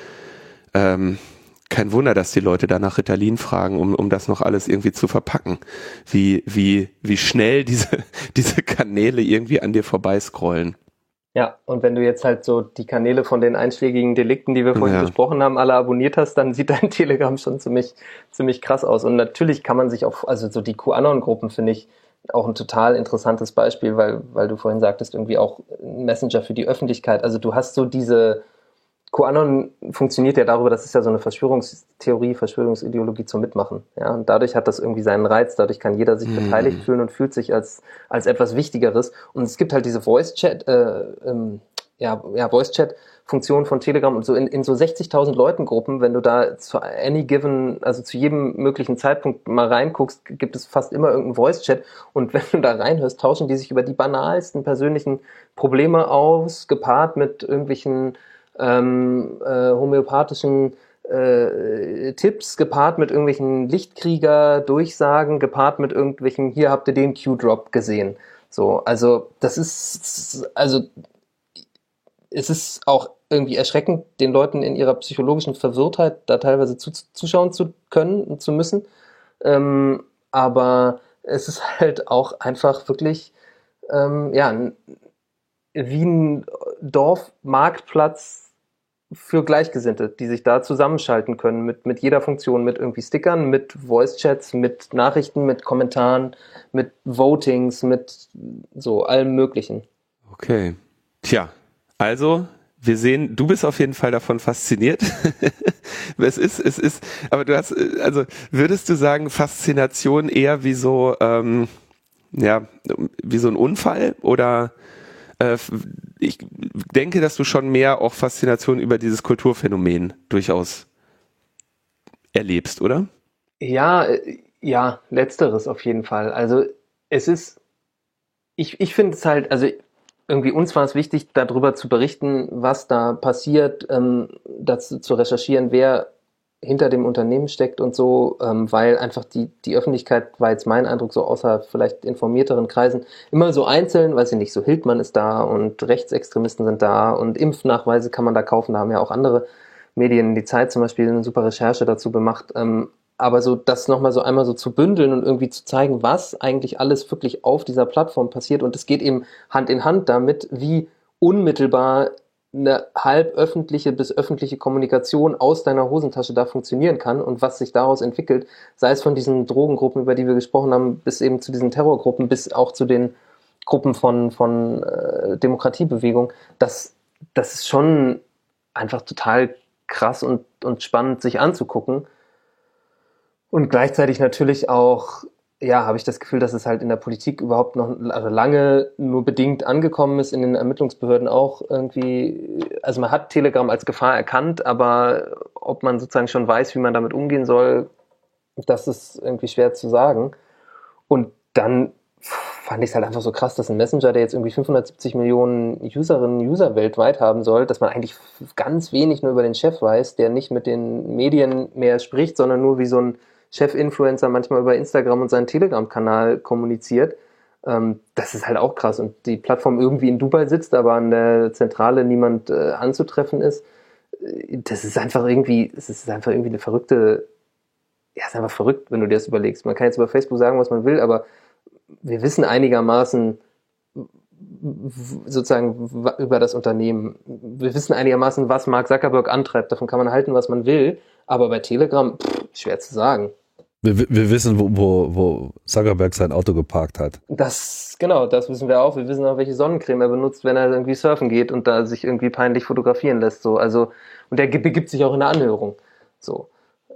S2: Kein Wunder, dass die Leute da nach Ritalin fragen, um das noch alles irgendwie zu verpacken. Wie schnell diese Kanäle irgendwie an dir vorbeiscrollen.
S3: Ja, und wenn du jetzt halt so die Kanäle von den einschlägigen Delikten, die wir vorhin besprochen haben, alle abonniert hast, dann sieht dein Telegram schon ziemlich krass aus. Und natürlich kann man sich auch, also so die QAnon-Gruppen finde ich auch ein total interessantes Beispiel, weil du vorhin sagtest, irgendwie auch ein Messenger für die Öffentlichkeit. Also du hast so diese, QAnon funktioniert ja darüber, das ist ja so eine Verschwörungstheorie, Verschwörungsideologie zum Mitmachen. Ja, und dadurch hat das irgendwie seinen Reiz, dadurch kann jeder sich beteiligt fühlen und fühlt sich als etwas Wichtigeres. Und es gibt halt diese Voice-Chat-Funktion von Telegram und so in so 60.000 Leuten-Gruppen, wenn du da zu zu jedem möglichen Zeitpunkt mal reinguckst, gibt es fast immer irgendeinen Voice-Chat und wenn du da reinhörst, tauschen die sich über die banalsten persönlichen Probleme aus, gepaart mit irgendwelchen homöopathischen Tipps, gepaart mit irgendwelchen Lichtkrieger-Durchsagen, gepaart mit irgendwelchen, hier habt ihr den Q-Drop gesehen. So, also das ist, es ist auch irgendwie erschreckend, den Leuten in ihrer psychologischen Verwirrtheit da teilweise zuschauen zu können und zu müssen. Aber es ist halt auch einfach wirklich, wie ein Dorfmarktplatz für Gleichgesinnte, die sich da zusammenschalten können mit jeder Funktion, mit irgendwie Stickern, mit Voice-Chats, mit Nachrichten, mit Kommentaren, mit Votings, mit so allem Möglichen.
S2: Okay. Tja, also wir sehen, du bist auf jeden Fall davon fasziniert. Es ist, aber du hast, also würdest du sagen, Faszination eher wie so, wie so ein Unfall oder ich denke, dass du schon mehr auch Faszination über dieses Kulturphänomen durchaus erlebst, oder?
S3: Ja, letzteres auf jeden Fall. Also es ist, ich finde es halt, also irgendwie uns war es wichtig, darüber zu berichten, was da passiert, dazu zu recherchieren, wer hinter dem Unternehmen steckt und so, weil einfach die Öffentlichkeit, war jetzt mein Eindruck, so außer vielleicht informierteren Kreisen, immer so einzeln, weiß ich nicht, so Hildmann ist da und Rechtsextremisten sind da und Impfnachweise kann man da kaufen, da haben ja auch andere Medien, die Zeit zum Beispiel, eine super Recherche dazu gemacht, aber so das nochmal so einmal so zu bündeln und irgendwie zu zeigen, was eigentlich alles wirklich auf dieser Plattform passiert und es geht eben Hand in Hand damit, wie unmittelbar eine halböffentliche bis öffentliche Kommunikation aus deiner Hosentasche da funktionieren kann und was sich daraus entwickelt, sei es von diesen Drogengruppen, über die wir gesprochen haben, bis eben zu diesen Terrorgruppen, bis auch zu den Gruppen von Demokratiebewegung, das ist schon einfach total krass und spannend sich anzugucken. Und gleichzeitig natürlich auch, habe ich das Gefühl, dass es halt in der Politik überhaupt noch lange nur bedingt angekommen ist, in den Ermittlungsbehörden auch irgendwie, also man hat Telegram als Gefahr erkannt, aber ob man sozusagen schon weiß, wie man damit umgehen soll, das ist irgendwie schwer zu sagen. Und dann fand ich es halt einfach so krass, dass ein Messenger, der jetzt irgendwie 570 Millionen Userinnen und User weltweit haben soll, dass man eigentlich ganz wenig nur über den Chef weiß, der nicht mit den Medien mehr spricht, sondern nur wie so ein Chef-Influencer manchmal über Instagram und seinen Telegram-Kanal kommuniziert. Das ist halt auch krass. Und die Plattform irgendwie in Dubai sitzt, aber an der Zentrale niemand anzutreffen ist. Das ist einfach irgendwie eine verrückte, ja, es ist einfach verrückt, wenn du dir das überlegst. Man kann jetzt über Facebook sagen, was man will, aber wir wissen einigermaßen sozusagen über das Unternehmen. Wir wissen einigermaßen, was Mark Zuckerberg antreibt. Davon kann man halten, was man will. Aber bei Telegram, schwer zu sagen.
S4: Wir wissen, wo Zuckerberg sein Auto geparkt hat.
S3: Das wissen wir auch. Wir wissen auch, welche Sonnencreme er benutzt, wenn er irgendwie surfen geht und da sich irgendwie peinlich fotografieren lässt. So. Also, und der begibt sich auch in eine Anhörung. So.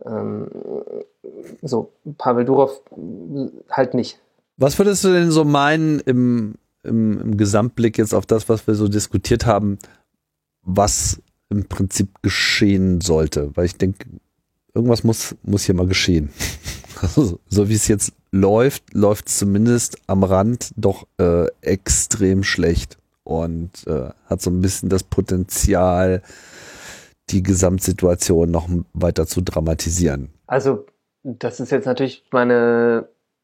S3: Pavel Durov halt nicht.
S4: Was würdest du denn so meinen im Gesamtblick jetzt auf das, was wir so diskutiert haben, was im Prinzip geschehen sollte? Weil ich denke, irgendwas muss hier mal geschehen. Also, so wie es jetzt läuft es zumindest am Rand doch extrem schlecht und hat so ein bisschen das Potenzial, die Gesamtsituation noch weiter zu dramatisieren.
S3: Also, das ist jetzt natürlich meine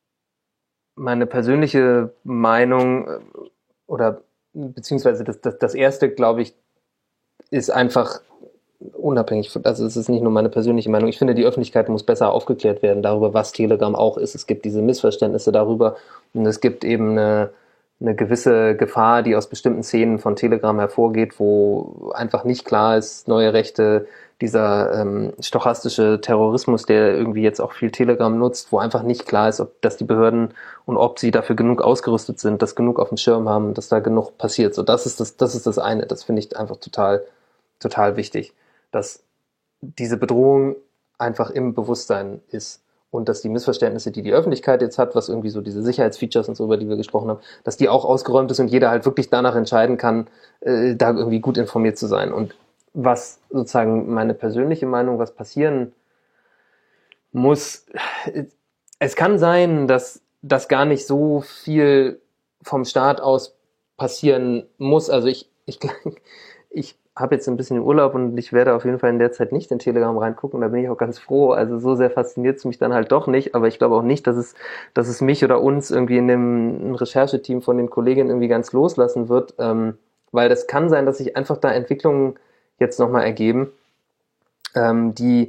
S3: persönliche Meinung oder beziehungsweise das erste, glaube ich, ist einfach unabhängig, also es ist nicht nur meine persönliche Meinung. Ich finde, die Öffentlichkeit muss besser aufgeklärt werden darüber, was Telegram auch ist. Es gibt diese Missverständnisse darüber und es gibt eben eine gewisse Gefahr, die aus bestimmten Szenen von Telegram hervorgeht, wo einfach nicht klar ist, neue Rechte, dieser stochastische Terrorismus, der irgendwie jetzt auch viel Telegram nutzt, wo einfach nicht klar ist, dass die Behörden und ob sie dafür genug ausgerüstet sind, das genug auf dem Schirm haben, dass da genug passiert. So, das ist das eine. Das finde ich einfach total wichtig, dass diese Bedrohung einfach im Bewusstsein ist und dass die Missverständnisse, die Öffentlichkeit jetzt hat, was irgendwie so diese Sicherheitsfeatures und so, über die wir gesprochen haben, dass die auch ausgeräumt ist und jeder halt wirklich danach entscheiden kann, da irgendwie gut informiert zu sein. Und was sozusagen meine persönliche Meinung, was passieren muss, es kann sein, dass das gar nicht so viel vom Staat aus passieren muss. Also ich habe jetzt ein bisschen Urlaub und ich werde auf jeden Fall in der Zeit nicht in Telegram reingucken. Da bin ich auch ganz froh. Also so sehr fasziniert es mich dann halt doch nicht. Aber ich glaube auch nicht, dass es mich oder uns irgendwie in dem Rechercheteam von den Kolleginnen irgendwie ganz loslassen wird. Weil das kann sein, dass sich einfach da Entwicklungen jetzt nochmal ergeben, die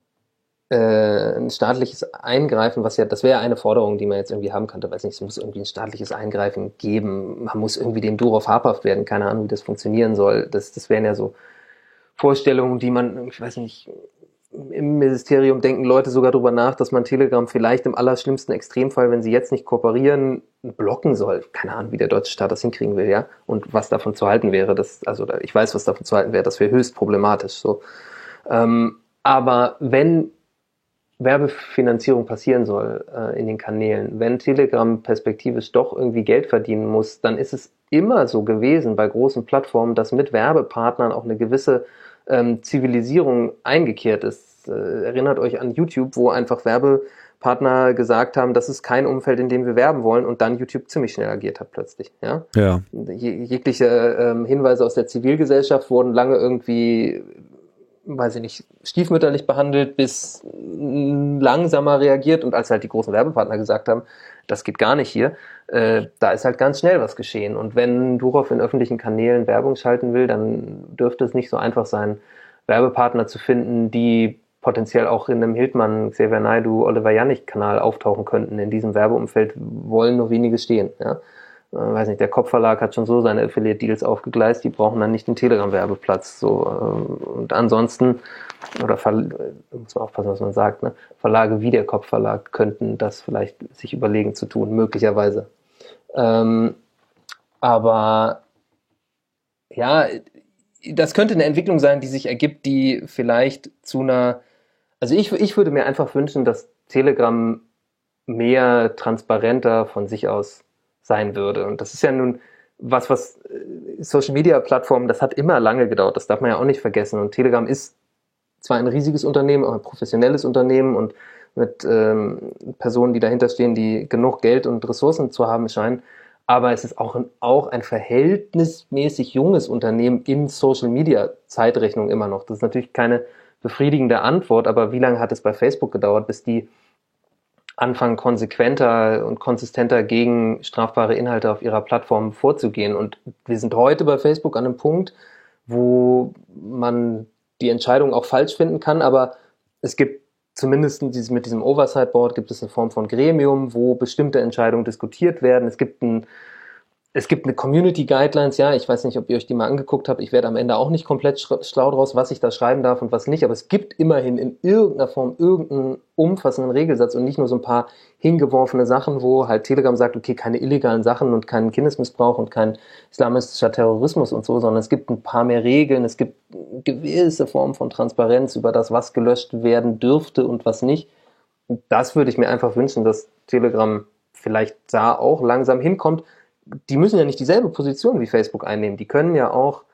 S3: ein staatliches Eingreifen, das wäre eine Forderung, die man jetzt irgendwie haben könnte, weiß nicht, es muss irgendwie ein staatliches Eingreifen geben, man muss irgendwie dem Durov habhaft werden, keine Ahnung, wie das funktionieren soll, das wären ja so Vorstellungen, die man, ich weiß nicht, im Ministerium denken Leute sogar drüber nach, dass man Telegram vielleicht im allerschlimmsten Extremfall, wenn sie jetzt nicht kooperieren, blocken soll. Keine Ahnung, wie der deutsche Staat das hinkriegen will, ja, und was davon zu halten wäre, ich weiß, was davon zu halten wäre, das wäre höchst problematisch, so. Aber wenn Werbefinanzierung passieren soll in den Kanälen, wenn Telegram perspektivisch doch irgendwie Geld verdienen muss, dann ist es immer so gewesen bei großen Plattformen, dass mit Werbepartnern auch eine gewisse Zivilisierung eingekehrt ist. Erinnert euch an YouTube, wo einfach Werbepartner gesagt haben, das ist kein Umfeld, in dem wir werben wollen und dann YouTube ziemlich schnell agiert hat plötzlich. Ja?
S4: Ja.
S3: Jegliche Hinweise aus der Zivilgesellschaft wurden lange irgendwie, weiß ich nicht, stiefmütterlich behandelt, bis langsamer reagiert und als halt die großen Werbepartner gesagt haben, das geht gar nicht hier, da ist halt ganz schnell was geschehen. Und wenn Durov in öffentlichen Kanälen Werbung schalten will, dann dürfte es nicht so einfach sein, Werbepartner zu finden, die potenziell auch in einem Hildmann, Xavier Naidoo, Oliver Janich-Kanal auftauchen könnten. In diesem Werbeumfeld wollen nur wenige stehen. Ja? Weiß nicht, der Kopfverlag hat schon so seine Affiliate-Deals aufgegleist, die brauchen dann nicht den Telegram-Werbeplatz. So, und ansonsten, muss man aufpassen, was man sagt, ne? Verlage wie der Kopfverlag könnten das vielleicht sich überlegen zu tun, möglicherweise. Aber ja, das könnte eine Entwicklung sein, die sich ergibt, die vielleicht also ich würde mir einfach wünschen, dass Telegram mehr transparenter von sich aus sein würde. Und das ist ja nun was Social-Media-Plattformen, das hat immer lange gedauert, das darf man ja auch nicht vergessen. Und Telegram ist zwar ein riesiges Unternehmen, aber ein professionelles Unternehmen und mit Personen, die dahinter stehen, die genug Geld und Ressourcen zu haben scheinen, aber es ist auch ein verhältnismäßig junges Unternehmen in Social-Media-Zeitrechnung immer noch. Das ist natürlich keine befriedigende Antwort, aber wie lange hat es bei Facebook gedauert, bis die anfangen, konsequenter und konsistenter gegen strafbare Inhalte auf ihrer Plattform vorzugehen? Und wir sind heute bei Facebook an einem Punkt, wo man die Entscheidung auch falsch finden kann, aber es gibt zumindest mit diesem Oversight Board gibt es eine Form von Gremium, wo bestimmte Entscheidungen diskutiert werden. Es gibt eine Community Guidelines, ja, ich weiß nicht, ob ihr euch die mal angeguckt habt, ich werde am Ende auch nicht komplett schlau draus, was ich da schreiben darf und was nicht, aber es gibt immerhin in irgendeiner Form irgendeinen umfassenden Regelsatz und nicht nur so ein paar hingeworfene Sachen, wo halt Telegram sagt, okay, keine illegalen Sachen und keinen Kindesmissbrauch und kein islamistischer Terrorismus und so, sondern es gibt ein paar mehr Regeln, es gibt eine gewisse Form von Transparenz über das, was gelöscht werden dürfte und was nicht. Und das würde ich mir einfach wünschen, dass Telegram vielleicht da auch langsam hinkommt. Die müssen ja nicht dieselbe Position wie Facebook einnehmen. Die können ja auch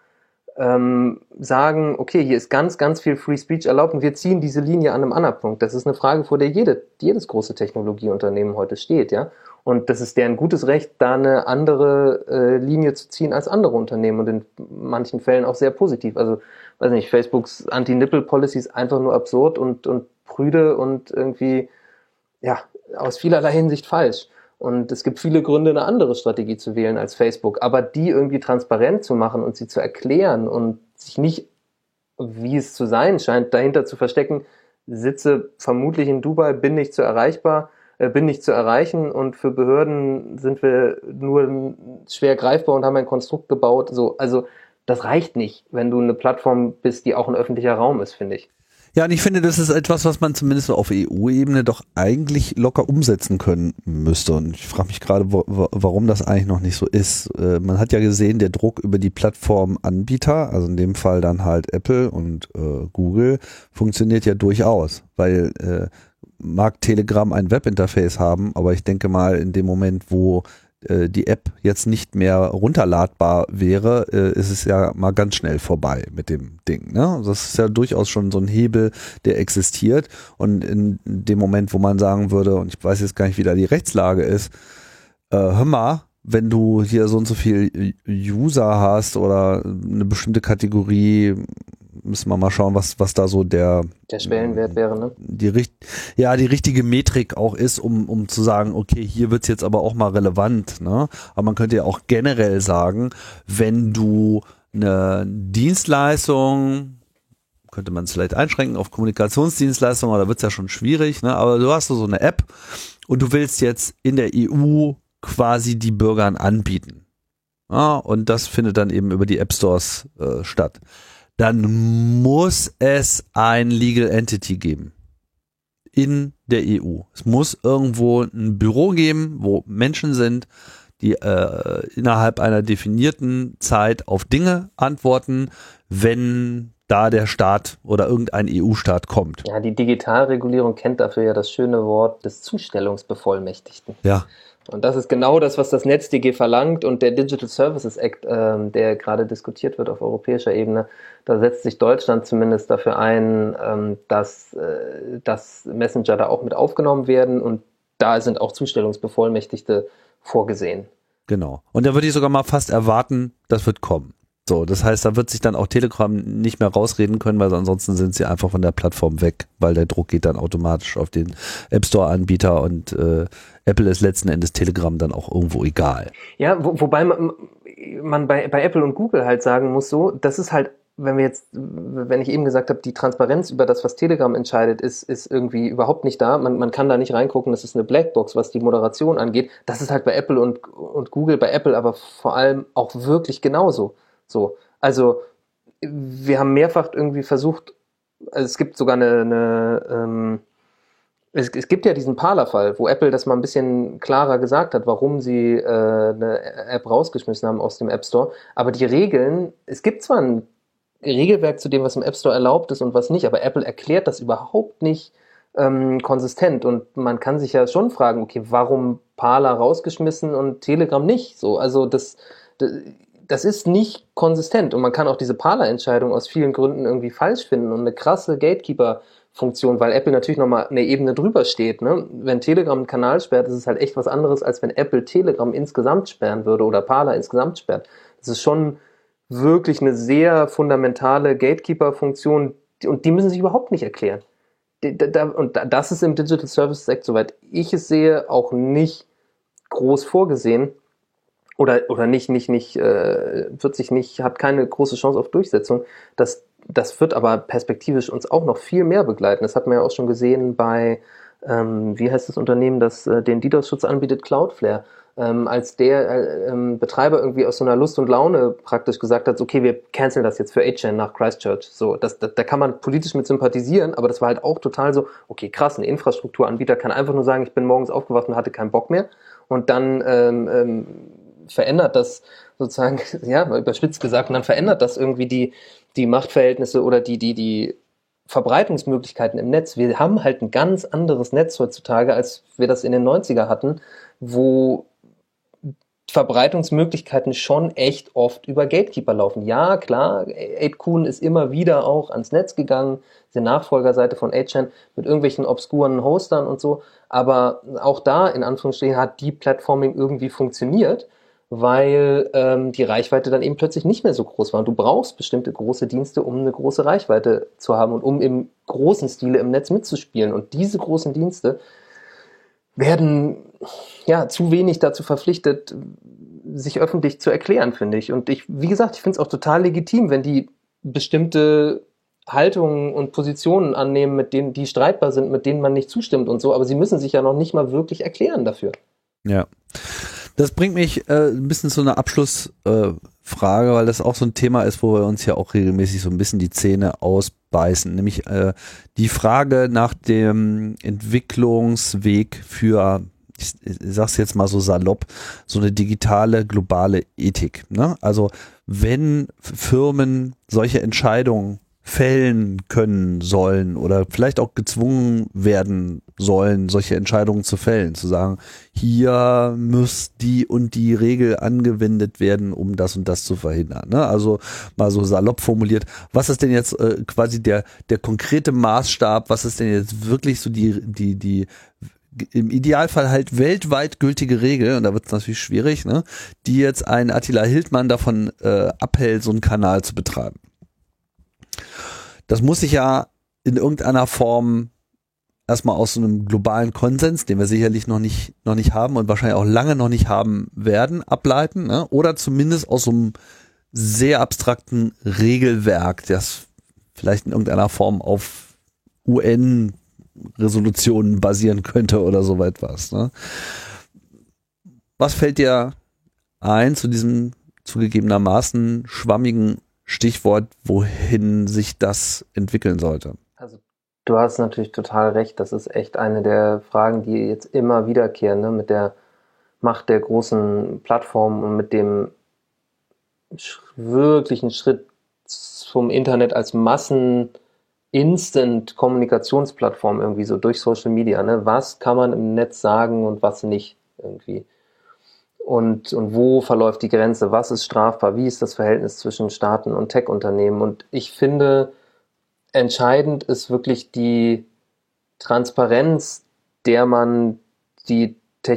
S3: sagen, okay, hier ist ganz, ganz viel Free Speech erlaubt und wir ziehen diese Linie an einem anderen Punkt. Das ist eine Frage, vor der jedes große Technologieunternehmen heute steht, ja. Und das ist deren gutes Recht, da eine andere Linie zu ziehen als andere Unternehmen und in manchen Fällen auch sehr positiv. Also, weiß nicht, Facebooks Anti-Nipple-Policy ist einfach nur absurd und prüde und irgendwie, ja, aus vielerlei Hinsicht falsch. Und es gibt viele Gründe, eine andere Strategie zu wählen als Facebook. Aber die irgendwie transparent zu machen und sie zu erklären und sich nicht, wie es zu sein scheint, dahinter zu verstecken, sitze vermutlich in Dubai, bin nicht zu erreichen und für Behörden sind wir nur schwer greifbar und haben ein Konstrukt gebaut. So, also das reicht nicht, wenn du eine Plattform bist, die auch ein öffentlicher Raum ist, finde ich.
S4: Ja, und ich finde, das ist etwas, was man zumindest auf EU-Ebene doch eigentlich locker umsetzen können müsste. Und ich frage mich gerade, warum das eigentlich noch nicht so ist. Man hat ja gesehen, der Druck über die Plattformanbieter, also in dem Fall dann halt Apple und Google, funktioniert ja durchaus, weil mag Telegram ein Webinterface haben, aber ich denke mal, in dem Moment, wo die App jetzt nicht mehr runterladbar wäre, ist es ja mal ganz schnell vorbei mit dem Ding. Ne? Das ist ja durchaus schon so ein Hebel, der existiert. Und in dem Moment, wo man sagen würde, und ich weiß jetzt gar nicht, wie da die Rechtslage ist, hör mal, wenn du hier so und so viel User hast oder eine bestimmte Kategorie, müssen wir mal schauen, was da so der
S3: Schwellenwert wäre, ne?
S4: Die richtige Metrik auch ist, um zu sagen, okay, hier wird's jetzt aber auch mal relevant, ne? Aber man könnte ja auch generell sagen, wenn du eine Dienstleistung, könnte man es vielleicht einschränken auf Kommunikationsdienstleistungen, aber da wird's ja schon schwierig, ne? Aber du hast so eine App und du willst jetzt in der EU quasi die Bürgern anbieten. Ja, und das findet dann eben über die App Stores statt. Dann muss es ein Legal Entity geben in der EU. Es muss irgendwo ein Büro geben, wo Menschen sind, die innerhalb einer definierten Zeit auf Dinge antworten, wenn da der Staat oder irgendein EU-Staat kommt.
S3: Ja, die Digitalregulierung kennt dafür ja das schöne Wort des Zustellungsbevollmächtigten.
S4: Ja.
S3: Und das ist genau das, was das NetzDG verlangt und der Digital Services Act, der gerade diskutiert wird auf europäischer Ebene, da setzt sich Deutschland zumindest dafür ein, dass Messenger da auch mit aufgenommen werden und da sind auch Zustellungsbevollmächtigte vorgesehen.
S4: Genau. Und da würde ich sogar mal fast erwarten, das wird kommen. So, das heißt, da wird sich dann auch Telegram nicht mehr rausreden können, weil ansonsten sind sie einfach von der Plattform weg, weil der Druck geht dann automatisch auf den App Store Anbieter und Apple ist letzten Endes Telegram dann auch irgendwo egal.
S3: Ja, wobei man bei Apple und Google halt sagen muss, so, das ist halt, wenn ich eben gesagt habe, die Transparenz über das, was Telegram entscheidet, ist irgendwie überhaupt nicht da. Man kann da nicht reingucken, das ist eine Blackbox, was die Moderation angeht. Das ist halt bei Apple und Google, bei Apple aber vor allem auch wirklich genauso. So, also wir haben mehrfach irgendwie versucht, also es gibt sogar es gibt ja diesen Parler-Fall, wo Apple das mal ein bisschen klarer gesagt hat, warum sie eine App rausgeschmissen haben aus dem App Store, aber die Regeln, es gibt zwar ein Regelwerk zu dem, was im App Store erlaubt ist und was nicht, aber Apple erklärt das überhaupt nicht konsistent und man kann sich ja schon fragen, okay, warum Parler rausgeschmissen und Telegram nicht? So, also das ist nicht konsistent und man kann auch diese Parler-Entscheidung aus vielen Gründen irgendwie falsch finden und eine krasse Gatekeeper-Funktion, weil Apple natürlich nochmal eine Ebene drüber steht. Ne? Wenn Telegram einen Kanal sperrt, ist es halt echt was anderes, als wenn Apple Telegram insgesamt sperren würde oder Parler insgesamt sperrt. Das ist schon wirklich eine sehr fundamentale Gatekeeper-Funktion und die müssen sich überhaupt nicht erklären. Und das ist im Digital Services Act, soweit ich es sehe, auch nicht groß vorgesehen oder hat keine große Chance auf Durchsetzung. Das wird aber perspektivisch uns auch noch viel mehr begleiten. Das hat man ja auch schon gesehen bei, wie heißt das Unternehmen, das den DDoS-Schutz anbietet, Cloudflare. Als der Betreiber irgendwie aus so einer Lust und Laune praktisch gesagt hat, okay, wir canceln das jetzt für 8chan nach Christchurch. So, da kann man politisch mit sympathisieren, aber das war halt auch total so, okay, krass, ein Infrastrukturanbieter kann einfach nur sagen, ich bin morgens aufgewacht und hatte keinen Bock mehr. Und dann verändert das sozusagen, ja, überspitzt gesagt, und dann verändert das irgendwie die Machtverhältnisse oder die Verbreitungsmöglichkeiten im Netz. Wir haben halt ein ganz anderes Netz heutzutage, als wir das in den 90er hatten, wo Verbreitungsmöglichkeiten schon echt oft über Gatekeeper laufen. Ja, klar, 8kun ist immer wieder auch ans Netz gegangen, die Nachfolgerseite von 8chan mit irgendwelchen obskuren Hostern und so, aber auch da, in Anführungsstrichen, hat Deplatforming irgendwie funktioniert, weil die Reichweite dann eben plötzlich nicht mehr so groß war. Und du brauchst bestimmte große Dienste, um eine große Reichweite zu haben und um im großen Stile im Netz mitzuspielen. Und diese großen Dienste werden ja zu wenig dazu verpflichtet, sich öffentlich zu erklären, finde ich. Und wie gesagt, ich finde es auch total legitim, wenn die bestimmte Haltungen und Positionen annehmen, mit denen die streitbar sind, mit denen man nicht zustimmt und so, aber sie müssen sich ja noch nicht mal wirklich erklären dafür.
S4: Ja. Das bringt mich ein bisschen zu einer Abschlussfrage, weil das auch so ein Thema ist, wo wir uns ja auch regelmäßig so ein bisschen die Zähne ausbeißen. Nämlich die Frage nach dem Entwicklungsweg für, ich sag's jetzt mal so salopp, so eine digitale globale Ethik. Ne? Also wenn Firmen solche Entscheidungen fällen können sollen oder vielleicht auch gezwungen werden sollen, solche Entscheidungen zu fällen, zu sagen, hier muss die und die Regel angewendet werden, um das und das zu verhindern. Ne? Also mal so salopp formuliert, was ist denn jetzt quasi der konkrete Maßstab, was ist denn jetzt wirklich so die im Idealfall halt weltweit gültige Regel, und da wird es natürlich schwierig, ne, die jetzt einen Attila Hildmann davon abhält, so einen Kanal zu betreiben. Das muss sich ja in irgendeiner Form erstmal aus so einem globalen Konsens, den wir sicherlich noch nicht haben und wahrscheinlich auch lange noch nicht haben werden, ableiten, ne? Oder zumindest aus so einem sehr abstrakten Regelwerk, das vielleicht in irgendeiner Form auf UN-Resolutionen basieren könnte oder so etwas. Ne? Was fällt dir ein zu diesem zugegebenermaßen schwammigen Stichwort, wohin sich das entwickeln sollte?
S3: Also du hast natürlich total recht, das ist echt eine der Fragen, die jetzt immer wiederkehren, ne? Mit der Macht der großen Plattformen und mit dem wirklichen Schritt zum Internet als Massen-Instant-Kommunikationsplattform irgendwie so durch Social Media. Ne? Was kann man im Netz sagen und was nicht irgendwie? Und wo verläuft die Grenze? Was ist strafbar? Wie ist das Verhältnis zwischen Staaten und Tech-Unternehmen? Und ich finde, entscheidend ist wirklich die Transparenz, der man die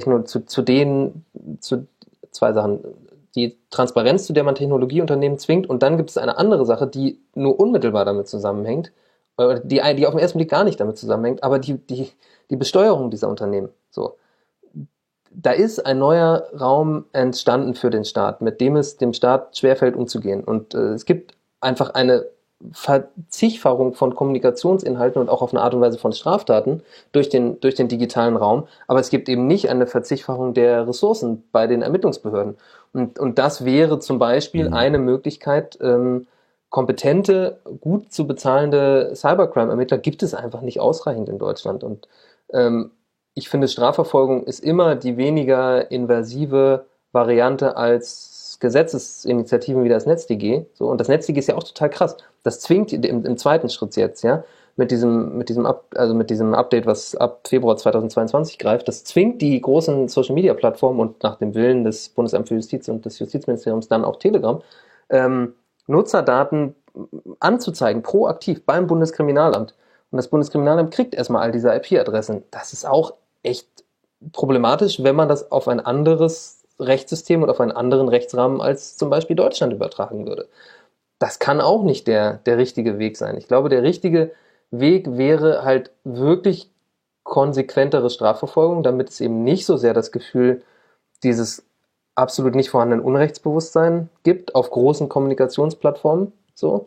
S3: zwei Sachen. Die Transparenz, zu der man Technologieunternehmen zwingt, und dann gibt es eine andere Sache, die nur unmittelbar damit zusammenhängt, die auf den ersten Blick gar nicht damit zusammenhängt, aber die Besteuerung dieser Unternehmen. So. Da ist ein neuer Raum entstanden für den Staat, mit dem es dem Staat schwerfällt, umzugehen. Und es gibt einfach eine Verzigfachung von Kommunikationsinhalten und auch auf eine Art und Weise von Straftaten durch den digitalen Raum. Aber es gibt eben nicht eine Verzigfachung der Ressourcen bei den Ermittlungsbehörden. Und das wäre zum Beispiel eine Möglichkeit, kompetente, gut zu bezahlende Cybercrime-Ermittler gibt es einfach nicht ausreichend in Deutschland. Und ich finde, Strafverfolgung ist immer die weniger invasive Variante als Gesetzesinitiativen wie das NetzDG. So, und das NetzDG ist ja auch total krass. Das zwingt im zweiten Schritt jetzt, ja, mit diesem Update, was ab Februar 2022 greift, das zwingt die großen Social-Media-Plattformen und nach dem Willen des Bundesamts für Justiz und des Justizministeriums dann auch Telegram, Nutzerdaten anzuzeigen, proaktiv beim Bundeskriminalamt. Und das Bundeskriminalamt kriegt erstmal all diese IP-Adressen. Das ist auch echt problematisch, wenn man das auf ein anderes Rechtssystem und auf einen anderen Rechtsrahmen als zum Beispiel Deutschland übertragen würde. Das kann auch nicht der richtige Weg sein. Ich glaube, der richtige Weg wäre halt wirklich konsequentere Strafverfolgung, damit es eben nicht so sehr das Gefühl dieses absolut nicht vorhandenen Unrechtsbewusstsein gibt auf großen Kommunikationsplattformen. So.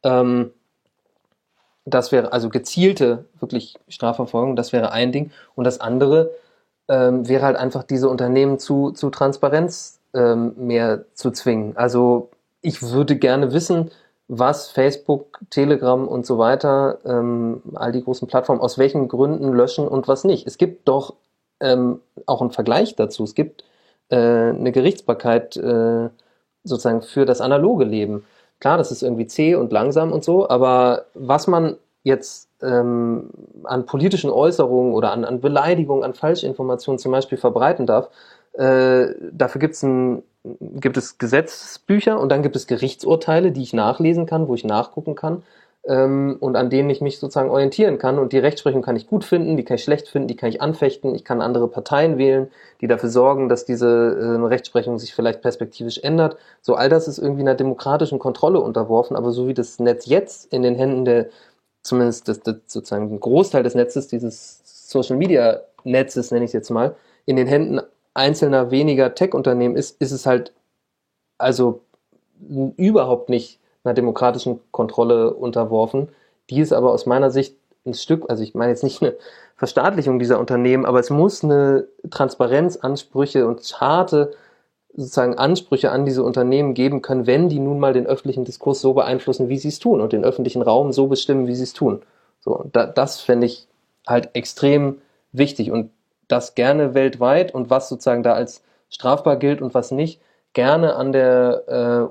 S3: Das wäre also gezielte wirklich Strafverfolgung, das wäre ein Ding. Und das andere wäre halt einfach diese Unternehmen zu Transparenz mehr zu zwingen. Also ich würde gerne wissen, was Facebook, Telegram und so weiter, all die großen Plattformen, aus welchen Gründen löschen und was nicht. Es gibt doch auch einen Vergleich dazu. Es gibt eine Gerichtsbarkeit sozusagen für das analoge Leben. Klar, das ist irgendwie zäh und langsam und so, aber was man jetzt an politischen Äußerungen oder an Beleidigungen, an Falschinformationen zum Beispiel verbreiten darf, dafür gibt es Gesetzbücher und dann gibt es Gerichtsurteile, die ich nachlesen kann, wo ich nachgucken kann und an denen ich mich sozusagen orientieren kann. Und die Rechtsprechung kann ich gut finden, die kann ich schlecht finden, die kann ich anfechten, ich kann andere Parteien wählen, die dafür sorgen, dass diese Rechtsprechung sich vielleicht perspektivisch ändert. So, all das ist irgendwie einer demokratischen Kontrolle unterworfen, aber so wie das Netz jetzt in den Händen zumindest sozusagen ein Großteil des Netzes, dieses Social-Media-Netzes, nenne ich es jetzt mal, in den Händen einzelner weniger Tech-Unternehmen ist es halt also überhaupt nicht einer demokratischen Kontrolle unterworfen. Die ist aber aus meiner Sicht ein Stück, also ich meine jetzt nicht eine Verstaatlichung dieser Unternehmen, aber es muss eine Transparenzansprüche und harte sozusagen Ansprüche an diese Unternehmen geben können, wenn die nun mal den öffentlichen Diskurs so beeinflussen, wie sie es tun und den öffentlichen Raum so bestimmen, wie sie es tun. So, das fände ich halt extrem wichtig und das gerne weltweit und was sozusagen da als strafbar gilt und was nicht, gerne an der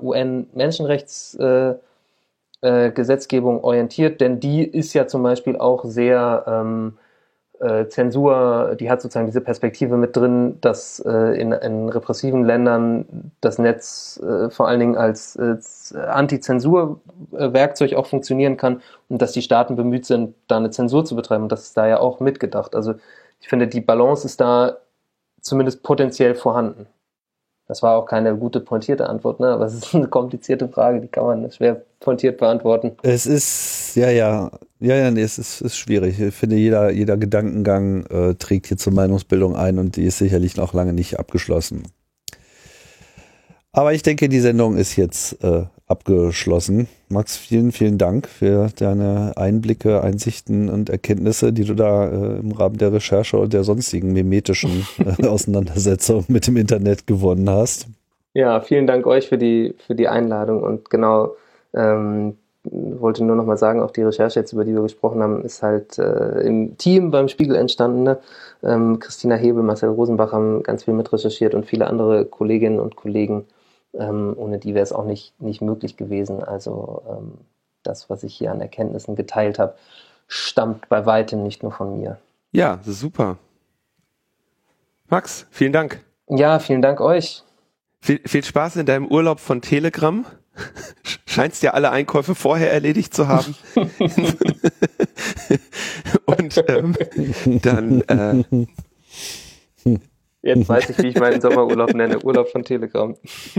S3: UN-Menschenrechtsgesetzgebung orientiert, denn die ist ja zum Beispiel auch sehr Zensur, die hat sozusagen diese Perspektive mit drin, dass in repressiven Ländern das Netz vor allen Dingen als Anti-Zensur-Werkzeug auch funktionieren kann und dass die Staaten bemüht sind, da eine Zensur zu betreiben. Und das ist da ja auch mitgedacht. Also ich finde, die Balance ist da zumindest potenziell vorhanden. Das war auch keine gute, pointierte Antwort, ne? Aber es ist eine komplizierte Frage, die kann man schwer pointiert beantworten.
S4: Es ist, nee, es ist schwierig. Ich finde, jeder Gedankengang trägt hier zur Meinungsbildung ein und die ist sicherlich noch lange nicht abgeschlossen. Aber ich denke, die Sendung ist jetzt abgeschlossen. Max, vielen, vielen Dank für deine Einblicke, Einsichten und Erkenntnisse, die du da im Rahmen der Recherche und der sonstigen mimetischen Auseinandersetzung mit dem Internet gewonnen hast.
S3: Ja, vielen Dank euch für die Einladung und genau, wollte nur noch mal sagen, auch die Recherche jetzt, über die wir gesprochen haben, ist halt im Team beim Spiegel entstanden. Ne? Christina Hebel, Marcel Rosenbach haben ganz viel mitrecherchiert und viele andere Kolleginnen und Kollegen. Ohne die wäre es auch nicht möglich gewesen. Also das, was ich hier an Erkenntnissen geteilt habe, stammt bei weitem nicht nur von mir.
S2: Ja, super. Max, vielen Dank.
S3: Ja, vielen Dank euch.
S2: Viel Spaß in deinem Urlaub von Telegram. Scheinst ja alle Einkäufe vorher erledigt zu haben. Und dann
S3: jetzt weiß ich, wie ich meinen Sommerurlaub nenne. Urlaub von Telegram.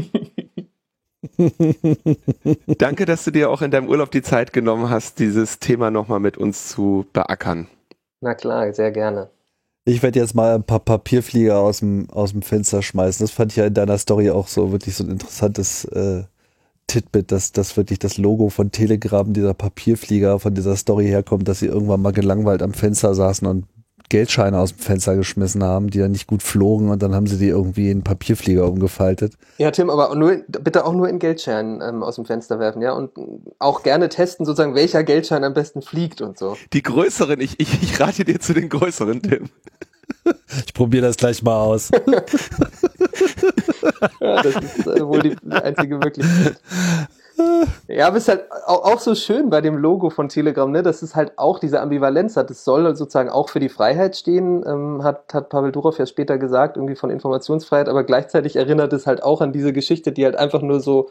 S2: Danke, dass du dir auch in deinem Urlaub die Zeit genommen hast, dieses Thema nochmal mit uns zu beackern.
S3: Na klar, sehr gerne.
S4: Ich werde jetzt mal ein paar Papierflieger aus dem Fenster schmeißen. Das fand ich ja in deiner Story auch so wirklich so ein interessantes Titbit, dass wirklich das Logo von Telegram, dieser Papierflieger von dieser Story herkommt, dass sie irgendwann mal gelangweilt am Fenster saßen und Geldscheine aus dem Fenster geschmissen haben, die dann nicht gut flogen und dann haben sie die irgendwie in Papierflieger umgefaltet.
S3: Ja, Tim, aber bitte auch nur in Geldscheinen aus dem Fenster werfen, ja, und auch gerne testen, sozusagen, welcher Geldschein am besten fliegt und so.
S2: Die größeren, ich rate dir zu den größeren, Tim.
S4: Ich probiere das gleich mal aus.
S3: Ja, das ist wohl die einzige Möglichkeit. Ja, aber es ist halt auch so schön bei dem Logo von Telegram, ne, dass es halt auch diese Ambivalenz hat. Es soll sozusagen auch für die Freiheit stehen, hat Pavel Durov ja später gesagt, irgendwie von Informationsfreiheit, aber gleichzeitig erinnert es halt auch an diese Geschichte, die halt einfach nur so,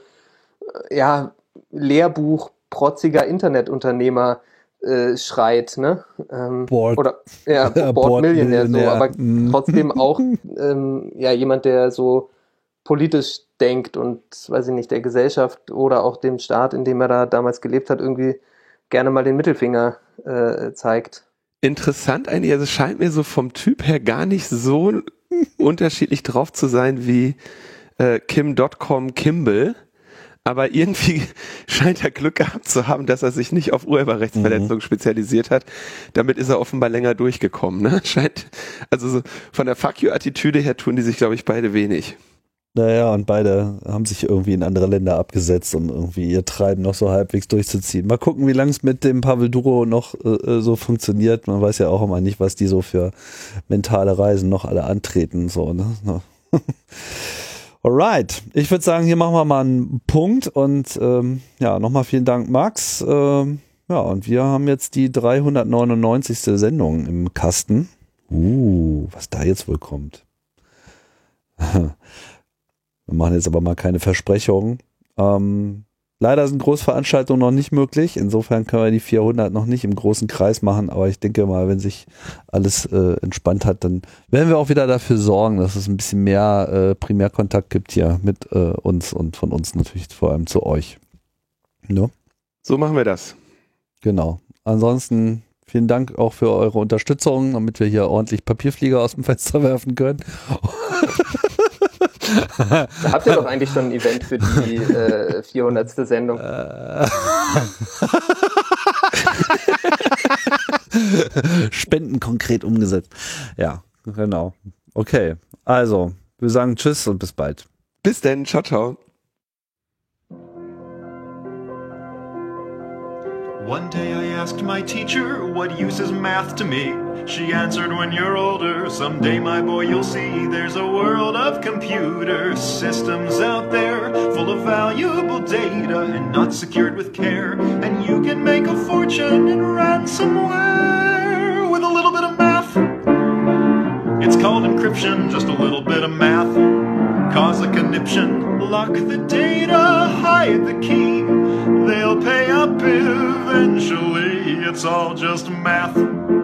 S3: Lehrbuch protziger Internetunternehmer schreit, ne? Board-Millionär, so, aber trotzdem auch jemand, der so politisch denkt und, weiß ich nicht, der Gesellschaft oder auch dem Staat, in dem er da damals gelebt hat, irgendwie gerne mal den Mittelfinger zeigt.
S2: Interessant eigentlich, also es scheint mir so vom Typ her gar nicht so unterschiedlich drauf zu sein wie Kim.com Kimball, aber irgendwie scheint er Glück gehabt zu haben, dass er sich nicht auf Urheberrechtsverletzungen spezialisiert hat. Damit ist er offenbar länger durchgekommen. Ne? Also so von der Fuck-you-Attitüde her tun die sich, glaube ich, beide wenig.
S4: Naja, und beide haben sich irgendwie in andere Länder abgesetzt, um irgendwie ihr Treiben noch so halbwegs durchzuziehen. Mal gucken, wie lange es mit dem Pavel Durov noch so funktioniert. Man weiß ja auch immer nicht, was die so für mentale Reisen noch alle antreten. So, ne? Alright, ich würde sagen, hier machen wir mal einen Punkt und nochmal vielen Dank, Max. Und wir haben jetzt die 399. Sendung im Kasten. Was da jetzt wohl kommt. Wir machen jetzt aber mal keine Versprechungen. Leider sind Großveranstaltungen noch nicht möglich. Insofern können wir die 400 noch nicht im großen Kreis machen. Aber ich denke mal, wenn sich alles entspannt hat, dann werden wir auch wieder dafür sorgen, dass es ein bisschen mehr Primärkontakt gibt hier mit uns und von uns natürlich vor allem zu euch. Ja?
S2: So machen wir das.
S4: Genau. Ansonsten vielen Dank auch für eure Unterstützung, damit wir hier ordentlich Papierflieger aus dem Fenster werfen können.
S3: Da habt ihr doch eigentlich schon ein Event für die 400. Sendung.
S4: Spenden konkret umgesetzt. Ja, genau. Okay, also, wir sagen Tschüss und bis bald.
S2: Bis denn, ciao, ciao.
S5: One day I asked my teacher, what use is math to me? She answered, when you're older, someday my boy you'll see there's a world of computer systems out there full of valuable data and not secured with care. And you can make a fortune in ransomware with a little bit of math. It's called encryption, just a little bit of math. Cause a conniption, lock the data, hide the key. They'll pay up eventually, it's all just math.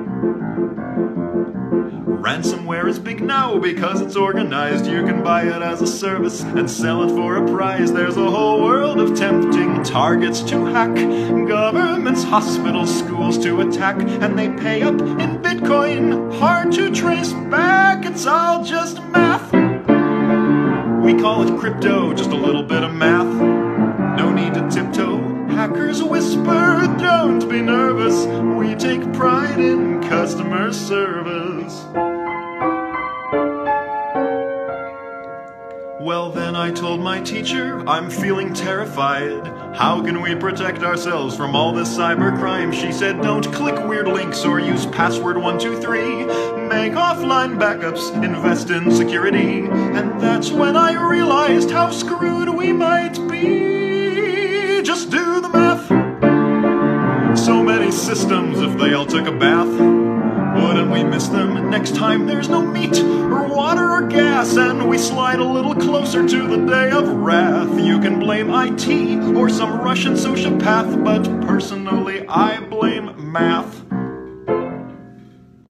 S5: Ransomware is big now because it's organized. You can buy it as a service and sell it for a prize. There's a whole world of tempting targets to hack. Governments, hospitals, schools to attack. And they pay up in Bitcoin, hard to trace back. It's all just math. We call it crypto, just a little bit of math. No need to tiptoe. Hackers whisper, don't be nervous. We take pride in customer service. Well, then I told my teacher, I'm feeling terrified. How can we protect ourselves from all this cybercrime? She said, don't click weird links or use password 123. Make offline backups, invest in security. And that's when I realized how screwed we might be. Just do the math. So many systems, if they all took a bath, wouldn't we miss them? Next time there's no meat or water or gas, and we slide a little closer to the day of wrath. You can blame IT or some Russian sociopath, but personally I blame math.